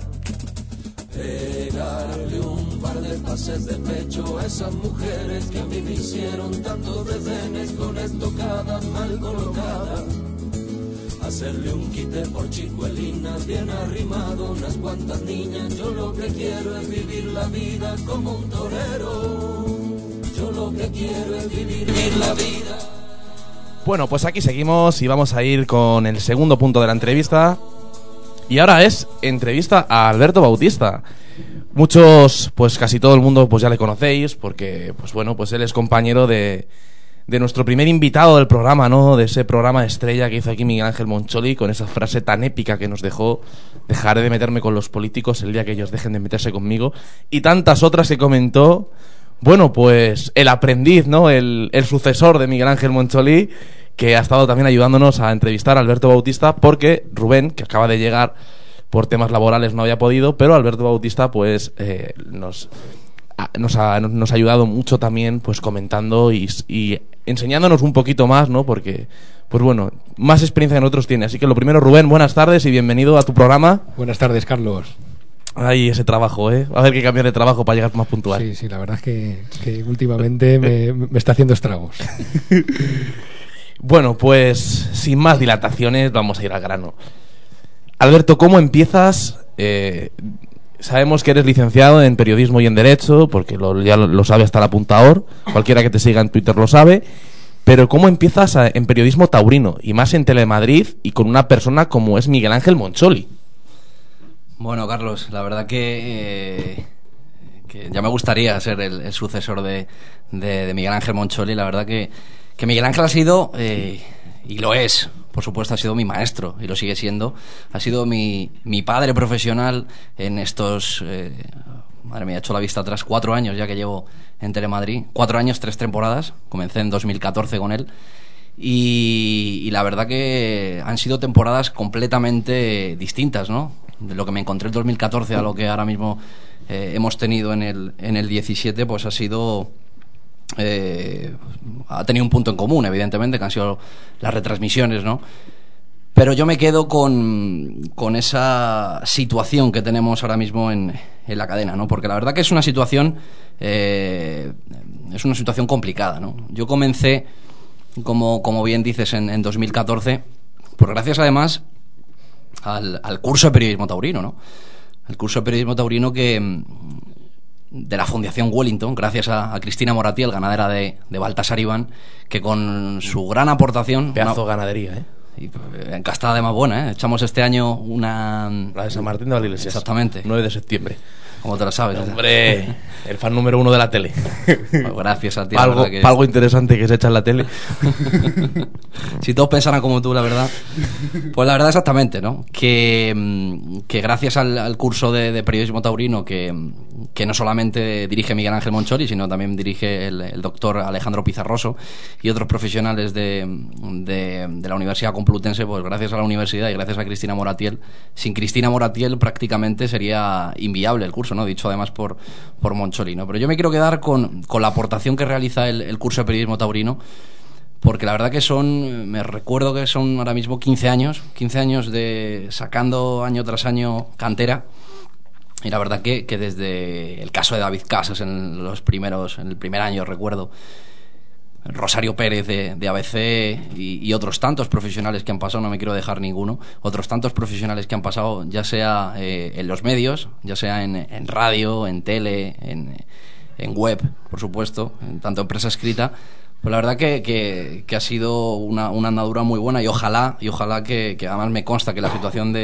Pegarle un par de pases de pecho a esas mujeres que a mí me hicieron tantos desdenes con estocadas mal colocadas. Hacerle un quite por chicuelinas bien arrimado, unas cuantas niñas. Yo lo que quiero es vivir la vida como un torero. Yo lo que quiero es vivir la vida. Bueno, pues aquí seguimos y vamos a ir con el segundo punto de la entrevista. Y ahora es entrevista a Alberto Bautista. Muchos, pues casi todo el mundo pues ya le conocéis porque, pues bueno, pues él es compañero de nuestro primer invitado del programa, ¿no? De ese programa estrella que hizo aquí Miguel Ángel Moncholi, con esa frase tan épica que nos dejó: dejaré de meterme con los políticos el día que ellos dejen de meterse conmigo, y tantas otras que comentó. Bueno, pues el aprendiz, ¿no? El sucesor de Miguel Ángel Moncholi, que ha estado también ayudándonos a entrevistar a Alberto Bautista, porque Rubén, que acaba de llegar por temas laborales, no había podido, pero Alberto Bautista pues nos ha ayudado mucho también, pues comentando y enseñándonos un poquito más, ¿no? Porque, pues bueno, más experiencia que nosotros tiene. Así que lo primero, Rubén, buenas tardes y bienvenido a tu programa. Buenas tardes, Carlos. Ay, ese trabajo, ¿eh? A ver qué cambiar de trabajo para llegar más puntual. Sí, la verdad es que últimamente me está haciendo estragos. Bueno, pues sin más dilataciones, vamos a ir al grano. Alberto, ¿cómo empiezas? Sabemos que eres licenciado en periodismo y en derecho, porque ya lo sabe hasta el apuntador. Cualquiera que te siga en Twitter lo sabe. Pero ¿cómo empiezas en periodismo taurino? Y más en Telemadrid y con una persona como es Miguel Ángel Moncholi. Bueno, Carlos, la verdad que ya me gustaría ser el sucesor de Miguel Ángel Moncholi. La verdad que Miguel Ángel ha sido, y lo es, por supuesto, ha sido mi maestro y lo sigue siendo. Ha sido mi padre profesional en estos, madre mía, he hecho la vista atrás, 4 años ya que llevo en Telemadrid. 4 años, 3 temporadas. Comencé en 2014 con él. Y la verdad que han sido temporadas completamente distintas, ¿no? lo que me encontré el 2014 a lo que ahora mismo hemos tenido en el 17, pues ha tenido un punto en común, evidentemente, que han sido las retransmisiones, ¿no? Pero yo me quedo con esa situación que tenemos ahora mismo en la cadena, ¿no? Porque la verdad que es una situación complicada, ¿no? Yo comencé, como bien dices, en 2014, pues gracias además al curso de periodismo taurino, ¿no? El curso de periodismo taurino de la Fundación Wellington, gracias a Cristina Moratiel, ganadera de Baltasar Iván, que con su gran aportación... Pedazo ganadería, ¿eh? Y encastada de más buena, ¿eh? Echamos este año una... La de San Martín de Valdeiglesias. Exactamente. 9 de septiembre. ¿Cómo te lo sabes? Hombre, el fan número 1 de la tele. Pues gracias a ti. Algo interesante que se echa en la tele. Si todos pensaran como tú, la verdad. Pues la verdad, exactamente, ¿no? Que gracias al curso de periodismo taurino que no solamente dirige Miguel Ángel Moncholi, sino también dirige el doctor Alejandro Pizarroso y otros profesionales de la Universidad Complutense, pues gracias a la universidad y gracias a Cristina Moratiel. Sin Cristina Moratiel prácticamente sería inviable el curso, ¿no? Dicho además por Moncholi, ¿no? Pero yo me quiero quedar con la aportación que realiza el curso de periodismo taurino, porque la verdad que me recuerdo que son ahora mismo 15 años de sacando año tras año cantera, y la verdad que desde el caso de David Casas en el primer año, recuerdo, Rosario Pérez de ABC y otros tantos profesionales que han pasado, no me quiero dejar ninguno, otros tantos profesionales que han pasado, ya sea en los medios, ya sea en radio, en tele, en web, por supuesto, tanto en prensa escrita. Pues la verdad que ha sido una andadura muy buena, y ojalá que además me consta que la situación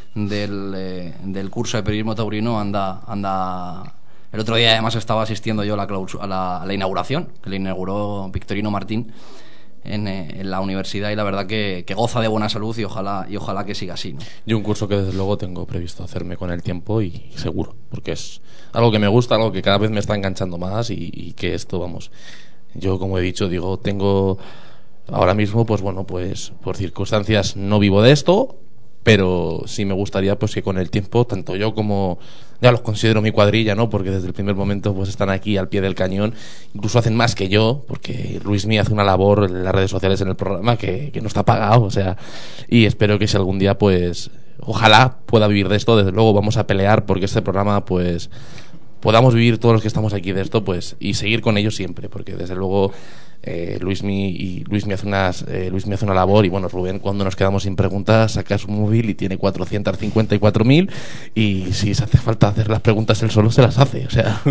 del curso de periodismo taurino anda. El otro día además estaba asistiendo yo a la inauguración, que le inauguró Victorino Martín en la universidad, y la verdad que goza de buena salud, y ojalá que siga así, ¿no? Y un curso que desde luego tengo previsto hacerme con el tiempo, y seguro, porque es algo que me gusta, algo que cada vez me está enganchando más, y que esto, vamos, yo como he dicho, tengo ahora mismo, pues bueno, pues por circunstancias no vivo de esto, pero sí me gustaría pues que con el tiempo, tanto yo como ya los considero mi cuadrilla, ¿no? Porque desde el primer momento pues están aquí al pie del cañón, incluso hacen más que yo, porque Luismi hace una labor en las redes sociales, en el programa, que no está pagado, o sea, y espero que si algún día pues ojalá pueda vivir de esto. Desde luego vamos a pelear porque este programa pues podamos vivir todos los que estamos aquí de esto, pues, y seguir con ellos siempre, porque desde luego Luismi hace una labor, y bueno, Rubén, cuando nos quedamos sin preguntas saca su móvil y tiene 454.000, y si se hace falta hacer las preguntas él solo se las hace, o sea.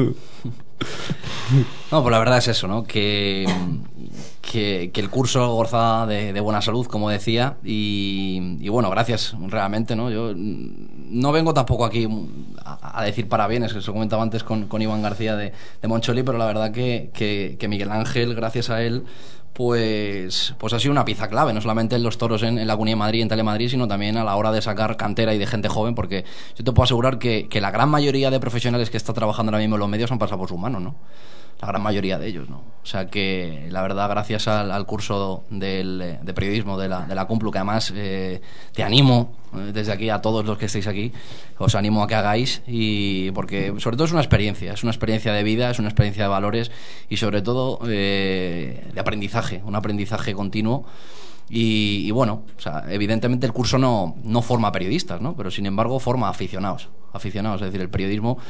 No, pues la verdad es eso, ¿no? Que el curso goza de buena salud, como decía, y bueno, gracias realmente, ¿no? Yo no vengo tampoco aquí a decir parabienes, que se comentaba antes con Iván García de Moncholi, pero la verdad que Miguel Ángel, gracias a él, pues ha sido una pieza clave, no solamente en los toros en la Comunidad de Madrid, en Telemadrid, sino también a la hora de sacar cantera y de gente joven, porque yo te puedo asegurar que la gran mayoría de profesionales que está trabajando ahora mismo en los medios han pasado por sus manos, ¿no? La gran mayoría de ellos, ¿no? O sea que la verdad, gracias al curso de periodismo de la Complu, que además te animo desde aquí a todos los que estéis aquí, os animo a que hagáis, y porque sobre todo es una experiencia de vida, es una experiencia de valores, y sobre todo de aprendizaje, un aprendizaje continuo. Y bueno, o sea, evidentemente el curso no forma periodistas, ¿no? Pero sin embargo forma aficionados, es decir, el periodismo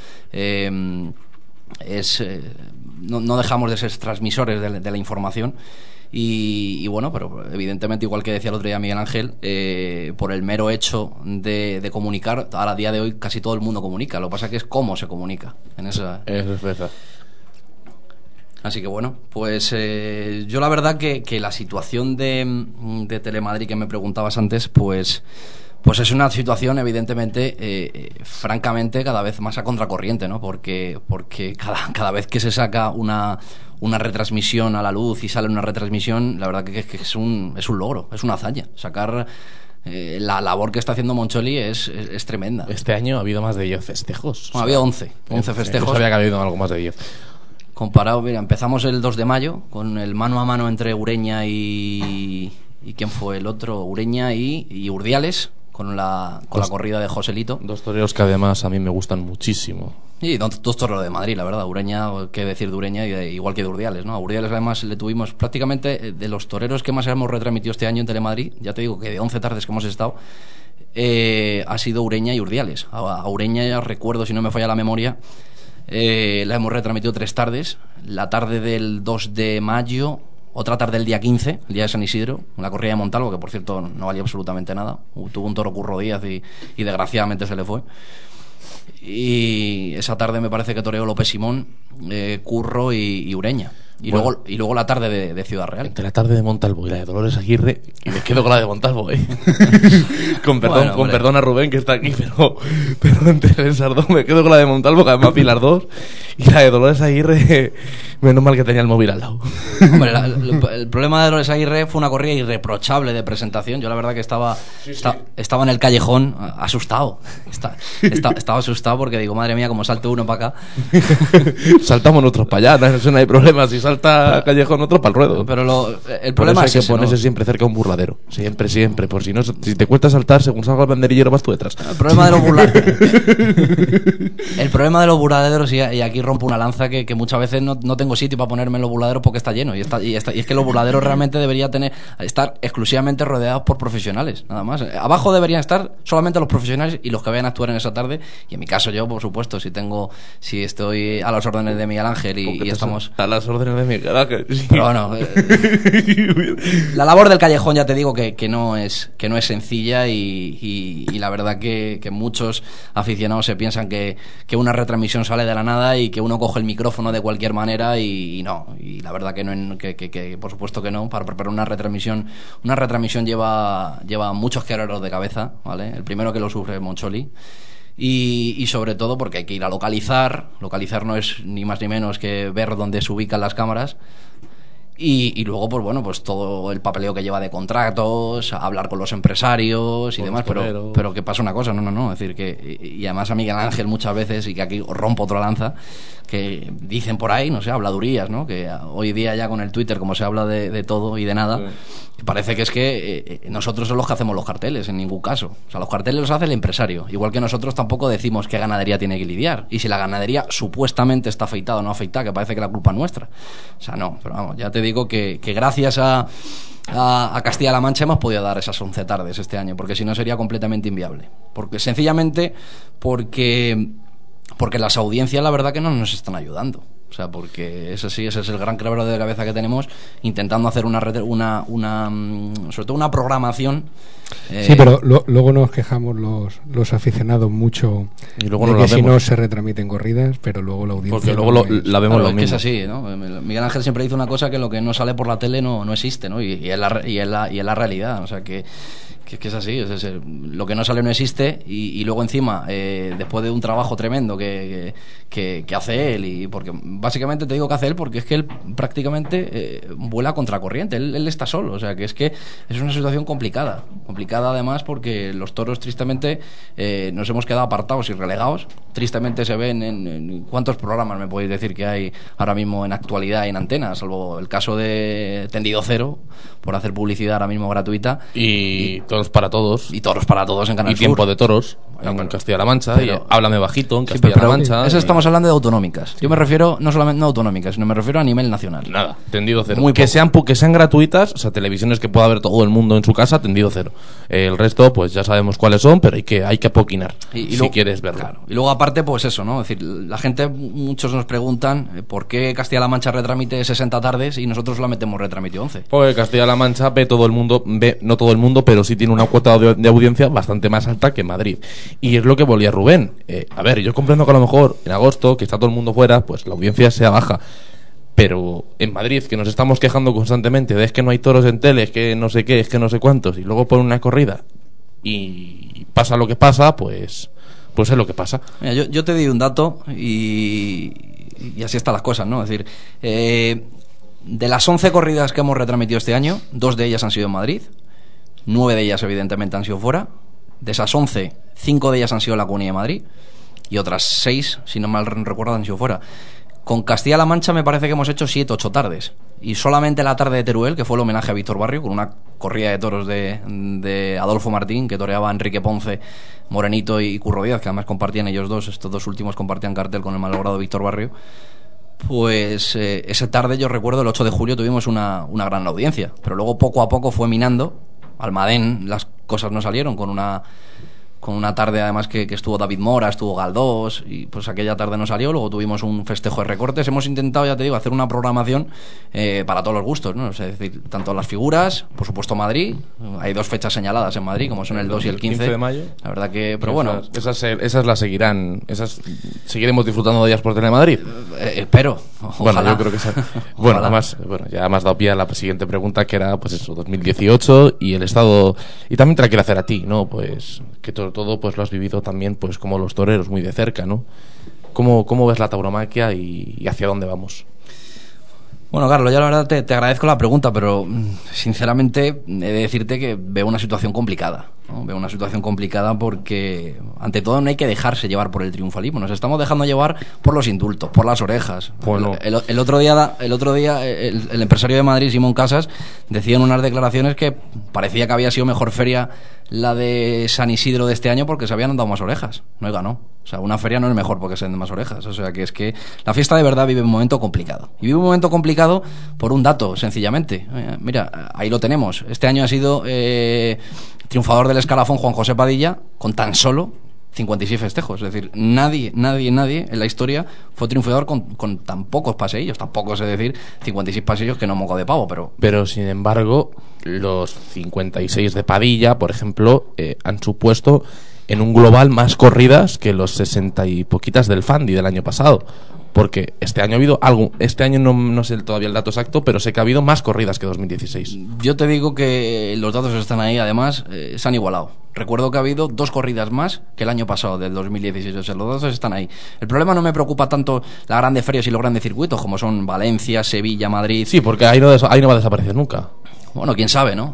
no dejamos de ser transmisores de la información, y bueno, pero evidentemente, igual que decía el otro día Miguel Ángel, por el mero hecho de comunicar, a día de hoy casi todo el mundo comunica, lo que pasa que es cómo se comunica en esa. Es verdad. Así que bueno, pues yo la verdad que la situación de Telemadrid que me preguntabas antes, pues es una situación evidentemente francamente cada vez más a contracorriente, ¿no? Porque cada vez que se saca una retransmisión a la luz y sale una retransmisión, la verdad que es un logro, es una hazaña. Sacar la labor que está haciendo Moncholi es tremenda. Este año ha habido más de 10 festejos. Bueno, había 11 festejos. Yo sabía que había habido algo más de 10. Comparado, mira, empezamos el 2 de mayo con el mano a mano entre Ureña y ¿quién fue el otro? Ureña y Urdiales, con la corrida de Joselito. Dos toreros que además a mí me gustan muchísimo. Y dos toreros de Madrid, la verdad. Ureña, qué decir de Ureña, igual que de Urdiales, ¿no? A Urdiales además le tuvimos prácticamente de los toreros que más hemos retransmitido este año en Telemadrid. Ya te digo que de 11 tardes que hemos estado, ha sido Ureña y Urdiales. A Ureña ya recuerdo, si no me falla la memoria, la hemos retransmitido 3 tardes. La tarde del 2 de mayo, otra tarde el día 15, el día de San Isidro, la corrida de Montalvo, que por cierto no valía absolutamente nada. Tuvo un toro Curro Díaz y desgraciadamente se le fue. Y esa tarde me parece que toreó López Simón, Curro y Ureña. Y luego la tarde de Ciudad Real. Entre la tarde de Montalvo y la de Dolores Aguirre, y me quedo con la de Montalvo, con perdón a Rubén, que está aquí, pero entre esas dos me quedo con la de Montalvo, que además vi las dos, y la de Dolores Aguirre, menos mal que tenía el móvil al lado. Hombre, el problema de Dolores Aguirre fue una corrida irreprochable de presentación. Yo la verdad que estaba en el callejón asustado. Estaba asustado porque digo, madre mía, como salte uno para acá. Saltamos nosotros para allá, eso no hay problema. Si salta callejón otro para el ruedo. Pero el problema es que ponerse siempre cerca de un burladero. Siempre. Por si te cuesta saltar, según salga el banderillero vas tú detrás. El problema de los burladeros. El problema de los burladeros, y aquí rompo una lanza, que muchas veces no tengo sitio para ponerme en los burladeros porque está lleno. Y es que los burladeros realmente deberían estar exclusivamente rodeados por profesionales, nada más. Abajo deberían estar solamente los profesionales y los que vayan a actuar en esa tarde. Y en mi caso yo, por supuesto, si estoy a las órdenes de Miguel Ángel y estamos a las órdenes de Miguel Ángel. Sí. Pero bueno, la labor del callejón, ya te digo que no es sencilla, y la verdad que muchos aficionados se piensan que una retransmisión sale de la nada y que uno coge el micrófono de cualquier manera, y no, y la verdad que no, que por supuesto que no. Para preparar una retransmisión lleva muchos quebraderos de cabeza, ¿vale? El primero que lo sufre es Moncholi. Y sobre todo porque hay que ir a localizar no es ni más ni menos que ver dónde se ubican las cámaras, y luego pues todo el papeleo que lleva de contratos, hablar con los empresarios y demás, pero que pasa una cosa, no, es decir, que, y además a Miguel Ángel muchas veces, y que aquí rompo otra lanza, que dicen por ahí, no sé, habladurías, ¿no? Que hoy día ya con el Twitter, como se habla de todo y de nada, parece que es que nosotros somos los que hacemos los carteles, en ningún caso. O sea, los carteles los hace el empresario, igual que nosotros tampoco decimos qué ganadería tiene que lidiar, y si la ganadería supuestamente está afeitada o no afeitada, que parece que la culpa es nuestra. O sea, no, pero vamos, ya te digo que gracias a Castilla-La Mancha hemos podido dar esas 11 tardes este año, porque si no sería completamente inviable. Sencillamente porque las audiencias la verdad que no nos están ayudando. O sea, porque ese es el gran quebrado de cabeza que tenemos, intentando hacer sobre todo una programación. Sí, pero luego nos quejamos los aficionados mucho y luego de no que si no se retransmiten corridas, pero luego la audiencia... Porque luego la vemos lo mismo. Es así, ¿no? Miguel Ángel siempre dice una cosa, que lo que no sale por la tele no existe, ¿no? Y es la realidad, o sea que es así, lo que no sale no existe, y luego encima, después de un trabajo tremendo que hace él, y porque básicamente te digo que hace él porque es que él prácticamente vuela contracorriente, él está solo, o sea que es una situación complicada además, porque los toros tristemente nos hemos quedado apartados y relegados. Tristemente se ven en ¿cuántos programas me podéis decir que hay ahora mismo en actualidad en antena? Salvo el caso de Tendido Cero, por hacer publicidad ahora mismo gratuita, y Toros para Todos, y Toros para Todos en Canal Sur, y Tiempo de Toros en Castilla-La Mancha, y Háblame Bajito en Castilla-La Mancha. Eso estamos hablando de autonómicas. Yo me refiero no solamente autonómicas, sino me refiero a nivel nacional. Nada, Tendido Cero. Que sean gratuitas, o sea, televisiones que pueda ver todo el mundo en su casa, Tendido Cero. El resto, pues ya sabemos cuáles son, pero hay que apoquinar si luego, quieres verlo. Claro. Y luego aparte, pues eso, ¿no? Es decir, la gente, muchos nos preguntan por qué Castilla-La Mancha retransmite 60 tardes y nosotros la metemos retransmite 11. Pues Castilla-La Mancha no todo el mundo, pero sí tiene una cuota de audiencia bastante más alta que Madrid. Y es lo que volvía Rubén. A ver, yo comprendo que a lo mejor en agosto, que está todo el mundo fuera, pues la audiencia sea baja. Pero en Madrid, que nos estamos quejando constantemente de es que no hay toros en tele, es que no sé qué, es que no sé cuántos, y luego ponen una corrida y pasa lo que pasa, pues es lo que pasa. Mira, yo te di un dato y así están las cosas, ¿no? Es decir, de las 11 corridas que hemos retransmitido este año, 2 de ellas han sido en Madrid, 9 de ellas evidentemente han sido fuera. De esas 11, 5 de ellas han sido en la Comunidad de Madrid, y otras 6, si no mal recuerdo, han sido fuera. Con Castilla-La Mancha me parece que hemos hecho 7, 8 tardes. Y solamente la tarde de Teruel, que fue el homenaje a Víctor Barrio, con una corrida de toros de Adolfo Martín, que toreaba a Enrique Ponce, Morenito y Curro Díaz, que además compartían ellos dos, estos dos últimos compartían cartel con el malogrado Víctor Barrio. Pues esa tarde, yo recuerdo, el 8 de julio tuvimos una gran audiencia. Pero luego poco a poco fue minando. Almadén las cosas no salieron, con una tarde además que estuvo David Mora, estuvo Galdós, y pues aquella tarde no salió. Luego tuvimos un festejo de recortes. Hemos intentado, ya te digo, hacer una programación para todos los gustos, ¿no? Es decir, tanto las figuras, por supuesto Madrid, hay 2 fechas señaladas en Madrid, como son el 2 y el 15 de mayo. La verdad que, pero bueno, esas las seguirán, esas seguiremos disfrutando de ellas por Telemadrid. Espero. Bueno, Ojalá. yo creo que bueno, además, ya me has dado pie a la siguiente pregunta, que era pues eso, 2018 y el estado, y también te la quiero hacer a ti, ¿no? Pues que todo pues lo has vivido también pues como los toreros muy de cerca, ¿no? ¿Cómo ves la tauromaquia y hacia dónde vamos? Bueno, Carlos, yo la verdad te agradezco la pregunta, pero sinceramente he de decirte que veo una situación complicada, ¿no? Veo una situación complicada porque, ante todo, no hay que dejarse llevar por el triunfalismo. Nos estamos dejando llevar por los indultos, por las orejas. Bueno. El otro día el empresario de Madrid, Simón Casas, decía en unas declaraciones que parecía que había sido mejor feria la de San Isidro de este año porque se habían dado más orejas. No ganó. O sea, una feria no es mejor porque se den más orejas. O sea, que es que la fiesta de verdad vive un momento complicado. Y vive un momento complicado por un dato, sencillamente. Mira, ahí lo tenemos. Este año ha sido triunfador del escalafón Juan José Padilla con tan solo 56 festejos. Es decir, nadie en la historia fue triunfador con tan pocos paseillos. Tampoco es decir 56 paseillos que no moco de pavo, pero sin embargo, los 56 de Padilla, por ejemplo, han supuesto en un global más corridas que los 60 y poquitas del Fandi del año pasado. Porque este año ha habido algo, este año no sé todavía el dato exacto, pero sé que ha habido más corridas que 2016. Yo te digo que los datos están ahí, además se han igualado. Recuerdo que ha habido 2 corridas más que el año pasado, del 2016, o sea, los datos están ahí. El problema no me preocupa tanto las grandes ferias y los grandes circuitos, como son Valencia, Sevilla, Madrid. Sí, porque ahí no va a desaparecer nunca. Bueno, quién sabe, ¿no?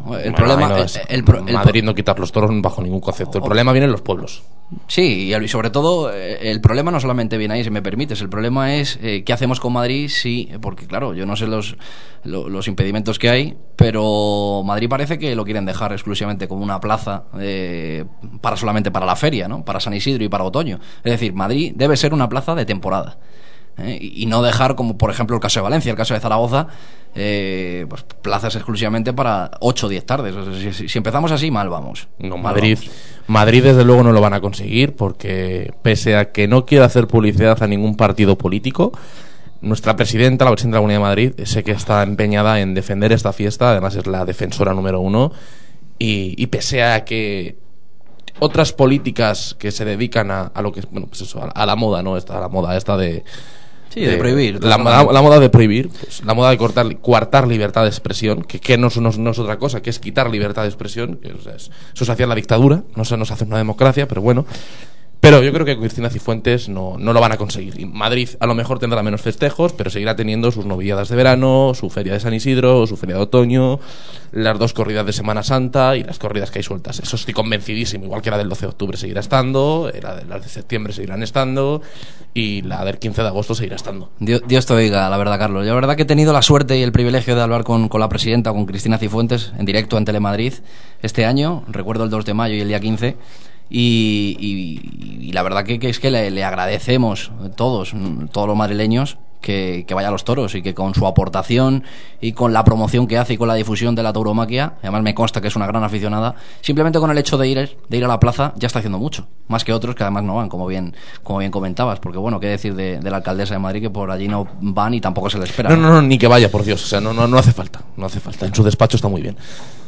Madrid no quitar los toros bajo ningún concepto. El problema viene en los pueblos. Sí, y sobre todo el problema no solamente viene ahí, si me permites. El problema es qué hacemos con Madrid, sí, porque claro, yo no sé los impedimentos que hay, pero Madrid parece que lo quieren dejar exclusivamente como una plaza solamente para la feria, ¿no? Para San Isidro y para otoño. Es decir, Madrid debe ser una plaza de temporada. Y no dejar, como por ejemplo el caso de Valencia, el caso de Zaragoza, pues plazas exclusivamente para 8 o 10 tardes. O sea, si empezamos así, mal vamos. No, Madrid desde luego no lo van a conseguir, porque pese a que no quiera hacer publicidad a ningún partido político, nuestra presidenta, la presidenta de la Comunidad de Madrid, sé que está empeñada en defender esta fiesta. Además es la defensora número 1, y pese a que otras políticas que se dedican a lo que, bueno, pues eso, a la moda, ¿no? La moda esta de prohibir. La moda de prohibir, pues, la moda de coartar libertad de expresión, que no es otra cosa, que es quitar libertad de expresión, que, o sea, eso se hacía en la dictadura, no se nos hace una democracia, pero bueno. Pero yo creo que Cristina Cifuentes no lo van a conseguir. Y Madrid a lo mejor tendrá menos festejos, pero seguirá teniendo sus novilladas de verano, su feria de San Isidro, su feria de otoño, las 2 corridas de Semana Santa y las corridas que hay sueltas. Eso estoy convencidísimo. Igual que la del 12 de octubre seguirá estando, las de septiembre seguirán estando, y la del 15 de agosto seguirá estando. Dios te oiga, la verdad, Carlos. Yo la verdad que he tenido la suerte y el privilegio de hablar con la presidenta, con Cristina Cifuentes, en directo en Telemadrid este año. Recuerdo el 2 de mayo y el día 15. Y la verdad que es que le agradecemos todos los madrileños que vaya a los toros, y que con su aportación y con la promoción que hace y con la difusión de la tauromaquia, además me consta que es una gran aficionada, simplemente con el hecho de ir a la plaza ya está haciendo mucho, más que otros que además no van, como bien comentabas. Porque bueno, qué decir de la alcaldesa de Madrid, que por allí no van y tampoco se le espera. No, ni que vaya, por Dios. O sea, no hace falta, en su despacho está muy bien.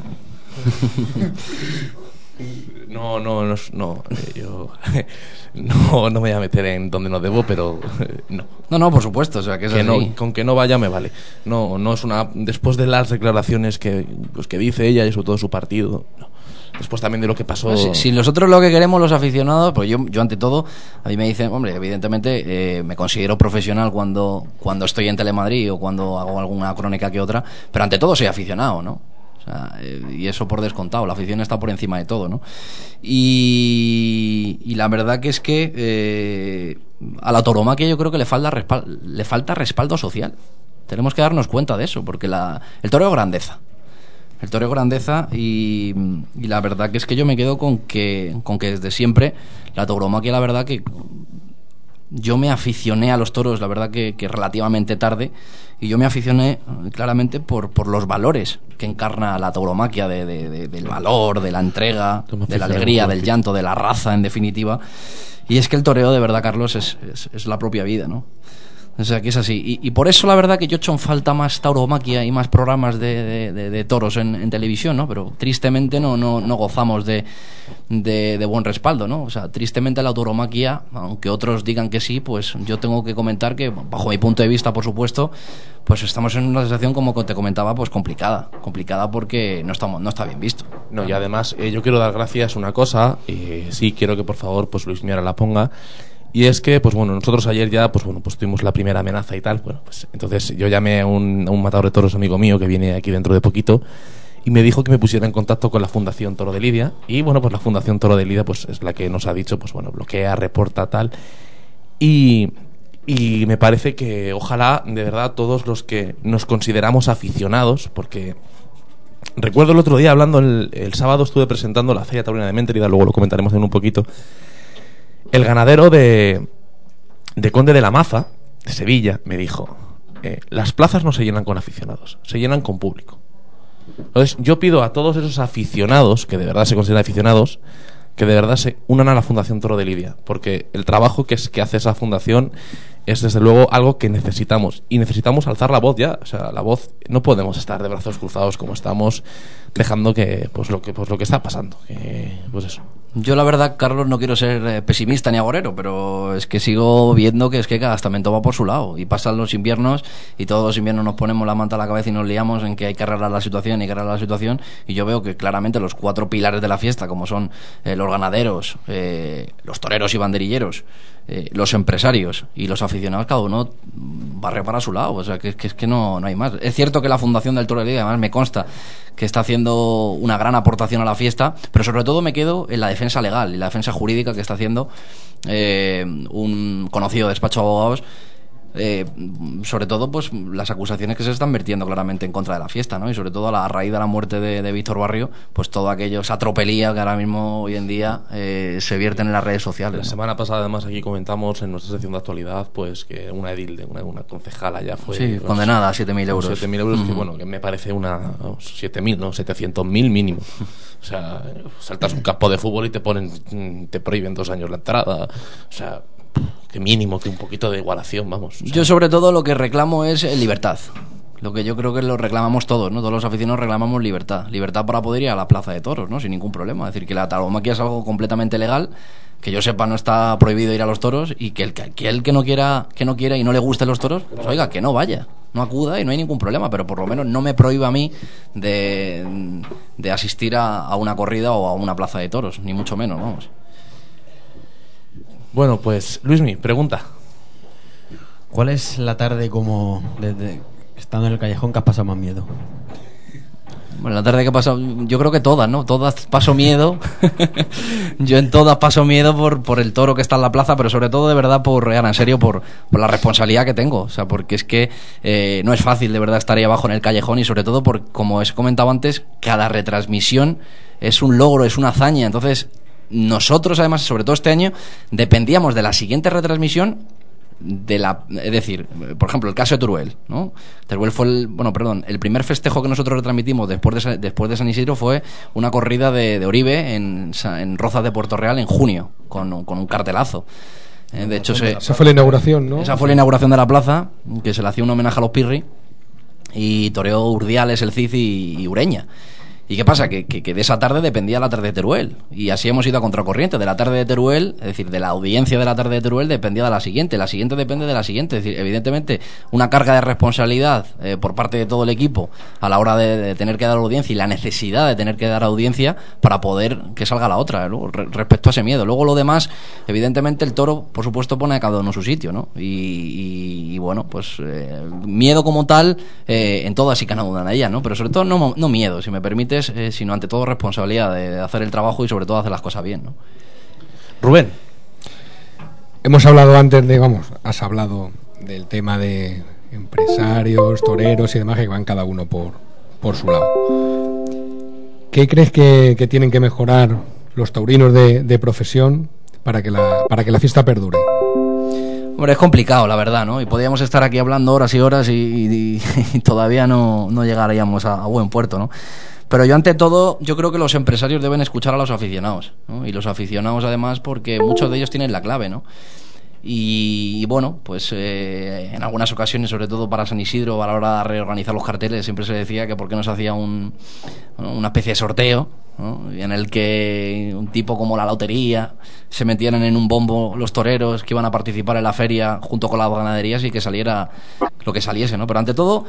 Yo no me voy a meter en donde no debo, pero no. No, por supuesto, o sea, que es así. Con que no vaya me vale. No es una, después de las declaraciones que dice ella y sobre todo su partido, no. Después también de lo que pasó. Si nosotros lo que queremos los aficionados, pues yo ante todo, a mí me dicen, hombre, evidentemente me considero profesional cuando estoy en Telemadrid o cuando hago alguna crónica que otra, pero ante todo soy aficionado, ¿no? Y eso por descontado, la afición está por encima de todo, ¿no? Y la verdad que es que a la tauromaquia yo creo que le falta respaldo social. Tenemos que darnos cuenta de eso, porque el toreo es grandeza. El toreo es grandeza y la verdad que es que yo me quedo con que desde siempre la tauromaquia, la verdad que yo me aficioné a los toros, la verdad que relativamente tarde, y yo me aficioné claramente por los valores que encarna la tauromaquia, del valor, de la entrega, de la alegría, del llanto, de la raza, en definitiva. Y es que el toreo, de verdad, Carlos, es la propia vida, ¿no? O sea, que es así. Y por eso, la verdad, que yo echo en falta más tauromaquia y más programas de toros en televisión, ¿no? Pero tristemente no gozamos de buen respaldo, ¿no? O sea, tristemente la tauromaquia, aunque otros digan que sí, pues yo tengo que comentar que, bajo mi punto de vista, por supuesto, pues estamos en una situación, como te comentaba, pues complicada porque no está bien visto. No, y además yo quiero dar gracias a una cosa, sí quiero que por favor pues Luis Miera la ponga. Y es que, pues bueno, nosotros ayer ya, pues bueno, pues tuvimos la primera amenaza y tal. Bueno, pues entonces yo llamé a un matador de toros amigo mío que viene aquí dentro de poquito y me dijo que me pusiera en contacto con la Fundación Toro de Lidia. Y bueno, pues la Fundación Toro de Lidia pues es la que nos ha dicho, pues bueno, bloquea, reporta, tal. Y me parece que ojalá, de verdad, todos los que nos consideramos aficionados, porque recuerdo el otro día hablando, el sábado estuve presentando la Feria Taurina de Menterida, luego lo comentaremos en un poquito. El ganadero de Conde de la Maza, de Sevilla, me dijo, las plazas no se llenan con aficionados, se llenan con público. Entonces yo pido a todos esos aficionados, que de verdad se consideran aficionados, que de verdad se unan a la Fundación Toro de Lidia, porque el trabajo que hace esa fundación es desde luego algo que necesitamos, y necesitamos alzar la voz ya. O sea, la voz, no podemos estar de brazos cruzados como estamos, dejando que lo que está pasando, pues eso. Yo la verdad, Carlos, no quiero ser pesimista ni agorero, pero es que sigo viendo que es que cada estamento va por su lado, y pasan los inviernos y todos los inviernos nos ponemos la manta a la cabeza y nos liamos en que hay que arreglar la situación, y yo veo que claramente los 4 pilares de la fiesta, como son los ganaderos, los toreros y banderilleros, los empresarios y los aficionados, cada uno barre para su lado. O sea, que es que no hay más. Es cierto que la Fundación del Toro de Lidia, además, me consta que está haciendo una gran aportación a la fiesta, pero sobre todo me quedo en la defensa legal y la defensa jurídica que está haciendo un conocido despacho de abogados, sobre todo pues las acusaciones que se están vertiendo claramente en contra de la fiesta, ¿no? Y sobre todo a raíz de la muerte de Víctor Barrio, pues todo aquello, esa tropelía que ahora mismo hoy en día se vierten en las redes sociales, ¿no? La semana pasada además aquí comentamos en nuestra sección de actualidad pues que una edil de una concejala ya fue, sí, pues, condenada a 7.000 euros. 7.000 euros, que bueno, que me parece 7.000, no, 700.000 mínimo. O sea, saltas un campo de fútbol y te prohíben 2 años la entrada. O sea, que mínimo, que un poquito de igualación, vamos. O sea, yo sobre todo lo que reclamo es libertad. Lo que yo creo que lo reclamamos todos, ¿no? Todos los aficionados reclamamos libertad. Libertad para poder ir a la plaza de toros, ¿no? Sin ningún problema. Es decir, que la tauromaquia es algo completamente legal, que yo sepa no está prohibido ir a los toros, y que el que no quiera y no le gusten los toros, pues oiga, que no vaya, no acuda y no hay ningún problema, pero por lo menos no me prohíba a mí de asistir a una corrida o a una plaza de toros, ni mucho menos, vamos. Bueno, pues Luismi, pregunta. ¿Cuál es la tarde como desde estando en el callejón que has pasado más miedo? Bueno, la tarde que he pasado, yo creo que todas, ¿no? Todas paso miedo. Yo en todas paso miedo por el toro que está en la plaza, pero sobre todo de verdad en serio, por la responsabilidad que tengo. O sea, porque es que no es fácil de verdad estar ahí abajo en el callejón, y sobre todo por, como os he comentado antes, cada retransmisión es un logro, es una hazaña. Entonces, nosotros además, sobre todo este año, dependíamos de la siguiente retransmisión es decir, por ejemplo, el caso de Teruel, ¿no? Teruel fue el primer festejo que nosotros retransmitimos después de San Isidro fue una corrida de Oribe en Rozas de Puerto Real en junio, con un cartelazo. De hecho, esa fue la inauguración, ¿no? Esa fue la inauguración de la plaza, que se le hacía un homenaje a los Pirri, y toreó Urdiales, El Cid y Ureña. ¿Y qué pasa? Que de esa tarde dependía la tarde de Teruel, y así hemos ido a contracorriente. De la tarde de Teruel, es decir, de la audiencia de la tarde de Teruel dependía de la siguiente depende de la siguiente. Es decir, evidentemente una carga de responsabilidad por parte de todo el equipo a la hora de tener que dar audiencia, y la necesidad de tener que dar audiencia para poder que salga la otra, ¿no? Respecto a ese miedo. Luego lo demás, evidentemente el toro, por supuesto, pone a cada uno en su sitio, ¿no? Y bueno, pues miedo como tal en todas y cada una de ellas, ¿no? Pero sobre todo no miedo, si me permite, sino ante todo responsabilidad de hacer el trabajo y sobre todo hacer las cosas bien, ¿no? Rubén. hemos hablado antes has hablado del tema de empresarios, toreros y demás, que van cada uno por su lado. ¿Qué crees que tienen que mejorar los taurinos de profesión para que la fiesta perdure? Hombre, es complicado, la verdad, ¿no? Y podríamos estar aquí hablando horas y horas y todavía no llegaríamos a buen puerto, ¿no? Pero yo, ante todo, yo creo que los empresarios deben escuchar a los aficionados, ¿no? Y los aficionados, además, porque muchos de ellos tienen la clave, ¿no? Y bueno, pues en algunas ocasiones, sobre todo para San Isidro, a la hora de reorganizar los carteles, siempre se decía que por qué no se hacía una especie de sorteo, ¿no? En el que un tipo como la lotería se metieran en un bombo los toreros que iban a participar en la feria junto con las ganaderías y que saliera lo que saliese, ¿no? Pero ante todo,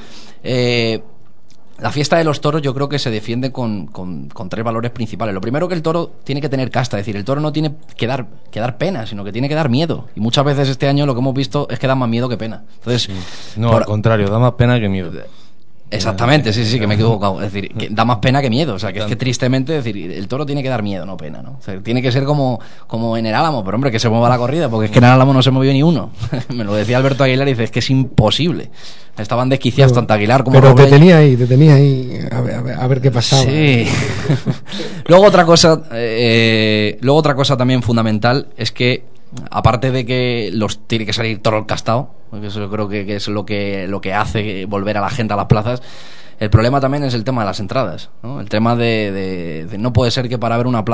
la fiesta de los toros yo creo que se defiende con tres valores principales. Lo primero, que el toro tiene que tener casta, es decir, el toro no tiene que dar pena, sino que tiene que dar miedo. Y muchas veces este año lo que hemos visto es que da más miedo que pena. Entonces, no, al contrario, da más pena que miedo. Exactamente, sí, que me he equivocado. Es decir, que da más pena que miedo. O sea, que es que tristemente, es decir, el toro tiene que dar miedo, no pena, ¿no? O sea, tiene que ser como en el Álamo, pero hombre, que se mueva la corrida, porque es que en el Álamo no se movió ni uno. Me lo decía Alberto Aguilar y dice, es que es imposible. Estaban desquiciados tanto Aguilar como Pero Robleño. te tenía ahí a ver qué pasaba. Sí. Luego otra cosa también fundamental es que, aparte de que tiene que salir toro castado, porque eso yo creo que es lo que hace volver a la gente a las plazas, el problema también es el tema de las entradas, ¿no? El tema de no puede ser que para ver una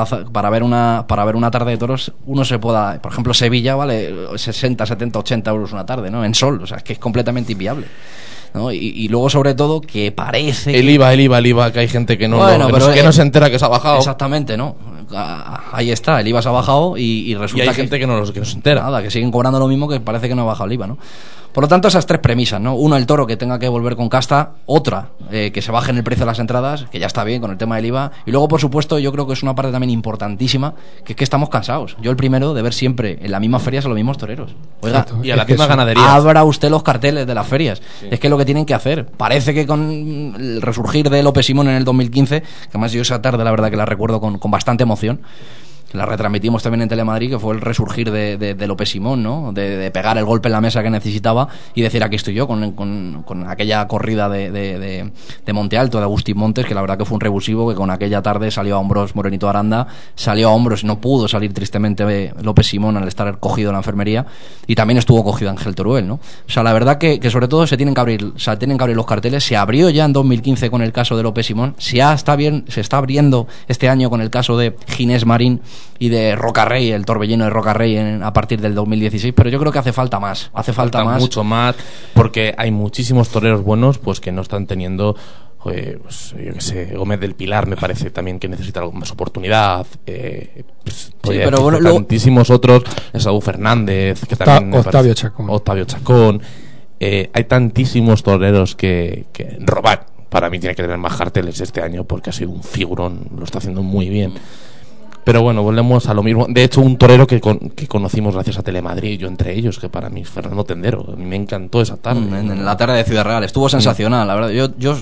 tarde de toros uno se pueda, por ejemplo, Sevilla vale 60, 70, 80 euros una tarde, ¿no? En sol, o sea, es que es completamente inviable, ¿no? Y luego, sobre todo, que parece el IVA, que hay gente que no se entera que se ha bajado. Exactamente, ¿no? Ahí está, el IVA se ha bajado y resulta y hay gente que no se entera. Nada, que siguen cobrando lo mismo, que parece que no ha bajado el IVA, ¿no? Por lo tanto, esas tres premisas, ¿no? Una, el toro que tenga que volver con casta. Otra, que se baje en el precio de las entradas, que ya está bien con el tema del IVA. Y luego, por supuesto, yo creo que es una parte también importantísima, que es que estamos cansados. Yo el primero de ver siempre en las mismas ferias a los mismos toreros. Oiga, Exacto, y a las mismas ganaderías. Abra usted los carteles de las ferias. Sí. Es que es lo que tienen que hacer. Parece que con el resurgir de López Simón en el 2015, que además yo esa tarde la verdad que la recuerdo con bastante emoción, la retransmitimos también en Telemadrid, que fue el resurgir de López Simón, ¿no? De pegar el golpe en la mesa que necesitaba y decir, aquí estoy yo, con aquella corrida de Monte Alto, de Agustín Montes, que la verdad que fue un revulsivo, que con aquella tarde salió a hombros Morenito Aranda, salió a hombros, no pudo salir tristemente López Simón al estar cogido en la enfermería, y también estuvo cogido Ángel Teruel, ¿no? O sea, la verdad que sobre todo se tienen que abrir los carteles. Se abrió ya en 2015 con el caso de López Simón, se está abriendo este año con el caso de Ginés Marín y de Rocarrey, el torbellino de Rocarrey a partir del 2016, pero yo creo que hace falta más. Hace falta más. Mucho más, porque hay muchísimos toreros buenos pues que no están teniendo, pues, yo qué sé, Gómez del Pilar me parece también que necesita algo más oportunidad, pues, sí, pero bueno, tantísimos otros, Saúl Fernández, que también Octavio Chacón. Hay tantísimos toreros que Robar para mí tiene que tener más carteles este año, porque ha sido un figurón, lo está haciendo muy bien. Pero bueno, volvemos a lo mismo. De hecho, un torero que conocimos gracias a Telemadrid, yo entre ellos, que para mí es Fernando Tendero. A mí me encantó esa tarde. En la tarde de Ciudad Real. Estuvo sensacional, la verdad. Yo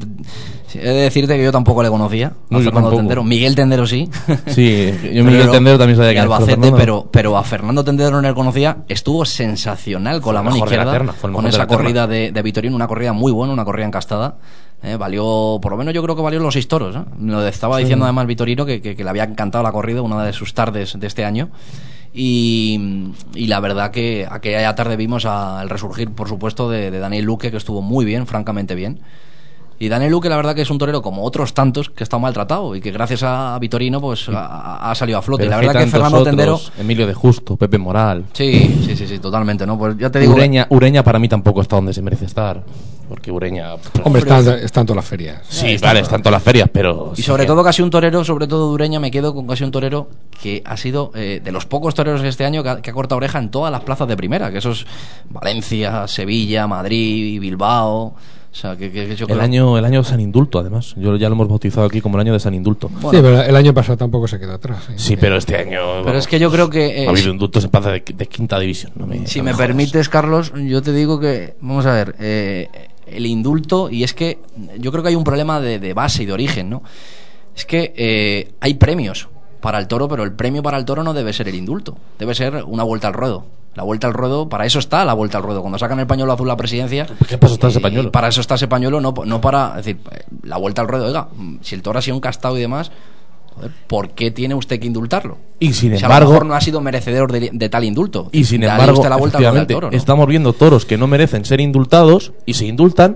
he de decirte que yo tampoco le conocía a Fernando Tendero. Miguel Tendero sí. Sí, yo Miguel Tendero también sabía que era Albacete, pero a Fernando Tendero no le conocía. Estuvo sensacional con la mano izquierda, con esa corrida de Vitorino, una corrida muy buena, una corrida encastada. Valió, por lo menos yo creo que valió los 6 toros, ¿eh? Lo estaba diciendo además Vitorino que le había encantado la corrida, una de sus tardes de este año, y la verdad que aquella tarde vimos el resurgir, por supuesto, de Daniel Luque, que estuvo muy bien, francamente bien. Y Daniel Luque, la verdad que es un torero como otros tantos que está maltratado y que gracias a Vitorino pues ha salido a flote. Pero la verdad que Fernando Tendero, Emilio de Justo, Pepe Moral. Sí, totalmente, ¿no? Pues ya te digo, Ureña para mí tampoco está donde se merece estar, porque Ureña, hombre, está en todas las ferias. Sí, vale, está en todas las ferias, pero y sobre todo casi un torero, sobre todo de Ureña, me quedo con casi un torero que ha sido de los pocos toreros este año que ha cortado oreja en todas las plazas de primera, que eso es Valencia, Sevilla, Madrid, Bilbao. O sea, que yo creo... el año de San Indulto, además. Yo ya lo hemos bautizado aquí como el año de San Indulto. Bueno, sí, pero el año pasado tampoco se quedó atrás. Sí, pero este año... Pero es que yo creo que... ha habido indultos en plaza de quinta división. Si me permites, Carlos, yo te digo que... Vamos a ver, el indulto, y es que yo creo que hay un problema de base y de origen, ¿no? Es que hay premios para el toro, pero el premio para el toro no debe ser el indulto, debe ser una vuelta al ruedo. La vuelta al ruedo, para eso está la vuelta al ruedo. Cuando sacan el pañuelo azul la presidencia, ¿qué pasó está ese pañuelo? Para eso está ese pañuelo, no para, es decir, la vuelta al ruedo. Oiga, si el toro ha sido un castado y demás, joder, ¿por qué tiene usted que indultarlo? Y sin si embargo, a lo mejor no ha sido merecedor de tal indulto. Y sin Dale embargo, usted la vuelta al ruedo al toro, ¿no? Estamos viendo toros que no merecen ser indultados y se indultan.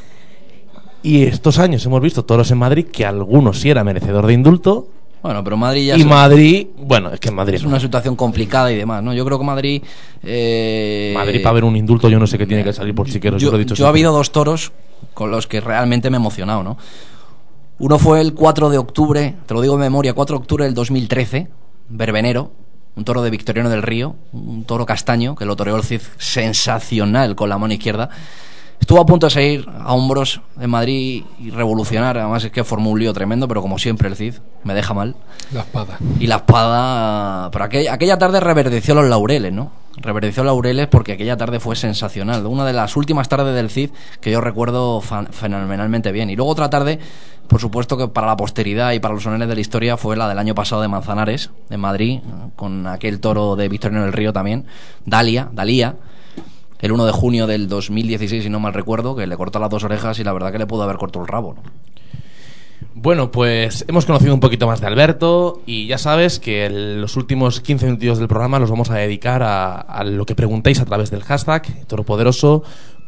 Y estos años hemos visto toros en Madrid que algunos sí era merecedor de indulto. Bueno, pero Madrid ya... Y Madrid, bueno, es que en Madrid... Es una situación complicada y demás, ¿no? Yo creo que Madrid... Madrid, para ver un indulto, yo no sé qué tiene que salir por chiqueros. Yo ha habido 2 toros con los que realmente me he emocionado, ¿no? Uno fue el 4 de octubre, te lo digo de memoria, 4 de octubre del 2013, Verbenero, un toro de Victoriano del Río, un toro castaño, que lo toreó el Cid sensacional con la mano izquierda. Estuvo a punto de salir a hombros en Madrid y revolucionar. Además es que formó un lío tremendo, pero como siempre el Cid me deja mal. La espada. Y la espada... Pero aquella tarde reverdeció los laureles, ¿no? Reverdeció laureles porque aquella tarde fue sensacional. Una de las últimas tardes del Cid que yo recuerdo fenomenalmente bien. Y luego otra tarde, por supuesto que para la posteridad y para los honores de la historia, fue la del año pasado de Manzanares, en Madrid, con aquel toro de Victoriano del Río también, Dalía, el 1 de junio del 2016, si no mal recuerdo, que le cortó las 2 orejas y la verdad que le pudo haber cortado el rabo, ¿no? Bueno, pues hemos conocido un poquito más de Alberto y ya sabes que los últimos 15 minutos del programa los vamos a dedicar a lo que preguntáis a través del hashtag Toropoderoso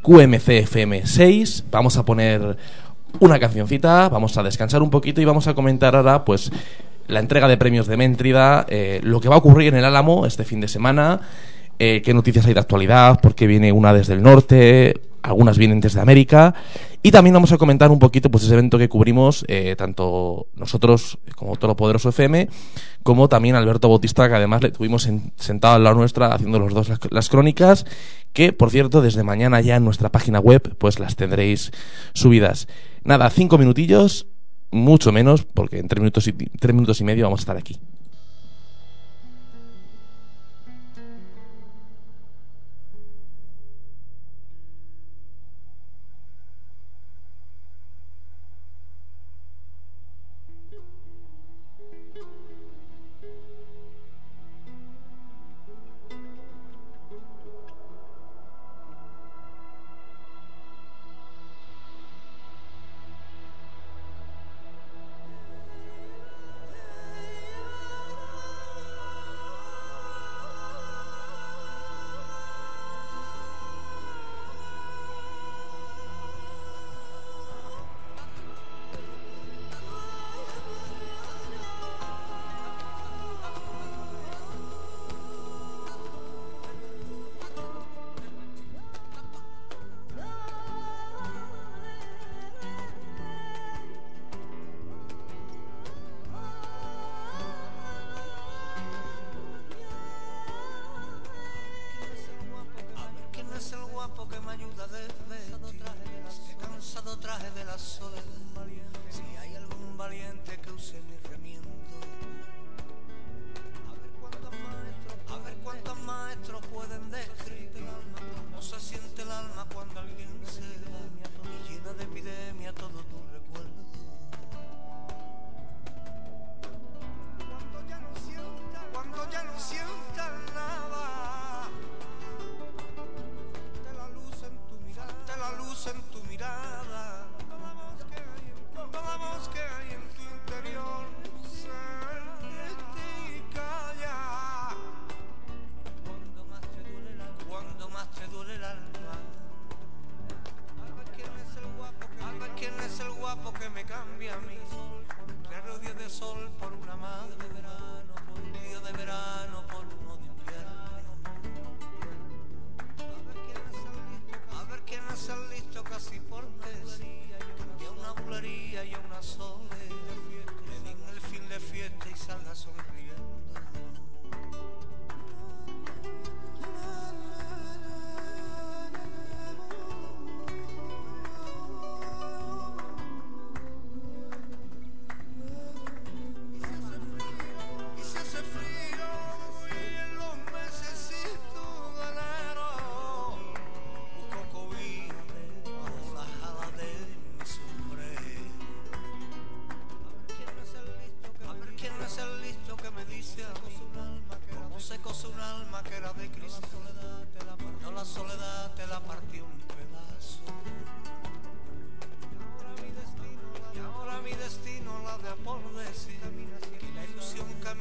QMCFM6. Vamos a poner una cancioncita, vamos a descansar un poquito y vamos a comentar ahora pues la entrega de premios de Méntrida, lo que va a ocurrir en el Álamo este fin de semana. Qué noticias hay de actualidad, porque viene una desde el norte, algunas vienen desde América, y también vamos a comentar un poquito pues ese evento que cubrimos tanto nosotros como Toropoderoso FM, como también Alberto Bautista, que además le tuvimos sentado al lado nuestra haciendo los dos las crónicas, que por cierto desde mañana ya en nuestra página web pues las tendréis subidas. Nada, 5 minutillos, mucho menos, porque en 3 minutos y medio vamos a estar aquí.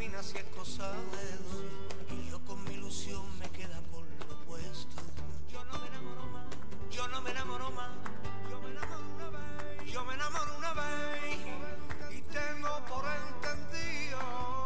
termina si es cosa de dos. Y yo con mi ilusión me queda por lo puesto. Yo no me enamoro más, yo no me enamoro más. Yo me enamoro una vez, yo me enamoro una vez. Y tengo por entendido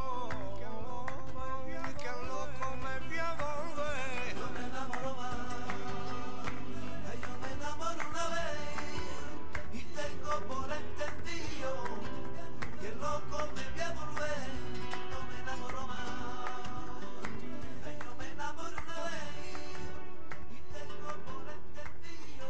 que al loco me voy a volver. Yo me enamoro más, yo me enamoro una vez. Y tengo por entendido que el loco me voy a volver. No me enamoro más, yo me enamoro una vez. Y tengo por entendido.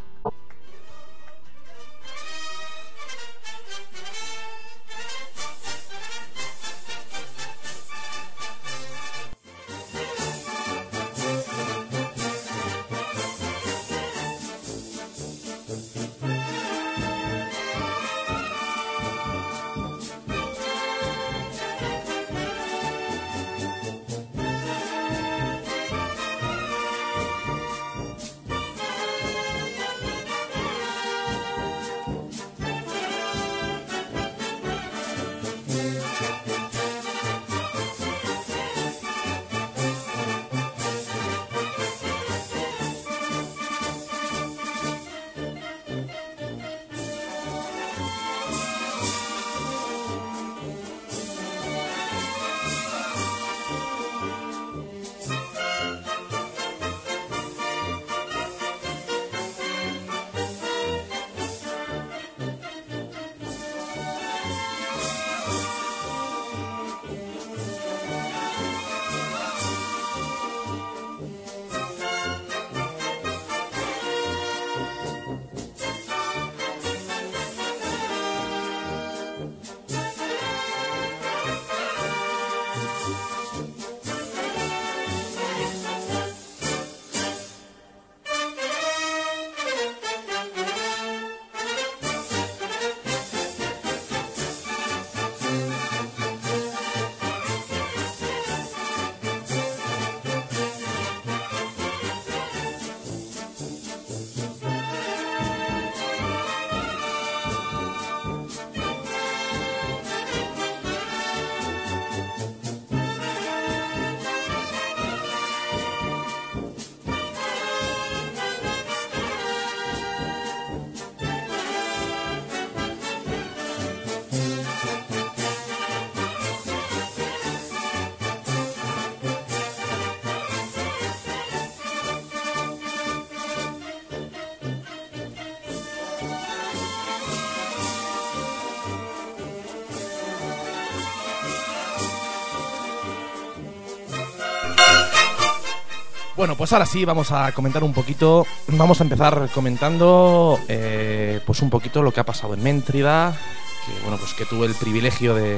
Bueno, pues ahora sí, vamos a comentar un poquito. Vamos a empezar comentando pues un poquito lo que ha pasado en Méntrida, que bueno, pues que tuve el privilegio de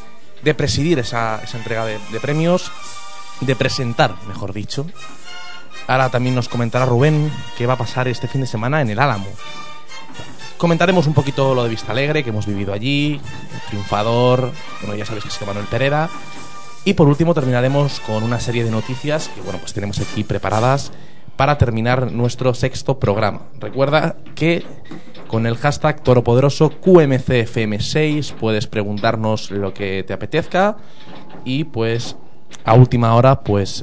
presidir esa entrega de premios, de presentar, mejor dicho. Ahora también nos comentará Rubén qué va a pasar este fin de semana en el Álamo. Comentaremos un poquito lo de Vista Alegre, que hemos vivido allí, el triunfador, bueno, ya sabéis que se llama Manuel Pereda. Y por último terminaremos con una serie de noticias que bueno, pues tenemos aquí preparadas para terminar nuestro sexto programa. Recuerda que con el hashtag Toropoderoso QMCFM6 puedes preguntarnos lo que te apetezca y pues a última hora pues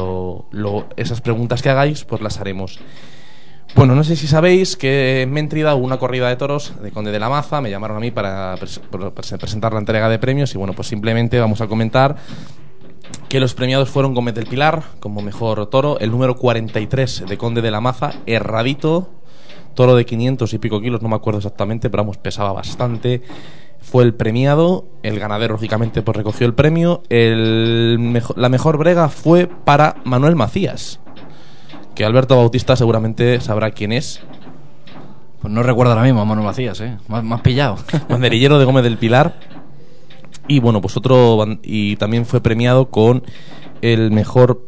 esas preguntas que hagáis pues las haremos. Bueno, no sé si sabéis que en Méntrida hubo una corrida de toros de Conde de la Maza. Me llamaron a mí para presentar la entrega de premios y bueno, pues simplemente vamos a comentar que los premiados fuegon Gómez del Pilar como mejor toro, el número 43 de Conde de la Maza, Herradito, toro de 500 y pico kilos, no me acuerdo exactamente, pero vamos, pesaba bastante. Fue el premiado, el ganadero lógicamente pues recogió el premio. La mejor brega fue para Manuel Macías, que Alberto Bautista seguramente sabrá quién es. Pues no recuerdo ahora mismo a Manuel Macías, más pillado. Banderillero de Gómez del Pilar. Y bueno, pues y también fue premiado con el mejor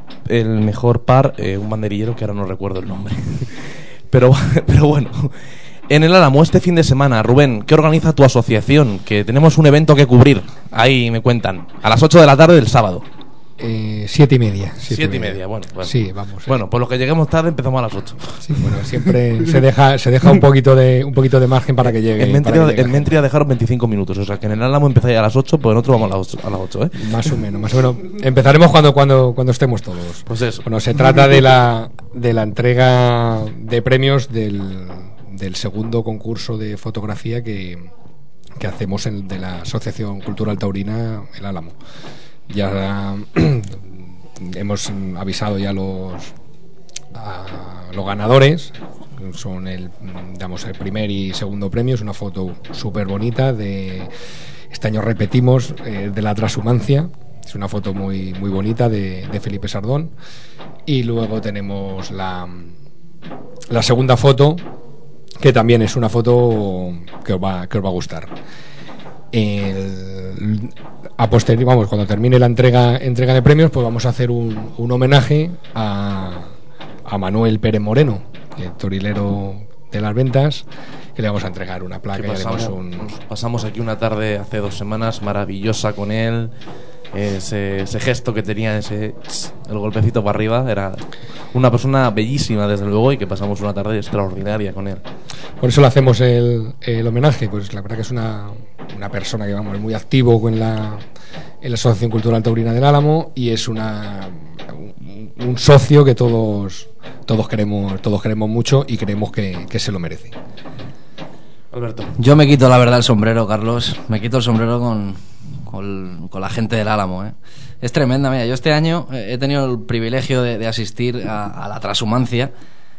par, un banderillero que ahora no recuerdo el nombre. pero bueno, en el Álamo este fin de semana, Rubén, ¿qué organiza tu asociación? Que tenemos un evento que cubrir, ahí me cuentan, a las 8 de la tarde del sábado. 7:30. 7:30, bueno. Sí, vamos. Bueno, por lo que lleguemos tarde empezamos a las 8. Sí, bueno, siempre se deja un poquito de margen para que llegue. En Mentria dejaron 25 minutos, o sea que en el Álamo empezáis a las 8, pues nosotros vamos a las 8, ¿eh? Más o menos. Empezaremos cuando estemos todos. Pues eso. Bueno, se trata de la entrega de premios del segundo concurso de fotografía que hacemos de la Asociación Cultural Taurina El Álamo. Ya hemos avisado ya a los ganadores. Son el primer y segundo premio. Es una foto súper bonita este año repetimos de la transhumancia. Es una foto muy muy bonita de Felipe Sardón. Y luego tenemos la segunda foto, que también es una foto que os va a gustar. A posteriori, cuando termine la entrega de premios, pues vamos a hacer un homenaje a Manuel Pérez Moreno, el torilero de las Ventas, que le vamos a entregar una placa. Pasamos aquí una tarde hace 2 semanas maravillosa con él. Ese gesto que tenía, el golpecito para arriba, era una persona bellísima desde luego, y que pasamos una tarde extraordinaria con él. Por eso le hacemos el homenaje. Pues la verdad que es una persona que es muy activo en la Asociación Cultural Taurina del Álamo, y es un socio que todos queremos mucho y creemos que se lo merece. Alberto. Yo me quito la verdad el sombrero, Carlos. Me quito el sombrero con la gente del Álamo, ¿eh? Es tremenda. Mira, yo este año he tenido el privilegio de asistir a la transhumancia.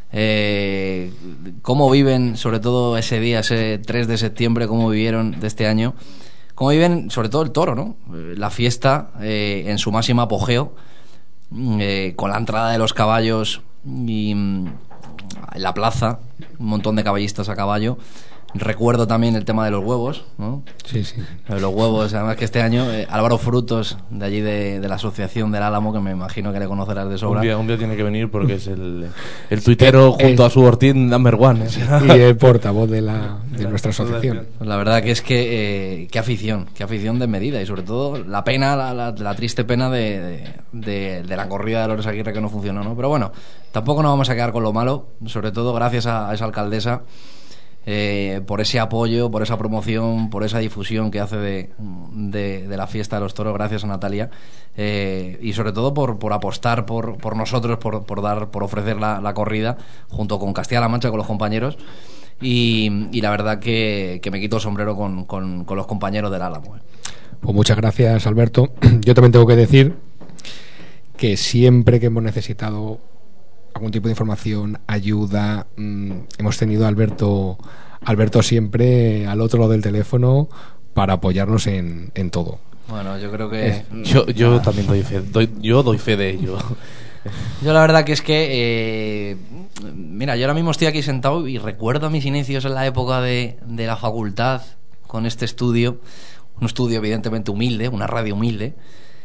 Cómo viven, sobre todo ese día, ese 3 de septiembre, cómo vivieron de este año, cómo viven sobre todo el toro, ¿no? La fiesta en su máximo apogeo, con la entrada de los caballos y en la plaza, un montón de caballistas a caballo. Recuerdo también el tema de los huevos, ¿no? Sí. Los huevos, además que este año Álvaro Frutos, de allí de la Asociación del Álamo, que me imagino que le conocerás de sobra. Un día tiene que venir porque es el tuitero junto a su Ortín number one, ¿eh? Y el portavoz de nuestra asociación. Pues la verdad que es que qué afición desmedida, y sobre todo la pena, la triste pena de la corrida de Dolores Aguirre, que no funcionó, ¿no? Pero bueno, tampoco nos vamos a quedar con lo malo, sobre todo gracias a esa alcaldesa, por ese apoyo, por esa promoción, por esa difusión que hace de la fiesta de los toros, gracias a Natalia, y sobre todo por apostar por nosotros, por ofrecer la corrida junto con Castilla-La Mancha, con los compañeros, y la verdad que me quito el sombrero con los compañeros del Álamo. Pues muchas gracias, Alberto. Yo también tengo que decir que siempre que hemos necesitado algún tipo de información, ayuda, hemos tenido a Alberto siempre al otro lado del teléfono para apoyarnos en todo. Bueno, yo creo que yo también doy fe de ello. Yo la verdad que es que mira, yo ahora mismo estoy aquí sentado y recuerdo mis inicios en la época de la facultad con este estudio, un estudio evidentemente humilde, una radio humilde,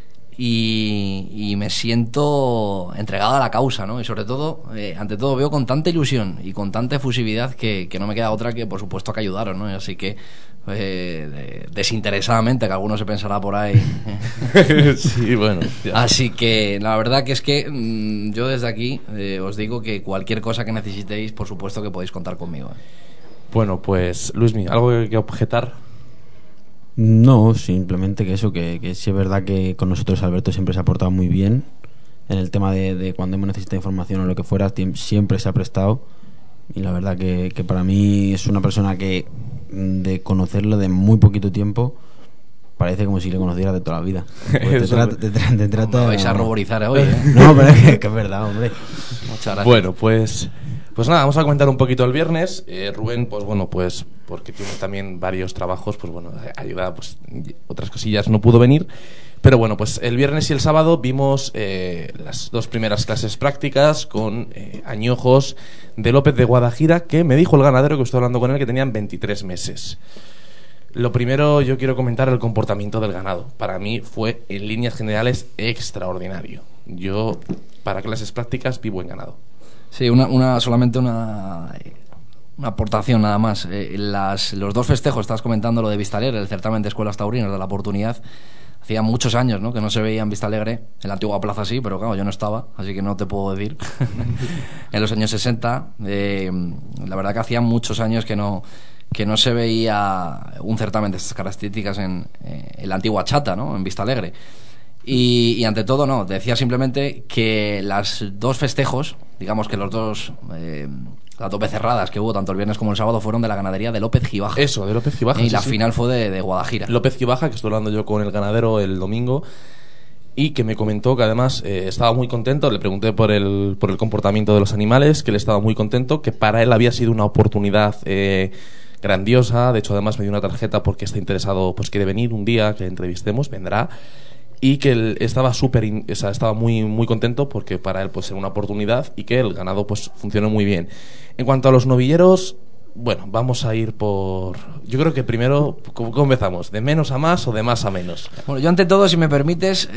y me siento entregado a la causa, ¿no? Y sobre todo, ante todo, veo con tanta ilusión y con tanta efusividad que no me queda otra que, por supuesto, que ayudaros, ¿no? Así que desinteresadamente, que alguno se pensará por ahí. Sí, bueno. Ya. Así que la verdad que es que yo desde aquí os digo que cualquier cosa que necesitéis, por supuesto que podéis contar conmigo. Bueno, pues Luismi, ¿algo que objetar? No, simplemente que eso, que sí es verdad que con nosotros Alberto siempre se ha portado muy bien en el tema de cuando hemos necesitado información o lo que fuera, siempre se ha prestado, y la verdad que para mí es una persona que, de conocerlo de muy poquito tiempo, parece como si le conociera de toda la vida. Pues te trata, me vais a ruborizar hoy, ¿eh? No, pero es que es verdad, hombre. Muchas gracias. Bueno, pues nada, vamos a comentar un poquito el viernes. Rubén, pues bueno, pues porque tiene también varios trabajos, pues bueno, ayuda, pues otras cosillas, no pudo venir. Pero bueno, pues el viernes y el sábado vimos las 2 primeras clases prácticas con añojos de López de Guadajira, que me dijo el ganadero, que estoy hablando con él, que tenían 23 meses. Lo primero, yo quiero comentar el comportamiento del ganado. Para mí fue, en líneas generales, extraordinario. Yo, para clases prácticas, vi buen ganado. Sí, solamente una aportación nada más. Los 2 festejos, estás comentando lo de Vistalegre, el certamen de escuelas taurinas de la oportunidad. Hacía muchos años, ¿no?, que no se veía en Vistalegre. En la antigua plaza sí, pero claro, yo no estaba, así que no te puedo decir. En los años 60, la verdad que hacía muchos años que no se veía un certamen de estas características en la antigua Chata, ¿no?, en Vistalegre. Y ante todo, no, decía simplemente que las dos festejos, digamos que las dos becerradas que hubo tanto el viernes como el sábado fueron de la ganadería de López Gibaja. Eso, de López Gibaja. Y la final fue de Guadajira. López Gibaja, que estuve hablando yo con el ganadero el domingo y que me comentó que además estaba muy contento. Le pregunté por el comportamiento de los animales, que él estaba muy contento, que para él había sido una oportunidad grandiosa. De hecho, además me dio una tarjeta porque está interesado, pues quiere venir un día que entrevistemos, vendrá. Y que él estaba estaba muy muy contento porque para él pues era una oportunidad y que el ganado pues funcionó muy bien. En cuanto a los novilleros, bueno, vamos a ir por... Yo creo que primero, ¿cómo empezamos? ¿De menos a más o de más a menos? Bueno, yo ante todo, si me permites,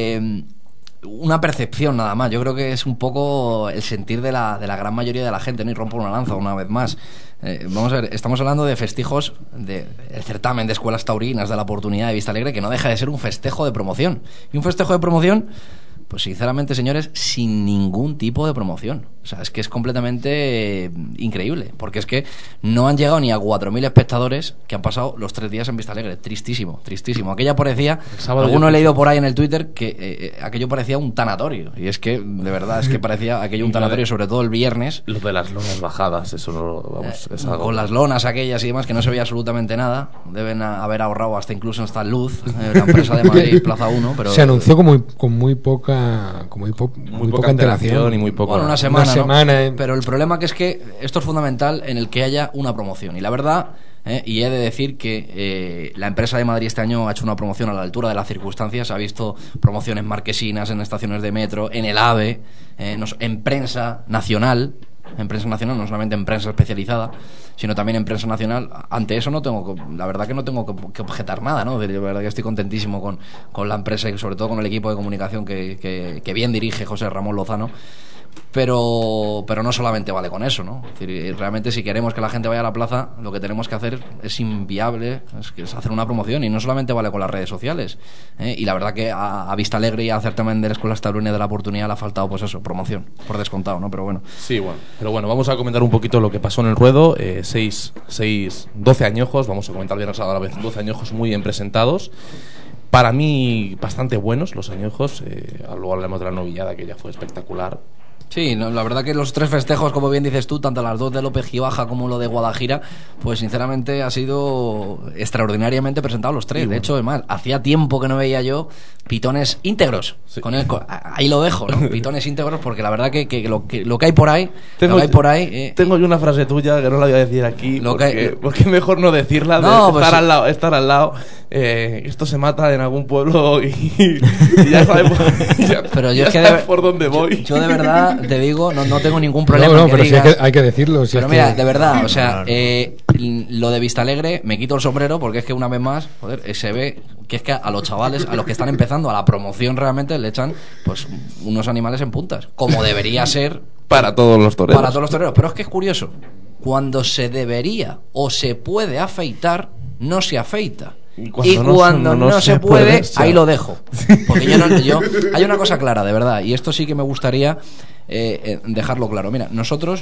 una percepción nada más. Yo creo que es un poco el sentir de la gran mayoría de la gente, ¿no? Y rompo una lanza una vez más. Vamos a ver, estamos hablando de festejos del certamen de escuelas taurinas de la oportunidad de Vistalegre, que no deja de ser un festejo de promoción. Y un festejo de promoción, pues sinceramente, señores, sin ningún tipo de promoción. O sea, es que es completamente increíble, porque es que no han llegado ni a 4.000 espectadores que han pasado los 3 días en Vistalegre. Tristísimo, tristísimo. Aquella parecía, alguno he leído por ahí en el Twitter que aquello parecía un tanatorio. Y es que, de verdad, es que parecía aquello un tanatorio, sobre todo el viernes. Lo de las lonas bajadas, eso no, vamos, es algo... Con las lonas aquellas y demás, que no se veía absolutamente nada. Deben haber ahorrado hasta incluso hasta luz, la empresa de Madrid, Plaza 1. Pero se anunció con muy poca antelación y muy poco... Bueno, una semana, ¿no? Pero el problema que es que esto es fundamental en el que haya una promoción. Y la verdad, y he de decir que la empresa de Madrid este año ha hecho una promoción a la altura de las circunstancias. Ha visto promociones marquesinas en estaciones de metro, en el AVE, en prensa nacional, no solamente en prensa especializada, sino también en prensa nacional. Ante eso la verdad que no tengo que objetar nada, ¿no? De verdad que estoy contentísimo con la empresa y sobre todo con el equipo de comunicación que bien dirige José Ramón Lozano. Pero no solamente vale con eso, ¿no? Es decir, realmente si queremos que la gente vaya a la plaza, lo que tenemos que hacer es inviable, es hacer una promoción, y no solamente vale con las redes sociales, y la verdad que a Vistalegre y al certamen de la Escuela Taurina de la Oportunidad le ha faltado, pues eso, promoción, por descontado, ¿no? Pero bueno. Sí, bueno, pero bueno, vamos a comentar un poquito lo que pasó en el ruedo. 12 añojos, vamos a comentar bien a la vez, 12 añojos muy bien presentados. Para mí, bastante buenos los añojos. Luego hablamos de la novillada, que ya fue espectacular. Sí, no, la verdad que los 3 festejos, como bien dices tú, tanto las 2 de López Gibaja como lo de Guadajira, pues sinceramente ha sido extraordinariamente presentados los 3. Sí, bueno. De hecho, además, hacía tiempo que no veía yo pitones íntegros. Sí. Ahí lo dejo, ¿no? Pitones íntegros, porque la verdad que lo que hay por ahí... Tengo yo una frase tuya que no la voy a decir aquí, porque mejor no decirla, estar al lado. Esto se mata en algún pueblo y ya sabemos, pero yo por dónde voy. Yo de verdad te digo, no tengo ningún problema. No, pero digas, sí hay que decirlo. Si pero mira, de verdad, o sea, lo de Vistalegre, me quito el sombrero porque es que una vez más, joder, se ve que es que a los chavales, a los que están empezando a la promoción realmente le echan pues unos animales en puntas, como debería ser para todos los toreros. Para todos los toreros, pero es que es curioso, cuando se debería o se puede afeitar, no se afeita. Y cuando no se puede, ahí lo dejo. Porque hay una cosa clara, de verdad, y esto sí que me gustaría dejarlo claro. Mira, nosotros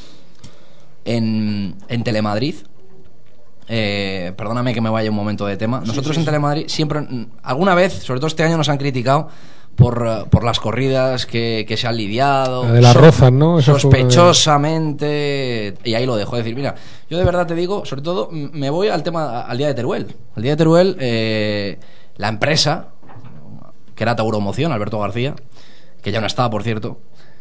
en Telemadrid, perdóname que me vaya un momento de tema. Nosotros en Telemadrid siempre, alguna vez, sobre todo este año, nos han criticado por las corridas que se han lidiado de las rozas, ¿no? Eso sospechosamente, y ahí lo dejo. Es decir, mira, yo de verdad te digo, sobre todo me voy al día de Teruel. El día de Teruel, la empresa, que era Tauromoción, Alberto García, que ya no está, por cierto,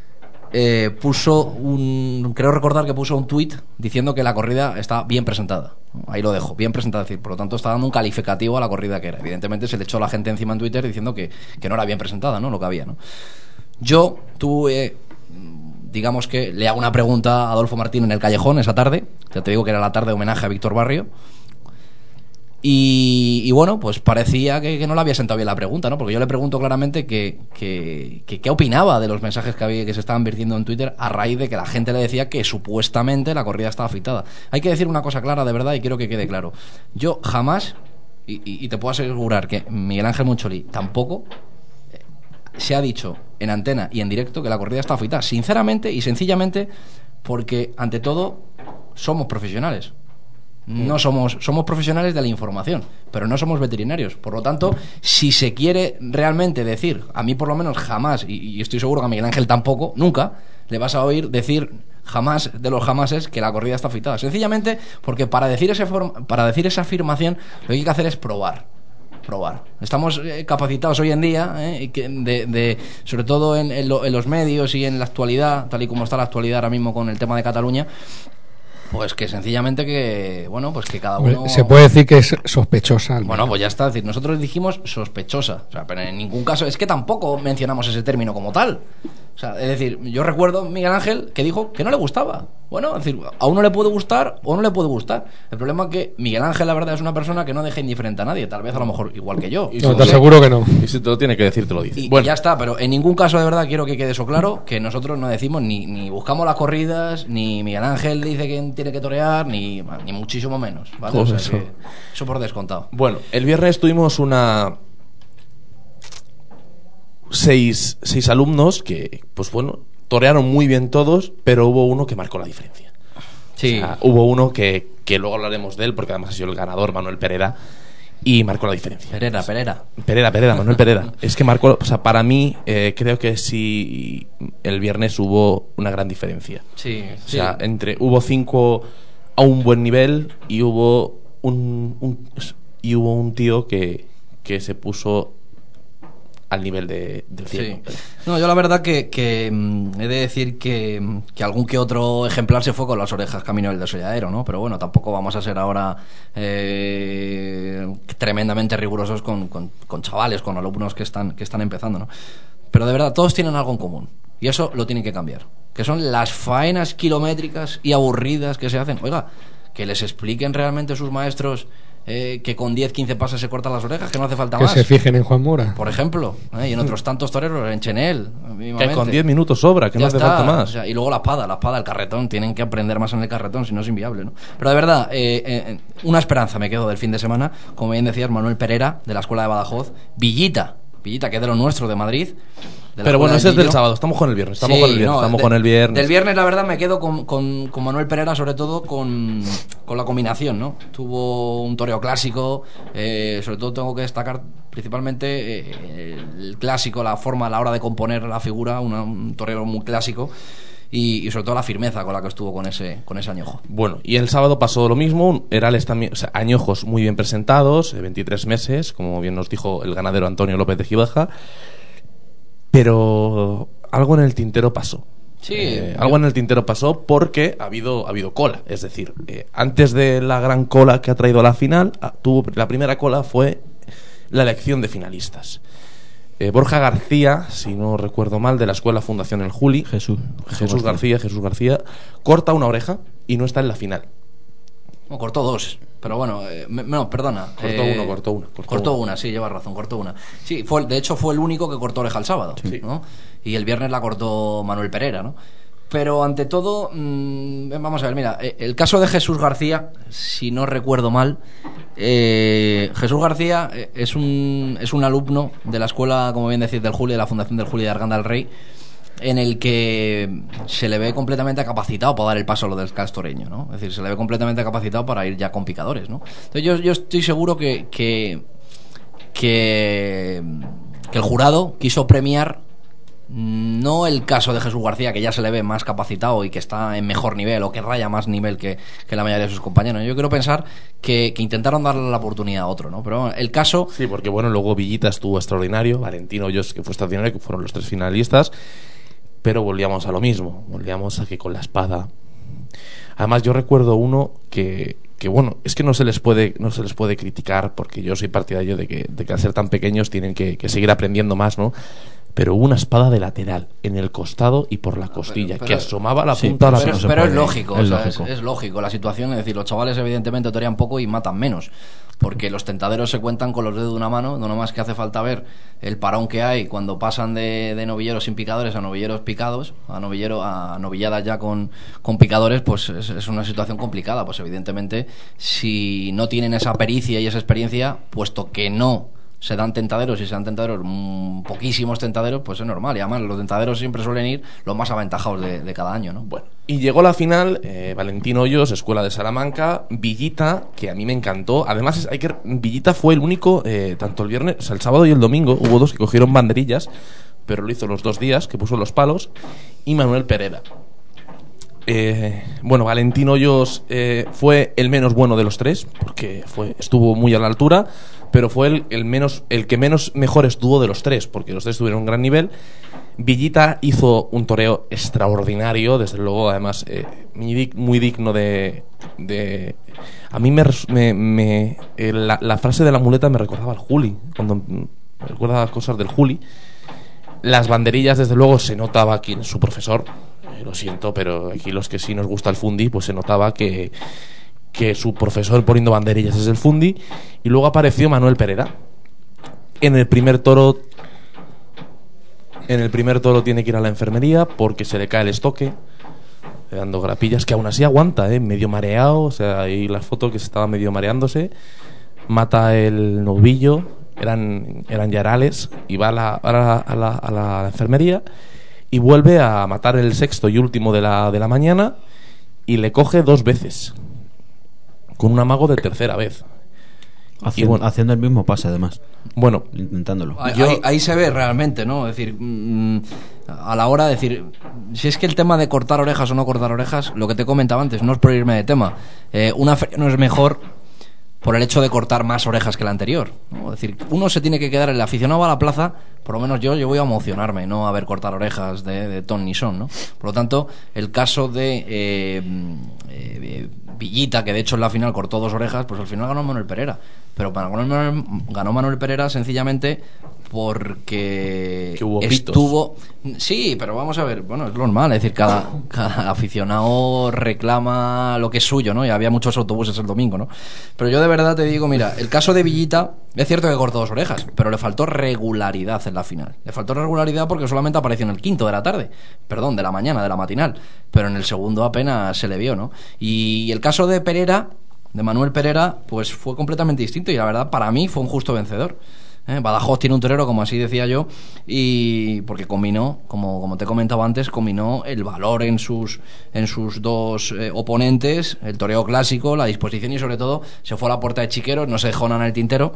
creo recordar que puso un tuit diciendo que la corrida está bien presentada. Ahí lo dejo, bien presentada, es decir, por lo tanto está dando un calificativo a la corrida que era. Evidentemente se le echó a la gente encima en Twitter diciendo que no era bien presentada, ¿no? Lo que había, ¿no? Yo tuve, digamos que le hago una pregunta a Adolfo Martín en el Callejón esa tarde, ya te digo que era la tarde de homenaje a Víctor Barrio. Y bueno, pues parecía que no le había sentado bien la pregunta, ¿no? Porque yo le pregunto claramente qué opinaba de los mensajes que se estaban vertiendo en Twitter a raíz de que la gente le decía que supuestamente la corrida estaba afeitada. Hay que decir una cosa clara, de verdad, y quiero que quede claro. Yo jamás y te puedo asegurar que Miguel Ángel Moncholi tampoco se ha dicho en antena y en directo que la corrida está afeitada, sinceramente y sencillamente porque ante todo somos profesionales. No somos profesionales de la información, pero no somos veterinarios. Por lo tanto, si se quiere realmente decir, a mí por lo menos jamás, y estoy seguro que a Miguel Ángel tampoco, nunca le vas a oír decir jamás de los jamases que la corrida está afeitada. Sencillamente porque para decir esa afirmación lo que hay que hacer es probar. Estamos capacitados hoy en día, sobre todo en los medios y en la actualidad, tal y como está la actualidad ahora mismo con el tema de Cataluña, pues que sencillamente que cada uno... Se puede decir que es sospechosa. Bueno, pues ya está. Es decir, nosotros dijimos sospechosa. O sea, pero en ningún caso... Es que tampoco mencionamos ese término como tal. O sea, es decir, yo recuerdo Miguel Ángel que dijo que no le gustaba. Bueno, es decir, a uno le puede gustar o no le puede gustar. El problema es que Miguel Ángel, la verdad, es una persona que no deja indiferente a nadie. Tal vez a lo mejor igual que yo. No, te aseguro que no. Y si te lo tiene que decir, te lo dice. Y ya está, pero en ningún caso de verdad quiero que quede eso claro, que nosotros no decimos ni buscamos las corridas, ni Miguel Ángel dice quién tiene que torear, ni muchísimo menos, ¿vale? O sea, eso por descontado. Bueno, el viernes tuvimos seis alumnos que, pues bueno, torearon muy bien todos, pero hubo uno que marcó la diferencia. Sí. O sea, hubo uno que luego hablaremos de él, porque además ha sido el ganador, Manuel Pereda, y marcó la diferencia. Pereda, Manuel Pereda. Es que marcó, o sea, para mí, creo que sí, el viernes hubo una gran diferencia. Sí. O sea, hubo 5 a un buen nivel y hubo un tío que se puso al nivel del cielo. Sí. No, yo la verdad que he de decir que algún que otro ejemplar se fue con las orejas camino del desolladero, ¿no? Pero bueno, tampoco vamos a ser ahora tremendamente rigurosos con chavales, con alumnos que están empezando, ¿no? Pero de verdad, todos tienen algo en común. Y eso lo tienen que cambiar. Que son las faenas kilométricas y aburridas que se hacen. Oiga, que les expliquen realmente sus maestros que con 10-15 pases se cortan las orejas, que no hace falta que más. Que se fijen en Juan Mora. Por ejemplo, y en otros tantos toreros, en Chenel. Que con 10 minutos sobra, que ya no hace falta más. O sea, y luego la espada, el carretón. Tienen que aprender más en el carretón, si no es inviable, ¿no? Pero de verdad, una esperanza me quedo del fin de semana. Como bien decías, Manuel Perera, de la Escuela de Badajoz. Villita, que es de lo nuestro, de Madrid. Pero bueno, ese es del sábado, estamos con el viernes. Estamos con el viernes. Del viernes, la verdad, me quedo con Manuel Perera, sobre todo con la combinación, ¿no? Tuvo un toreo clásico, sobre todo tengo que destacar principalmente el clásico, la forma a la hora de componer la figura, un torero muy clásico. Y sobre todo la firmeza con la que estuvo con ese añojo. Bueno, y el sábado pasó lo mismo, herales también, o sea, añojos muy bien presentados, 23 meses, como bien nos dijo el ganadero Antonio López de Gibaja, pero algo en el tintero pasó. Sí, algo en el tintero pasó porque ha habido cola, es decir, antes de la gran cola que ha traído a la final, la primera cola fue la elección de finalistas. Borja García, si no recuerdo mal, de la Escuela Fundación El Juli, Jesús García, corta una oreja y no está en la final. No, cortó 2, pero bueno, no, perdona. Cortó una, sí, llevas razón, cortó una. Sí, de hecho fue el único que cortó oreja el sábado, sí. ¿No? Y el viernes la cortó Manuel Perera, ¿no? Pero ante todo, vamos a ver, mira, el caso de Jesús García, si no recuerdo mal, Jesús García es un alumno de la escuela, como bien decís, del Juli, de la Fundación del Juli de Arganda del Rey, en el que se le ve completamente capacitado para dar el paso a lo del castoreño, ¿no? Es decir, se le ve completamente capacitado para ir ya con picadores, ¿no? Entonces yo estoy seguro que el jurado quiso premiar no el caso de Jesús García, que ya se le ve más capacitado y que está en mejor nivel o que raya más nivel que la mayoría de sus compañeros. Yo quiero pensar que intentaron darle la oportunidad a otro, ¿no? Pero el caso... Sí, porque bueno, luego Villita estuvo extraordinario, Valentino Hoyos, que fue extraordinario, que fueron los 3 finalistas, pero volvíamos a lo mismo, volvíamos a que con la espada... Además yo recuerdo uno que bueno, es que no se les puede criticar, porque yo soy partidario de que al ser tan pequeños tienen que seguir aprendiendo más, ¿no? pero hubo una espada de lateral en el costado y por la costilla, que asomaba la punta a la pero, persona. pero es lógico, es o sea, lógico. es lógico la situación, es decir, los chavales evidentemente torean poco y matan menos, porque los tentaderos se cuentan con los dedos de una mano, no nomás que hace falta ver el parón que hay cuando pasan de novilleros sin picadores a novilleros picados, a novilladas ya con picadores, pues es una situación complicada, pues evidentemente si no tienen esa pericia y esa experiencia, puesto que no se dan tentaderos y se dan tentaderos, poquísimos tentaderos, pues es normal. Y además los tentaderos siempre suelen ir los más aventajados de cada año, ¿no? Bueno, y llegó la final, Valentín Hoyos, Escuela de Salamanca, Villita, que a mí me encantó. Además, Villita fue el único, tanto el viernes, o sea, el sábado y el domingo, hubo dos que cogieron banderillas, pero lo hizo los 2 días, que puso los palos, y Manuel Pereda. Bueno, Valentín Hoyos fue el menos bueno de los tres, porque estuvo muy a la altura, pero fue el que menos mejor estuvo de los tres, porque los tres tuvieron un gran nivel. Villita hizo un toreo extraordinario, desde luego, además muy digno de a mí la frase de la muleta me recordaba al Juli, cuando me recuerda cosas del Juli. Las banderillas, desde luego, se notaba aquí en su profesor, lo siento, pero aquí los que sí nos gusta el fundi, pues se notaba que su profesor poniendo banderillas es el fundi. Y luego apareció Manuel Pereda. En el primer toro tiene que ir a la enfermería porque se le cae el estoque, dando grapillas, que aún así aguanta, medio mareado, o sea, ahí la foto que se estaba medio mareándose. Mata el novillo, eran yarales, y va a la enfermería y vuelve a matar el sexto y último de la mañana, y le coge 2 veces con un amago de tercera vez, haciendo el mismo pase, además. Bueno, intentándolo. Ahí se ve realmente, ¿no? Es decir, a la hora de decir, si es que el tema de cortar orejas o no cortar orejas, lo que te comentaba antes, no es por irme de tema, una feria no es mejor por el hecho de cortar más orejas que la anterior, ¿no? Es decir, uno se tiene que quedar, el aficionado a la plaza, por lo menos yo voy a emocionarme, no a ver cortar orejas de ton ni son, ¿no? Por lo tanto, el caso de Villita, que de hecho en la final cortó 2 orejas, pues al final ganó Manuel Perera. Pero ganó Manuel Perera sencillamente porque que hubo estuvo pitos. Sí, pero vamos a ver, bueno, es normal, es decir, cada aficionado reclama lo que es suyo, ¿no? Y había muchos autobuses el domingo, ¿no? Pero yo de verdad te digo, mira, el caso de Villita, es cierto que cortó 2 orejas, pero le faltó regularidad en la final. Le faltó regularidad porque solamente apareció en el quinto de la tarde, perdón, de la mañana, de la matinal, pero en el segundo apenas se le vio, ¿no? Y el caso de Perera, de Manuel Perera, pues fue completamente distinto, y la verdad para mí fue un justo vencedor. Badajoz tiene un torero, como así decía yo, y porque combinó, como te he comentado antes, combinó el valor en sus 2 oponentes, el toreo clásico, la disposición, y sobre todo se fue a la puerta de Chiqueros, no se dejó nada en el tintero.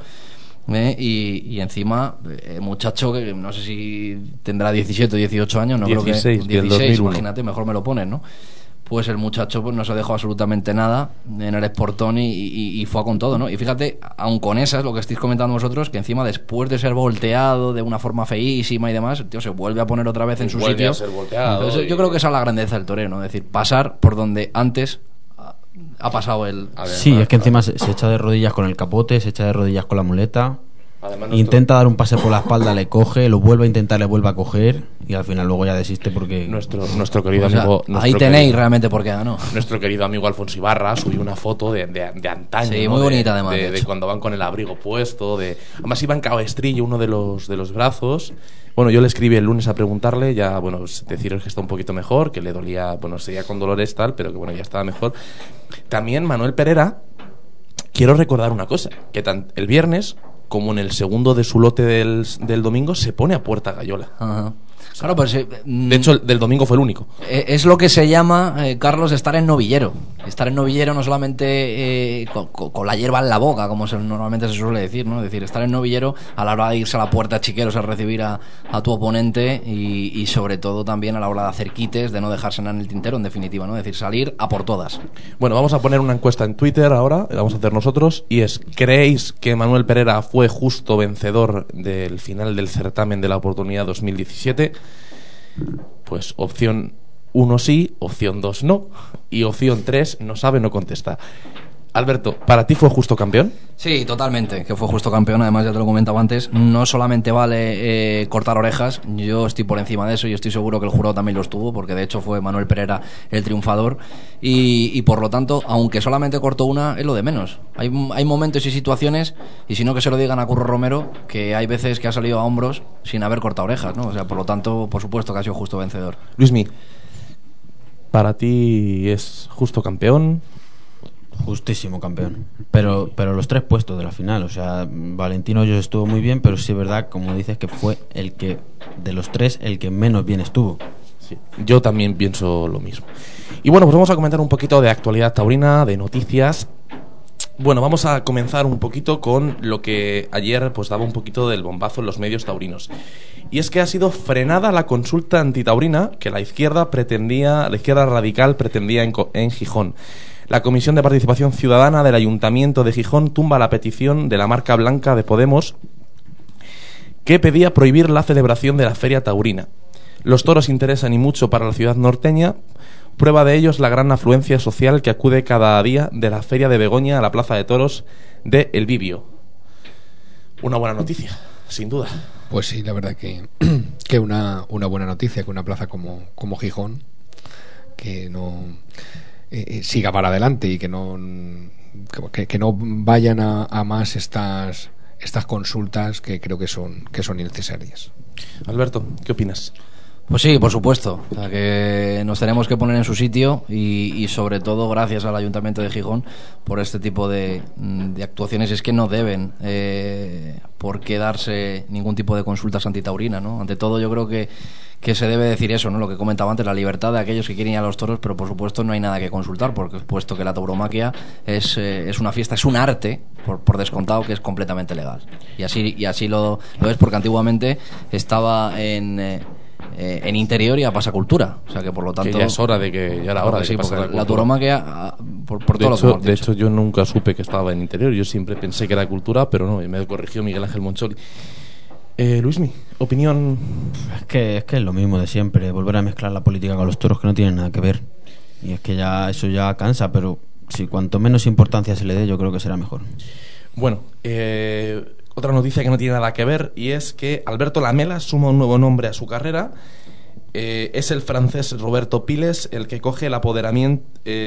Y encima, muchacho que no sé si tendrá 17 o 18 años, no 16, creo que 16, 2001. imagínate, mejor me lo pones, ¿no? Pues el muchacho pues no se dejó absolutamente nada en el Sportón y fue a con todo, ¿no? Y fíjate, aun con esas, lo que estáis comentando vosotros, que encima después de ser volteado de una forma feísima y demás, el tío se vuelve a poner otra vez en su vuelve sitio. a ser volteado. Entonces, yo creo que esa es la grandeza del torero, ¿no? Es decir, pasar por donde antes ha pasado el... Sí, es que encima se echa de rodillas con el capote, se echa de rodillas con la muleta. Además, Intenta dar un pase por la espalda, le coge, lo vuelve a intentar, le vuelve a coger, y al final luego ya desiste porque... Nuestro querido O sea, amigo... ahí tenéis realmente por qué ganó. Nuestro querido amigo Alfonso Ibarra subió una foto de antaño. Sí, ¿no? muy bonita además. De cuando van con el abrigo puesto. Además iba en cabestrillo uno de los brazos. Bueno, yo le escribí el lunes a preguntarle, ya, bueno, deciros que está un poquito mejor, que le dolía, bueno, seguía con dolores tal, pero que bueno, ya estaba mejor. También Manuel Perera, quiero recordar una cosa, que el viernes, como en el segundo de su lote del domingo, se pone a puerta Gallola. Ajá. Claro, pues de hecho, el del domingo fue el único. Es lo que se llama, Carlos, estar en novillero. Estar en novillero no solamente con la hierba en la boca, como normalmente se suele decir, ¿no? Es decir, estar en novillero a la hora de irse a la puerta Chiqueros a recibir a tu oponente y sobre todo también a la hora de hacer quites, de no dejarse nada en el tintero, en definitiva, ¿no? Es decir, salir a por todas. Bueno, vamos a poner una encuesta en Twitter ahora, la vamos a hacer nosotros, y es: ¿creéis que Manuel Perera fue justo vencedor del final del certamen de la oportunidad 2017? Pues opción 1 sí, opción 2 no, y opción 3 no sabe, no contesta. Alberto, ¿para ti fue justo campeón? Sí, totalmente, que fue justo campeón. Además, ya te lo comentaba antes, no solamente vale cortar orejas, yo estoy por encima de eso y estoy seguro que el jurado también lo estuvo, porque de hecho fue Manuel Pereira el triunfador y por lo tanto, aunque solamente cortó una, es lo de menos. Hay momentos y situaciones, y si no que se lo digan a Curro Romero, que hay veces que ha salido a hombros sin haber cortado orejas, ¿no? O sea, por lo tanto, por supuesto que ha sido justo vencedor. Luismi, ¿para ti es justo campeón? Justísimo campeón, pero los 3 puestos de la final, o sea, Valentino yo estuvo muy bien, pero sí es verdad, como dices, que fue el que de los 3 el que menos bien estuvo. Sí, yo también pienso lo mismo. Y bueno, pues vamos a comentar un poquito de actualidad taurina, de noticias. Bueno, vamos a comenzar un poquito con lo que ayer pues daba un poquito del bombazo en los medios taurinos. Y es que ha sido frenada la consulta antitaurina que la izquierda radical pretendía en Gijón. La Comisión de Participación Ciudadana del Ayuntamiento de Gijón tumba la petición de la marca blanca de Podemos que pedía prohibir la celebración de la feria taurina. Los toros interesan y mucho para la ciudad norteña. Prueba de ello es la gran afluencia social que acude cada día de la feria de Begoña a la plaza de toros de El Bibio. Una buena noticia, sin duda. Pues sí, la verdad que una buena noticia que una plaza como Gijón, que no siga para adelante y que no vayan a más estas consultas que creo que son innecesarias. Alberto, ¿qué opinas? Pues sí, por supuesto, o sea, que nos tenemos que poner en su sitio y sobre todo gracias al Ayuntamiento de Gijón por este tipo de actuaciones. Es que no deben por qué darse ningún tipo de consultas antitaurina, ¿no? Ante todo yo creo que se debe decir eso, ¿no? Lo que comentaba antes, la libertad de aquellos que quieren ir a los toros, pero por supuesto no hay nada que consultar, porque puesto que la tauromaquia es una fiesta, es un arte, por descontado, que es completamente legal. Y así lo es, porque antiguamente estaba en interior y a pasacultura, o sea que por lo tanto que ya es hora de que ya era hora de sí, que pase porque la tauromaquia por todo lo que hemos de dicho. hecho yo nunca supe que estaba en interior, yo siempre pensé que era cultura, pero no, y me corrigió Miguel Ángel Moncholi. Luismi, opinión. Es que es lo mismo de siempre, volver a mezclar la política con los toros, que no tienen nada que ver, y es que ya eso ya cansa, pero si cuanto menos importancia se le dé, yo creo que será mejor. Bueno, otra noticia que no tiene nada que ver, y es que Alberto Lamela suma un nuevo nombre a su carrera. Es el francés Roberto Piles el que coge el apoderamiento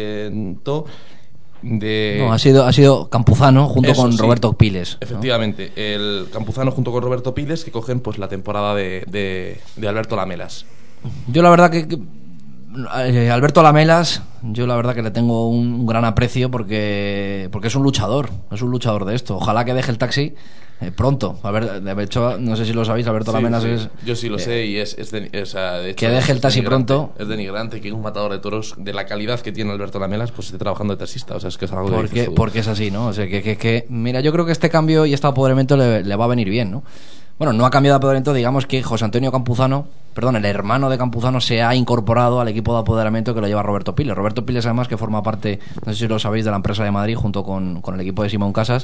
de... No, ha sido Campuzano junto Eso, con sí. Roberto Piles, ¿no? Efectivamente, el Campuzano junto con Roberto Piles que cogen pues la temporada de Alberto Lamelas. Yo la verdad que Alberto Lamelas, yo la verdad que le tengo un gran aprecio porque es un luchador de esto. Ojalá que deje el taxi pronto. A ver, de hecho, no sé si lo sabéis, Alberto Lamelas es... Yo sí lo sé, y de hecho, que deje el taxi pronto. Es denigrante que un matador de toros de la calidad que tiene Alberto Lamelas pues esté trabajando de taxista. O sea, es que es algo porque es así, ¿no? O sea, que mira, yo creo que este cambio y este apoderamiento le va a venir bien, ¿no? Bueno, no ha cambiado de apoderamiento, digamos que José Antonio Campuzano, el hermano de Campuzano, se ha incorporado al equipo de apoderamiento que lo lleva Roberto Piles. Roberto Piles, además, que forma parte, no sé si lo sabéis, de la empresa de Madrid junto con el equipo de Simón Casas.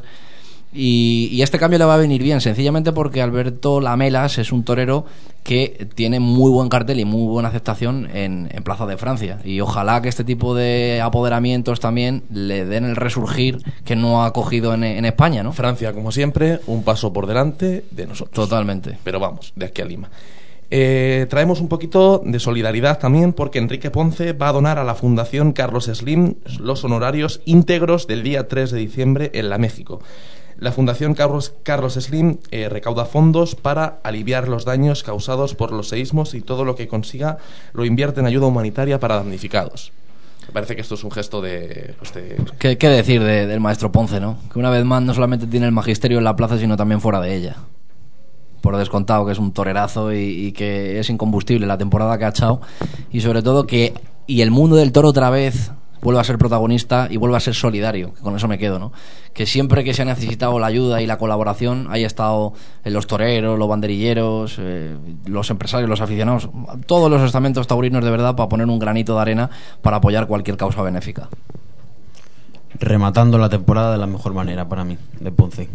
Y este cambio le va a venir bien, sencillamente porque Alberto Lamelas es un torero que tiene muy buen cartel y muy buena aceptación en Plaza de Francia, y ojalá que este tipo de apoderamientos también le den el resurgir que no ha cogido en España, ¿no? Francia, como siempre, un paso por delante de nosotros. Totalmente. Pero vamos, de aquí a Lima. Traemos un poquito de solidaridad también, porque Enrique Ponce va a donar a la Fundación Carlos Slim los honorarios íntegros del día 3 de diciembre en la México. La Fundación Carlos Slim recauda fondos para aliviar los daños causados por los seísmos, y todo lo que consiga lo invierte en ayuda humanitaria para damnificados. Me parece que esto es un gesto de... ¿Qué decir del maestro Ponce, ¿no? Que una vez más no solamente tiene el magisterio en la plaza, sino también fuera de ella. Por descontado que es un torerazo y que es incombustible la temporada que ha echado, y sobre todo que el mundo del toro otra vez vuelva a ser protagonista y vuelva a ser solidario, que con eso me quedo, ¿no? Que siempre que se ha necesitado la ayuda y la colaboración, haya estado los toreros, los banderilleros, los empresarios, los aficionados, todos los estamentos taurinos de verdad, para poner un granito de arena para apoyar cualquier causa benéfica. Rematando la temporada de la mejor manera para mí, de Ponce.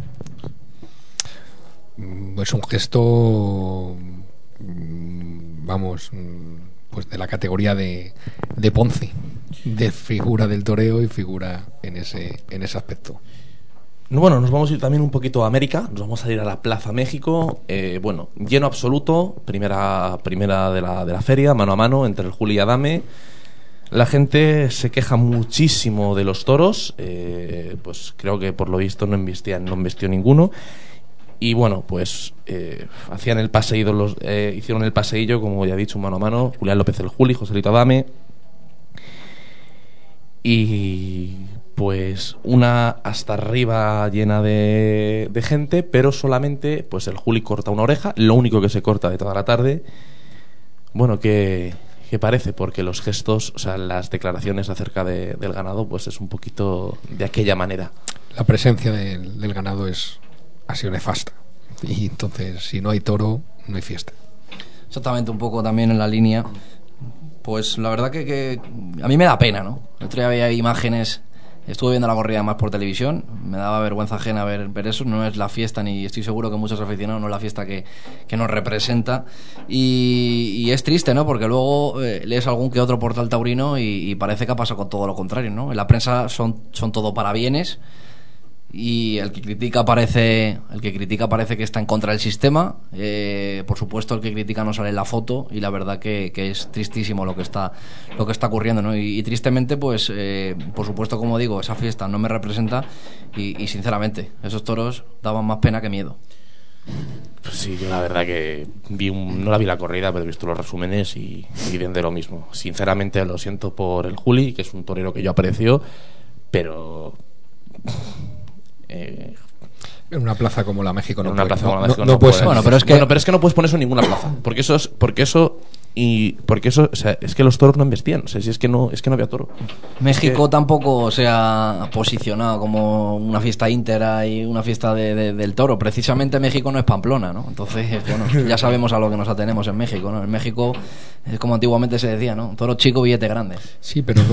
Es un gesto, vamos, pues de la categoría de Ponce. de figura del toreo y figura en ese aspecto. Bueno, nos vamos a ir también un poquito a América, nos vamos a ir a la Plaza México, bueno, lleno absoluto, primera de la feria, mano a mano entre el Juli y Adame. La gente se queja muchísimo de los toros, pues creo que por lo visto no embistió ninguno. Y bueno, pues hacían el paseído, hicieron el paseillo, como ya he dicho, mano a mano, Julián López el Juli, Joselito Adame. Y pues una hasta arriba llena de gente, pero solamente pues el Juli corta una oreja, lo único que se corta de toda la tarde. Bueno, ¿qué parece? Porque los gestos, o sea, las declaraciones acerca del ganado, pues es un poquito de aquella manera. La presencia del ganado ha sido nefasta, y entonces si no hay toro, no hay fiesta. Exactamente, un poco también en la línea. Pues la verdad que a mí me da pena, ¿no? El otro día había imágenes, estuve viendo la corrida más por televisión, me daba vergüenza ajena ver eso. No es la fiesta, ni estoy seguro que muchos aficionados no es la fiesta que nos representa, y es triste, ¿no? Porque luego lees algún que otro portal taurino y parece que ha pasado con todo lo contrario, ¿no? En la prensa son todo parabienes, y el que critica parece que está en contra del sistema. Por supuesto, el que critica no sale en la foto, y la verdad que es tristísimo lo que está ocurriendo, ¿no? Y tristemente, pues por supuesto, como digo, esa fiesta no me representa, y sinceramente esos toros daban más pena que miedo. Pues sí, yo la verdad que no la vi la corrida, pero he visto los resúmenes y bien de lo mismo. Sinceramente lo siento por el Juli, que es un torero que yo aprecio, pero en una plaza como la México no puedes. Bueno, pero es que no puedes poner eso en ninguna plaza, porque eso, o sea, es que los toros no embestían, o sea, si es que no había toro. México tampoco se ha posicionado como una fiesta íntegra y una fiesta del toro. Precisamente México no es Pamplona, ¿no? Entonces, bueno, ya sabemos a lo que nos atenemos en México, ¿no? En México es como antiguamente se decía, ¿no? Toro chico, billete grande. Sí, pero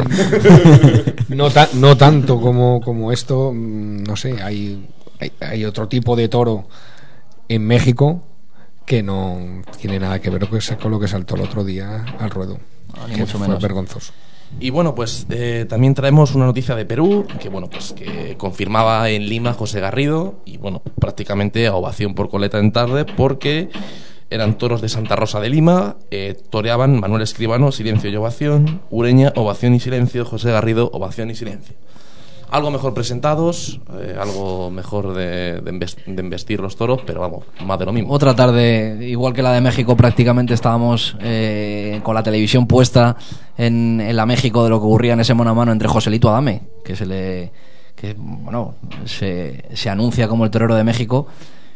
no tanto como esto. No sé, hay otro tipo de toro en México que no tiene nada que ver con lo que saltó el otro día al ruedo, ni que mucho fue menos vergonzoso. Y bueno, pues también traemos una noticia de Perú, que bueno, pues que confirmaba en Lima José Garrido, y bueno, prácticamente a ovación por coleta en tarde, porque eran toros de Santa Rosa de Lima, toreaban Manuel Escribano, silencio y ovación; Ureña, ovación y silencio; José Garrido, ovación y silencio. Algo mejor presentados, algo mejor de embestir los toros, pero vamos, más de lo mismo. Otra tarde, igual que la de México, prácticamente estábamos con la televisión puesta en la México de lo que ocurría en ese mano a mano entre Joselito Adame, que se anuncia como el torero de México,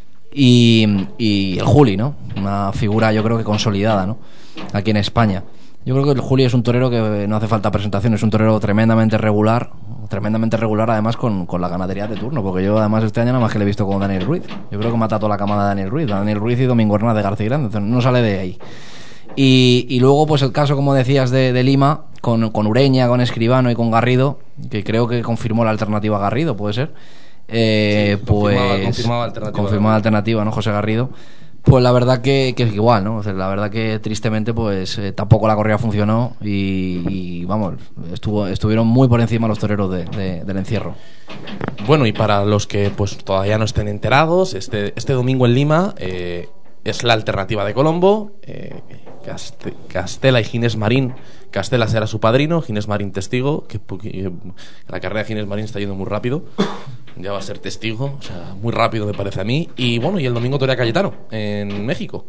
y el Juli, ¿no? Una figura, yo creo que consolidada, ¿no? Aquí en España. Yo creo que el Juli es un torero que no hace falta presentación, es un torero tremendamente regular además con la ganadería de turno, porque yo además este año nada más que le he visto con Daniel Ruiz. Yo creo que mata toda la camada de Daniel Ruiz y Domingo Hernández de García Grande, entonces no sale de ahí. Y luego pues el caso, como decías, de Lima, con Ureña, con Escribano y con Garrido, que creo que confirmó la alternativa a Garrido, puede ser. Sí, confirmaba alternativa, ¿no? José Garrido. Pues la verdad que es igual, ¿no? O sea, la verdad que tristemente pues tampoco la corrida funcionó, y vamos, estuvieron muy por encima los toreros del encierro. Bueno, y para los que pues todavía no estén enterados, este domingo en Lima es la alternativa de Colombo. Castela y Ginés Marín. Castela será su padrino, Ginés Marín testigo, que la carrera de Ginés Marín está yendo muy rápido, ya va a ser testigo, o sea, muy rápido me parece a mí. Y bueno, y el domingo torea Cayetano en México.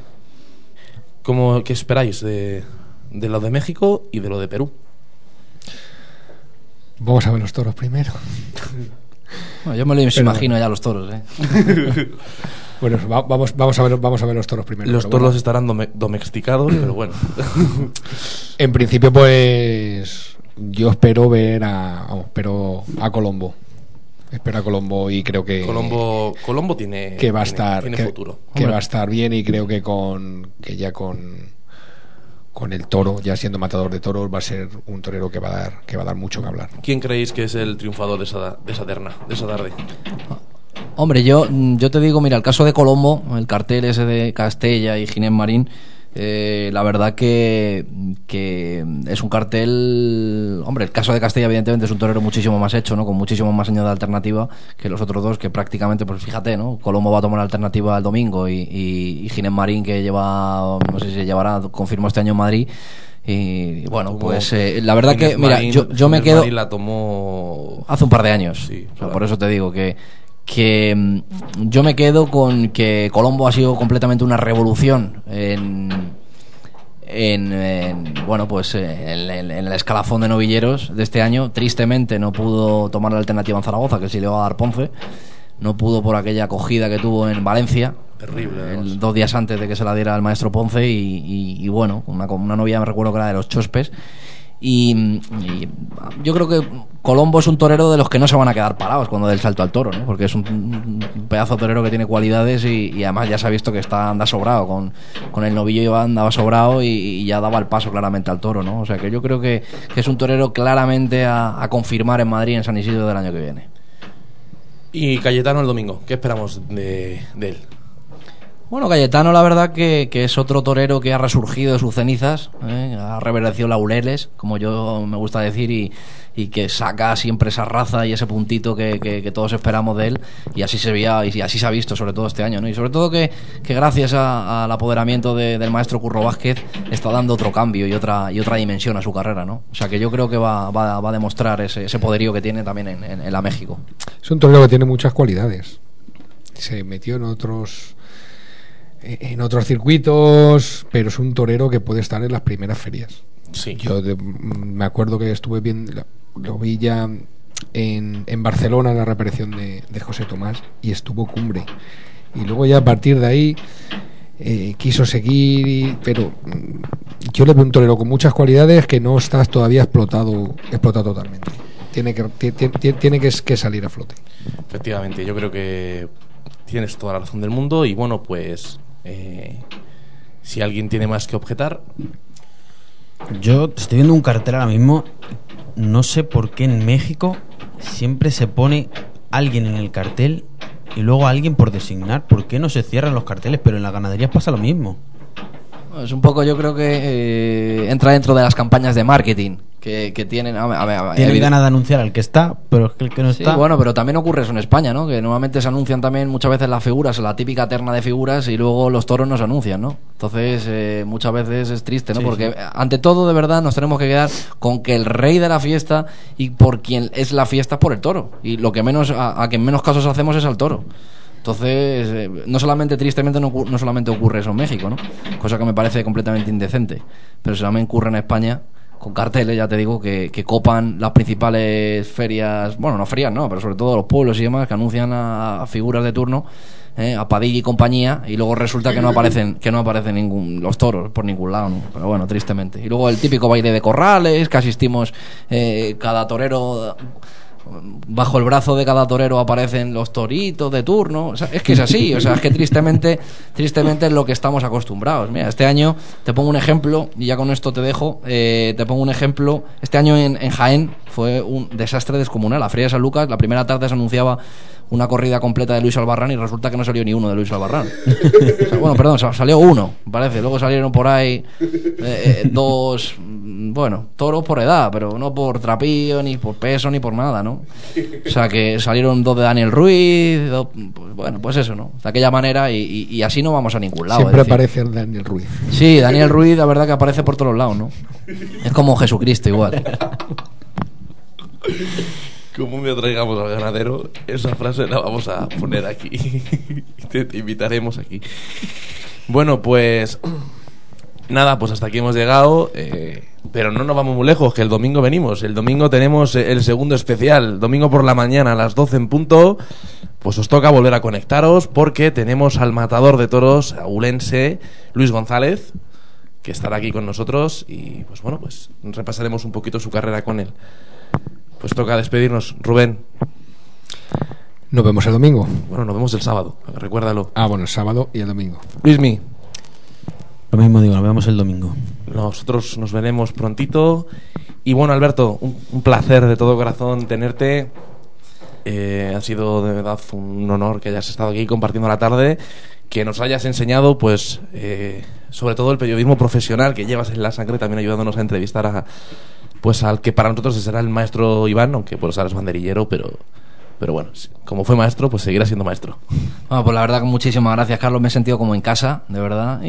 ¿Qué esperáis de lo de México y de lo de Perú? Vamos a ver los toros primero. Bueno, yo me lo imagino ya los toros, Bueno, vamos a ver los toros primero. Los toros estarán domesticados, pero bueno. En principio, pues yo espero ver a Colombo. Espero a Colombo, y creo que Colombo tiene futuro. Que va a estar bien, y creo que con el toro, ya siendo matador de toros, va a ser un torero que va a dar mucho que hablar. ¿Quién creéis que es el triunfador de esa tarde? Hombre, yo te digo, mira, el caso de Colombo, el cartel ese de Castella y Ginés Marín, La verdad que es un cartel. Hombre, el caso de Castella, evidentemente, es un torero muchísimo más hecho, ¿no? Con muchísimo más años de alternativa que los otros dos, que prácticamente, pues fíjate, ¿no? Colombo va a tomar alternativa el domingo y Ginés Marín, que lleva, no sé si llevará, confirmó este año en Madrid. Y bueno, pues la verdad Ginés que, mira, Marín, yo me Ginés quedo. Marín la tomó Hace un par de años. Sí, O sea, claro. por eso te digo que yo me quedo con que Colombo ha sido completamente una revolución bueno, pues en el escalafón de novilleros de este año. Tristemente no pudo tomar la alternativa en Zaragoza, que sí le iba a dar Ponce. No pudo por aquella acogida que tuvo en Valencia, terrible, 2 días antes de que se la diera el maestro Ponce, y bueno, una novia, me recuerdo que era de los Chospes. Y yo creo que Colombo es un torero de los que no se van a quedar parados cuando dé el salto al toro, ¿no? Porque es un pedazo de torero que tiene cualidades y además ya se ha visto que anda sobrado con el novillo, andaba sobrado y ya daba el paso claramente al toro, ¿no? O sea que yo creo que es un torero claramente a confirmar en Madrid, en San Isidro, del año que viene. Y Cayetano el domingo, ¿qué esperamos de él? Bueno, Cayetano, la verdad que es otro torero que ha resurgido de sus cenizas, ha reverdeció laureles, como yo me gusta decir, y que saca siempre esa raza y ese puntito que todos esperamos de él, y así se veía y así se ha visto, sobre todo este año, ¿no? Y sobre todo que gracias al apoderamiento del maestro Curro Vázquez está dando otro cambio y otra dimensión a su carrera, ¿no? O sea que yo creo que va a demostrar ese poderío que tiene también en la México. Es un torero que tiene muchas cualidades. Se metió en otros circuitos, pero es un torero que puede estar en las primeras ferias. Sí. Yo me acuerdo que estuve viendo, lo vi ya en Barcelona, en la reaparición de José Tomás, y estuvo cumbre. Y luego ya a partir de ahí quiso seguir, pero yo le veo un torero con muchas cualidades que no está todavía explotado totalmente. Tiene que salir a flote. Efectivamente, yo creo que tienes toda la razón del mundo. Y bueno, pues si alguien tiene más que objetar. Yo estoy viendo un cartel ahora mismo. No sé por qué en México siempre se pone alguien en el cartel y luego alguien por designar. ¿Por qué no se cierran los carteles? Pero en las ganaderías pasa lo mismo. Es un poco, yo creo que entra dentro de las campañas de marketing que tienen. Tienen ganas de anunciar al que está, pero es que el que no Sí, está. bueno, pero también ocurre eso en España, ¿no? Que normalmente se anuncian también muchas veces las figuras, la típica terna de figuras, y luego los toros no se anuncian, ¿no? Entonces, muchas veces es triste, ¿no? Sí, Porque sí. ante todo, de verdad, nos tenemos que quedar con que el rey de la fiesta y por quien es la fiesta es por el toro. Y lo que menos, a quien menos casos hacemos es al toro. Entonces, no solamente, tristemente, no solamente ocurre eso en México, ¿no? Cosa que me parece completamente indecente, pero también ocurre en España con carteles, ya te digo, que copan las principales ferias, bueno, no ferias, no, pero sobre todo los pueblos y demás, que anuncian a figuras de turno, a Padilla y compañía, y luego resulta que no aparecen los toros por ningún lado, ¿no? Pero bueno, tristemente. Y luego el típico baile de corrales, que asistimos cada torero. Bajo el brazo de cada torero aparecen los toritos de turno. O sea, es que es así, o sea, es que tristemente es lo que estamos acostumbrados. Mira, este año te pongo un ejemplo, y ya con esto te dejo. Te pongo un ejemplo. Este año en Jaén fue un desastre descomunal. La Feria de San Lucas, la primera tarde se anunciaba una corrida completa de Luis Albarrán y resulta que no salió ni uno de Luis Albarrán. O sea, bueno, perdón, salió uno, parece. Luego salieron por ahí dos, bueno, toros por edad, pero no por trapío, ni por peso, ni por nada, ¿no? O sea, que salieron 2 de Daniel Ruiz, pues, bueno, pues eso, ¿no? De aquella manera, y así no vamos a ningún lado. Siempre es decir, aparece el Daniel Ruiz. sí, Daniel Ruiz, la verdad que aparece por todos lados, ¿no? Es como Jesucristo igual. Como me traigamos al ganadero, esa frase la vamos a poner aquí. Te invitaremos aquí. Bueno, pues nada, pues hasta aquí hemos llegado, pero no nos vamos muy lejos, que el domingo venimos. El domingo tenemos el segundo especial, domingo por la mañana a las 12 en punto. Pues os toca volver a conectaros porque tenemos al matador de toros abulense, Luis González, que estará aquí con nosotros y pues bueno, pues repasaremos un poquito su carrera con él. Pues toca despedirnos, Rubén. Nos vemos el domingo. Bueno, nos vemos el sábado, recuérdalo. Bueno, el sábado y el domingo. Luismi. Lo mismo digo, nos vemos el domingo. Nosotros nos veremos prontito. Y bueno, Alberto, un placer de todo corazón tenerte. Ha sido de verdad un honor que hayas estado aquí compartiendo la tarde. que nos hayas enseñado, pues, sobre todo el periodismo profesional que llevas en la sangre, también ayudándonos a entrevistar a, pues, al que para nosotros será el maestro Iván, aunque pues ahora es banderillero, pero bueno, como fue maestro, pues seguirá siendo maestro. Bueno, pues la verdad que muchísimas gracias, Carlos. Me he sentido como en casa, de verdad.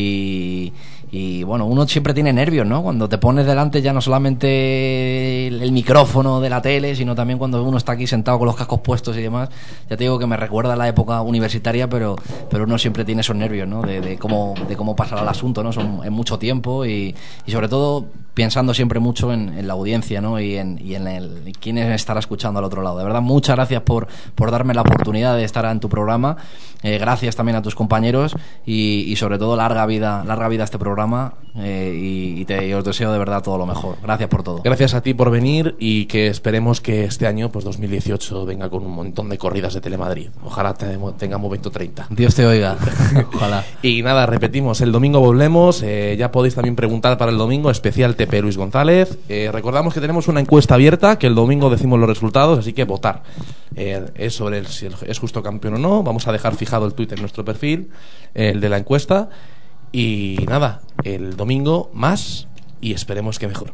Y bueno, uno siempre tiene nervios, ¿no? Cuando te pones delante ya no solamente el micrófono de la tele, sino también cuando uno está aquí sentado con los cascos puestos y demás. Ya te digo que me recuerda a la época universitaria, pero uno siempre tiene esos nervios, ¿no? De cómo pasará el asunto, ¿no? En mucho tiempo y sobre todo pensando siempre mucho en la audiencia, ¿no? Y en quién estará escuchando al otro lado. De verdad, muchas gracias por darme la oportunidad de estar en tu programa. Gracias también a tus compañeros y sobre todo larga vida a este programa. Y os deseo de verdad todo lo mejor. Gracias por todo. Gracias a ti por venir y que esperemos que este año, pues 2018, venga con un montón de corridas de Telemadrid. Ojalá tengamos 20 o 30. Dios te oiga. Ojalá. Y nada, repetimos, el domingo volvemos. Ya podéis también preguntar para el domingo, especial TP Luis González. Recordamos que tenemos una encuesta abierta, que el domingo decimos los resultados, así que votar. Es sobre si es justo campeón o no. Vamos a dejar fijado el Twitter en nuestro perfil, el de la encuesta. Y nada, el domingo más y esperemos que mejor.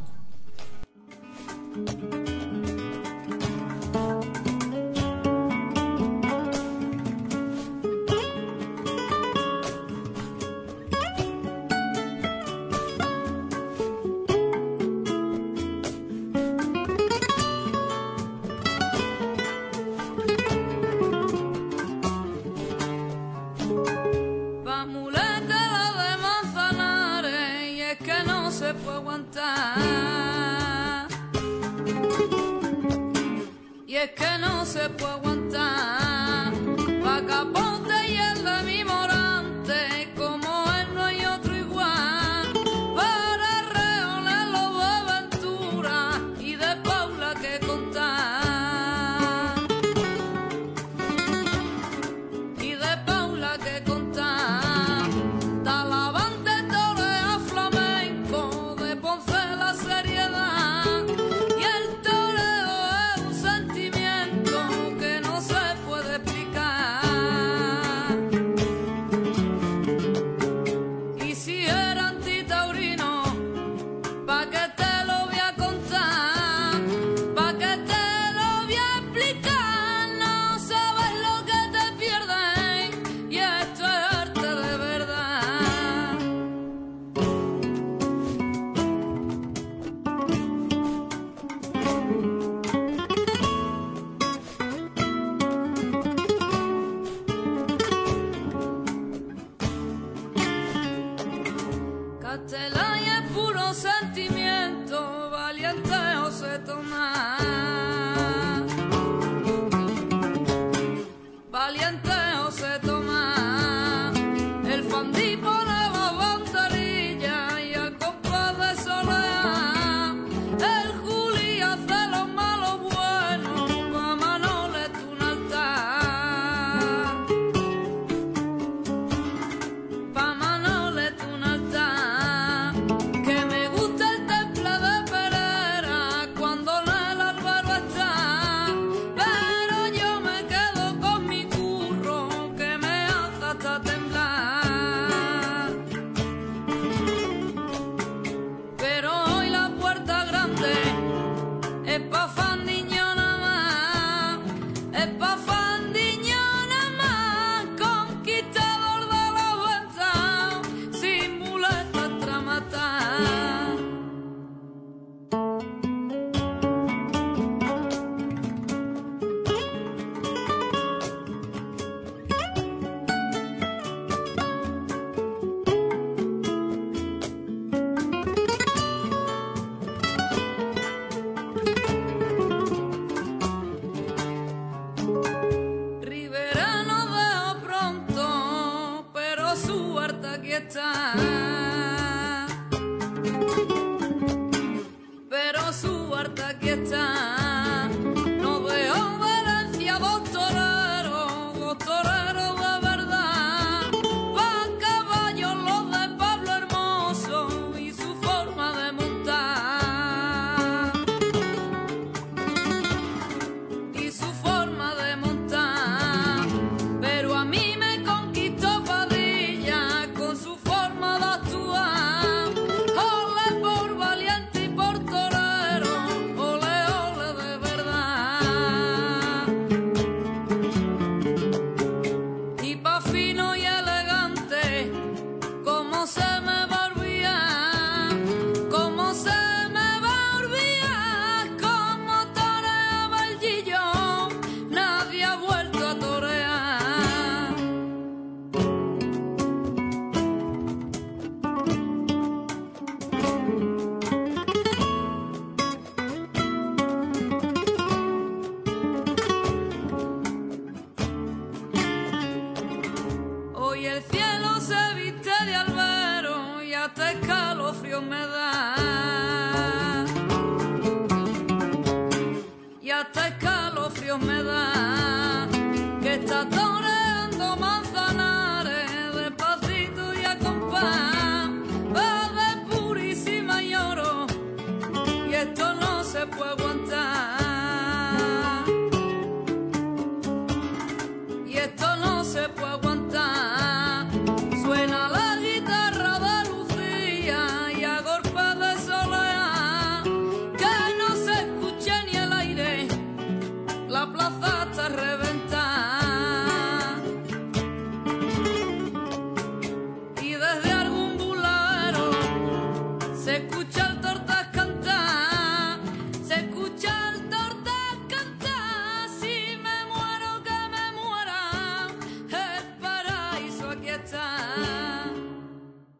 Y es que no se puede aguantar. Vagabondo y el de mi morante, como él no hay otro igual. Para reonerlo de aventura y de Paula que contar. Y de Paula que contar. Talavante torea flamenco, de Ponce la seriedad. Y el toreo es un sentimiento que no se puede explicar. Y si era antitaurino, pa' que te lo voy a contar, pa' que te lo voy a explicar. No sabes lo que te pierdes y esto es arte de verdad. Castellán y es puro sentimiento, valiente o se toma. Valiente o se toma. El fandí pone la banderilla y al compás de soleá. El Juli hace lo malo bueno, pa' Manole tu un altar. Pa' Manole tu un altar. Que me gusta el temple de Pereira cuando el Álvaro está. Pero yo me quedo con mi curro que me hace hasta temblar. Pero hoy la puerta grande es pa' Fandiño nada más. Es pa' Fandiño nada más. Conquistador de la vuelta, sin muletas tras matar. Rivera no veo pronto, pero su harta aquí está. Pero su harta aquí está. No veo Valencia, dos toreros de verdad. Va caballos los de Pablo Hermoso y su forma de montar. Y su forma de montar. Pero a mí me conquistó pa' escalofrío me da. Y hasta escalofrío me da que esta torre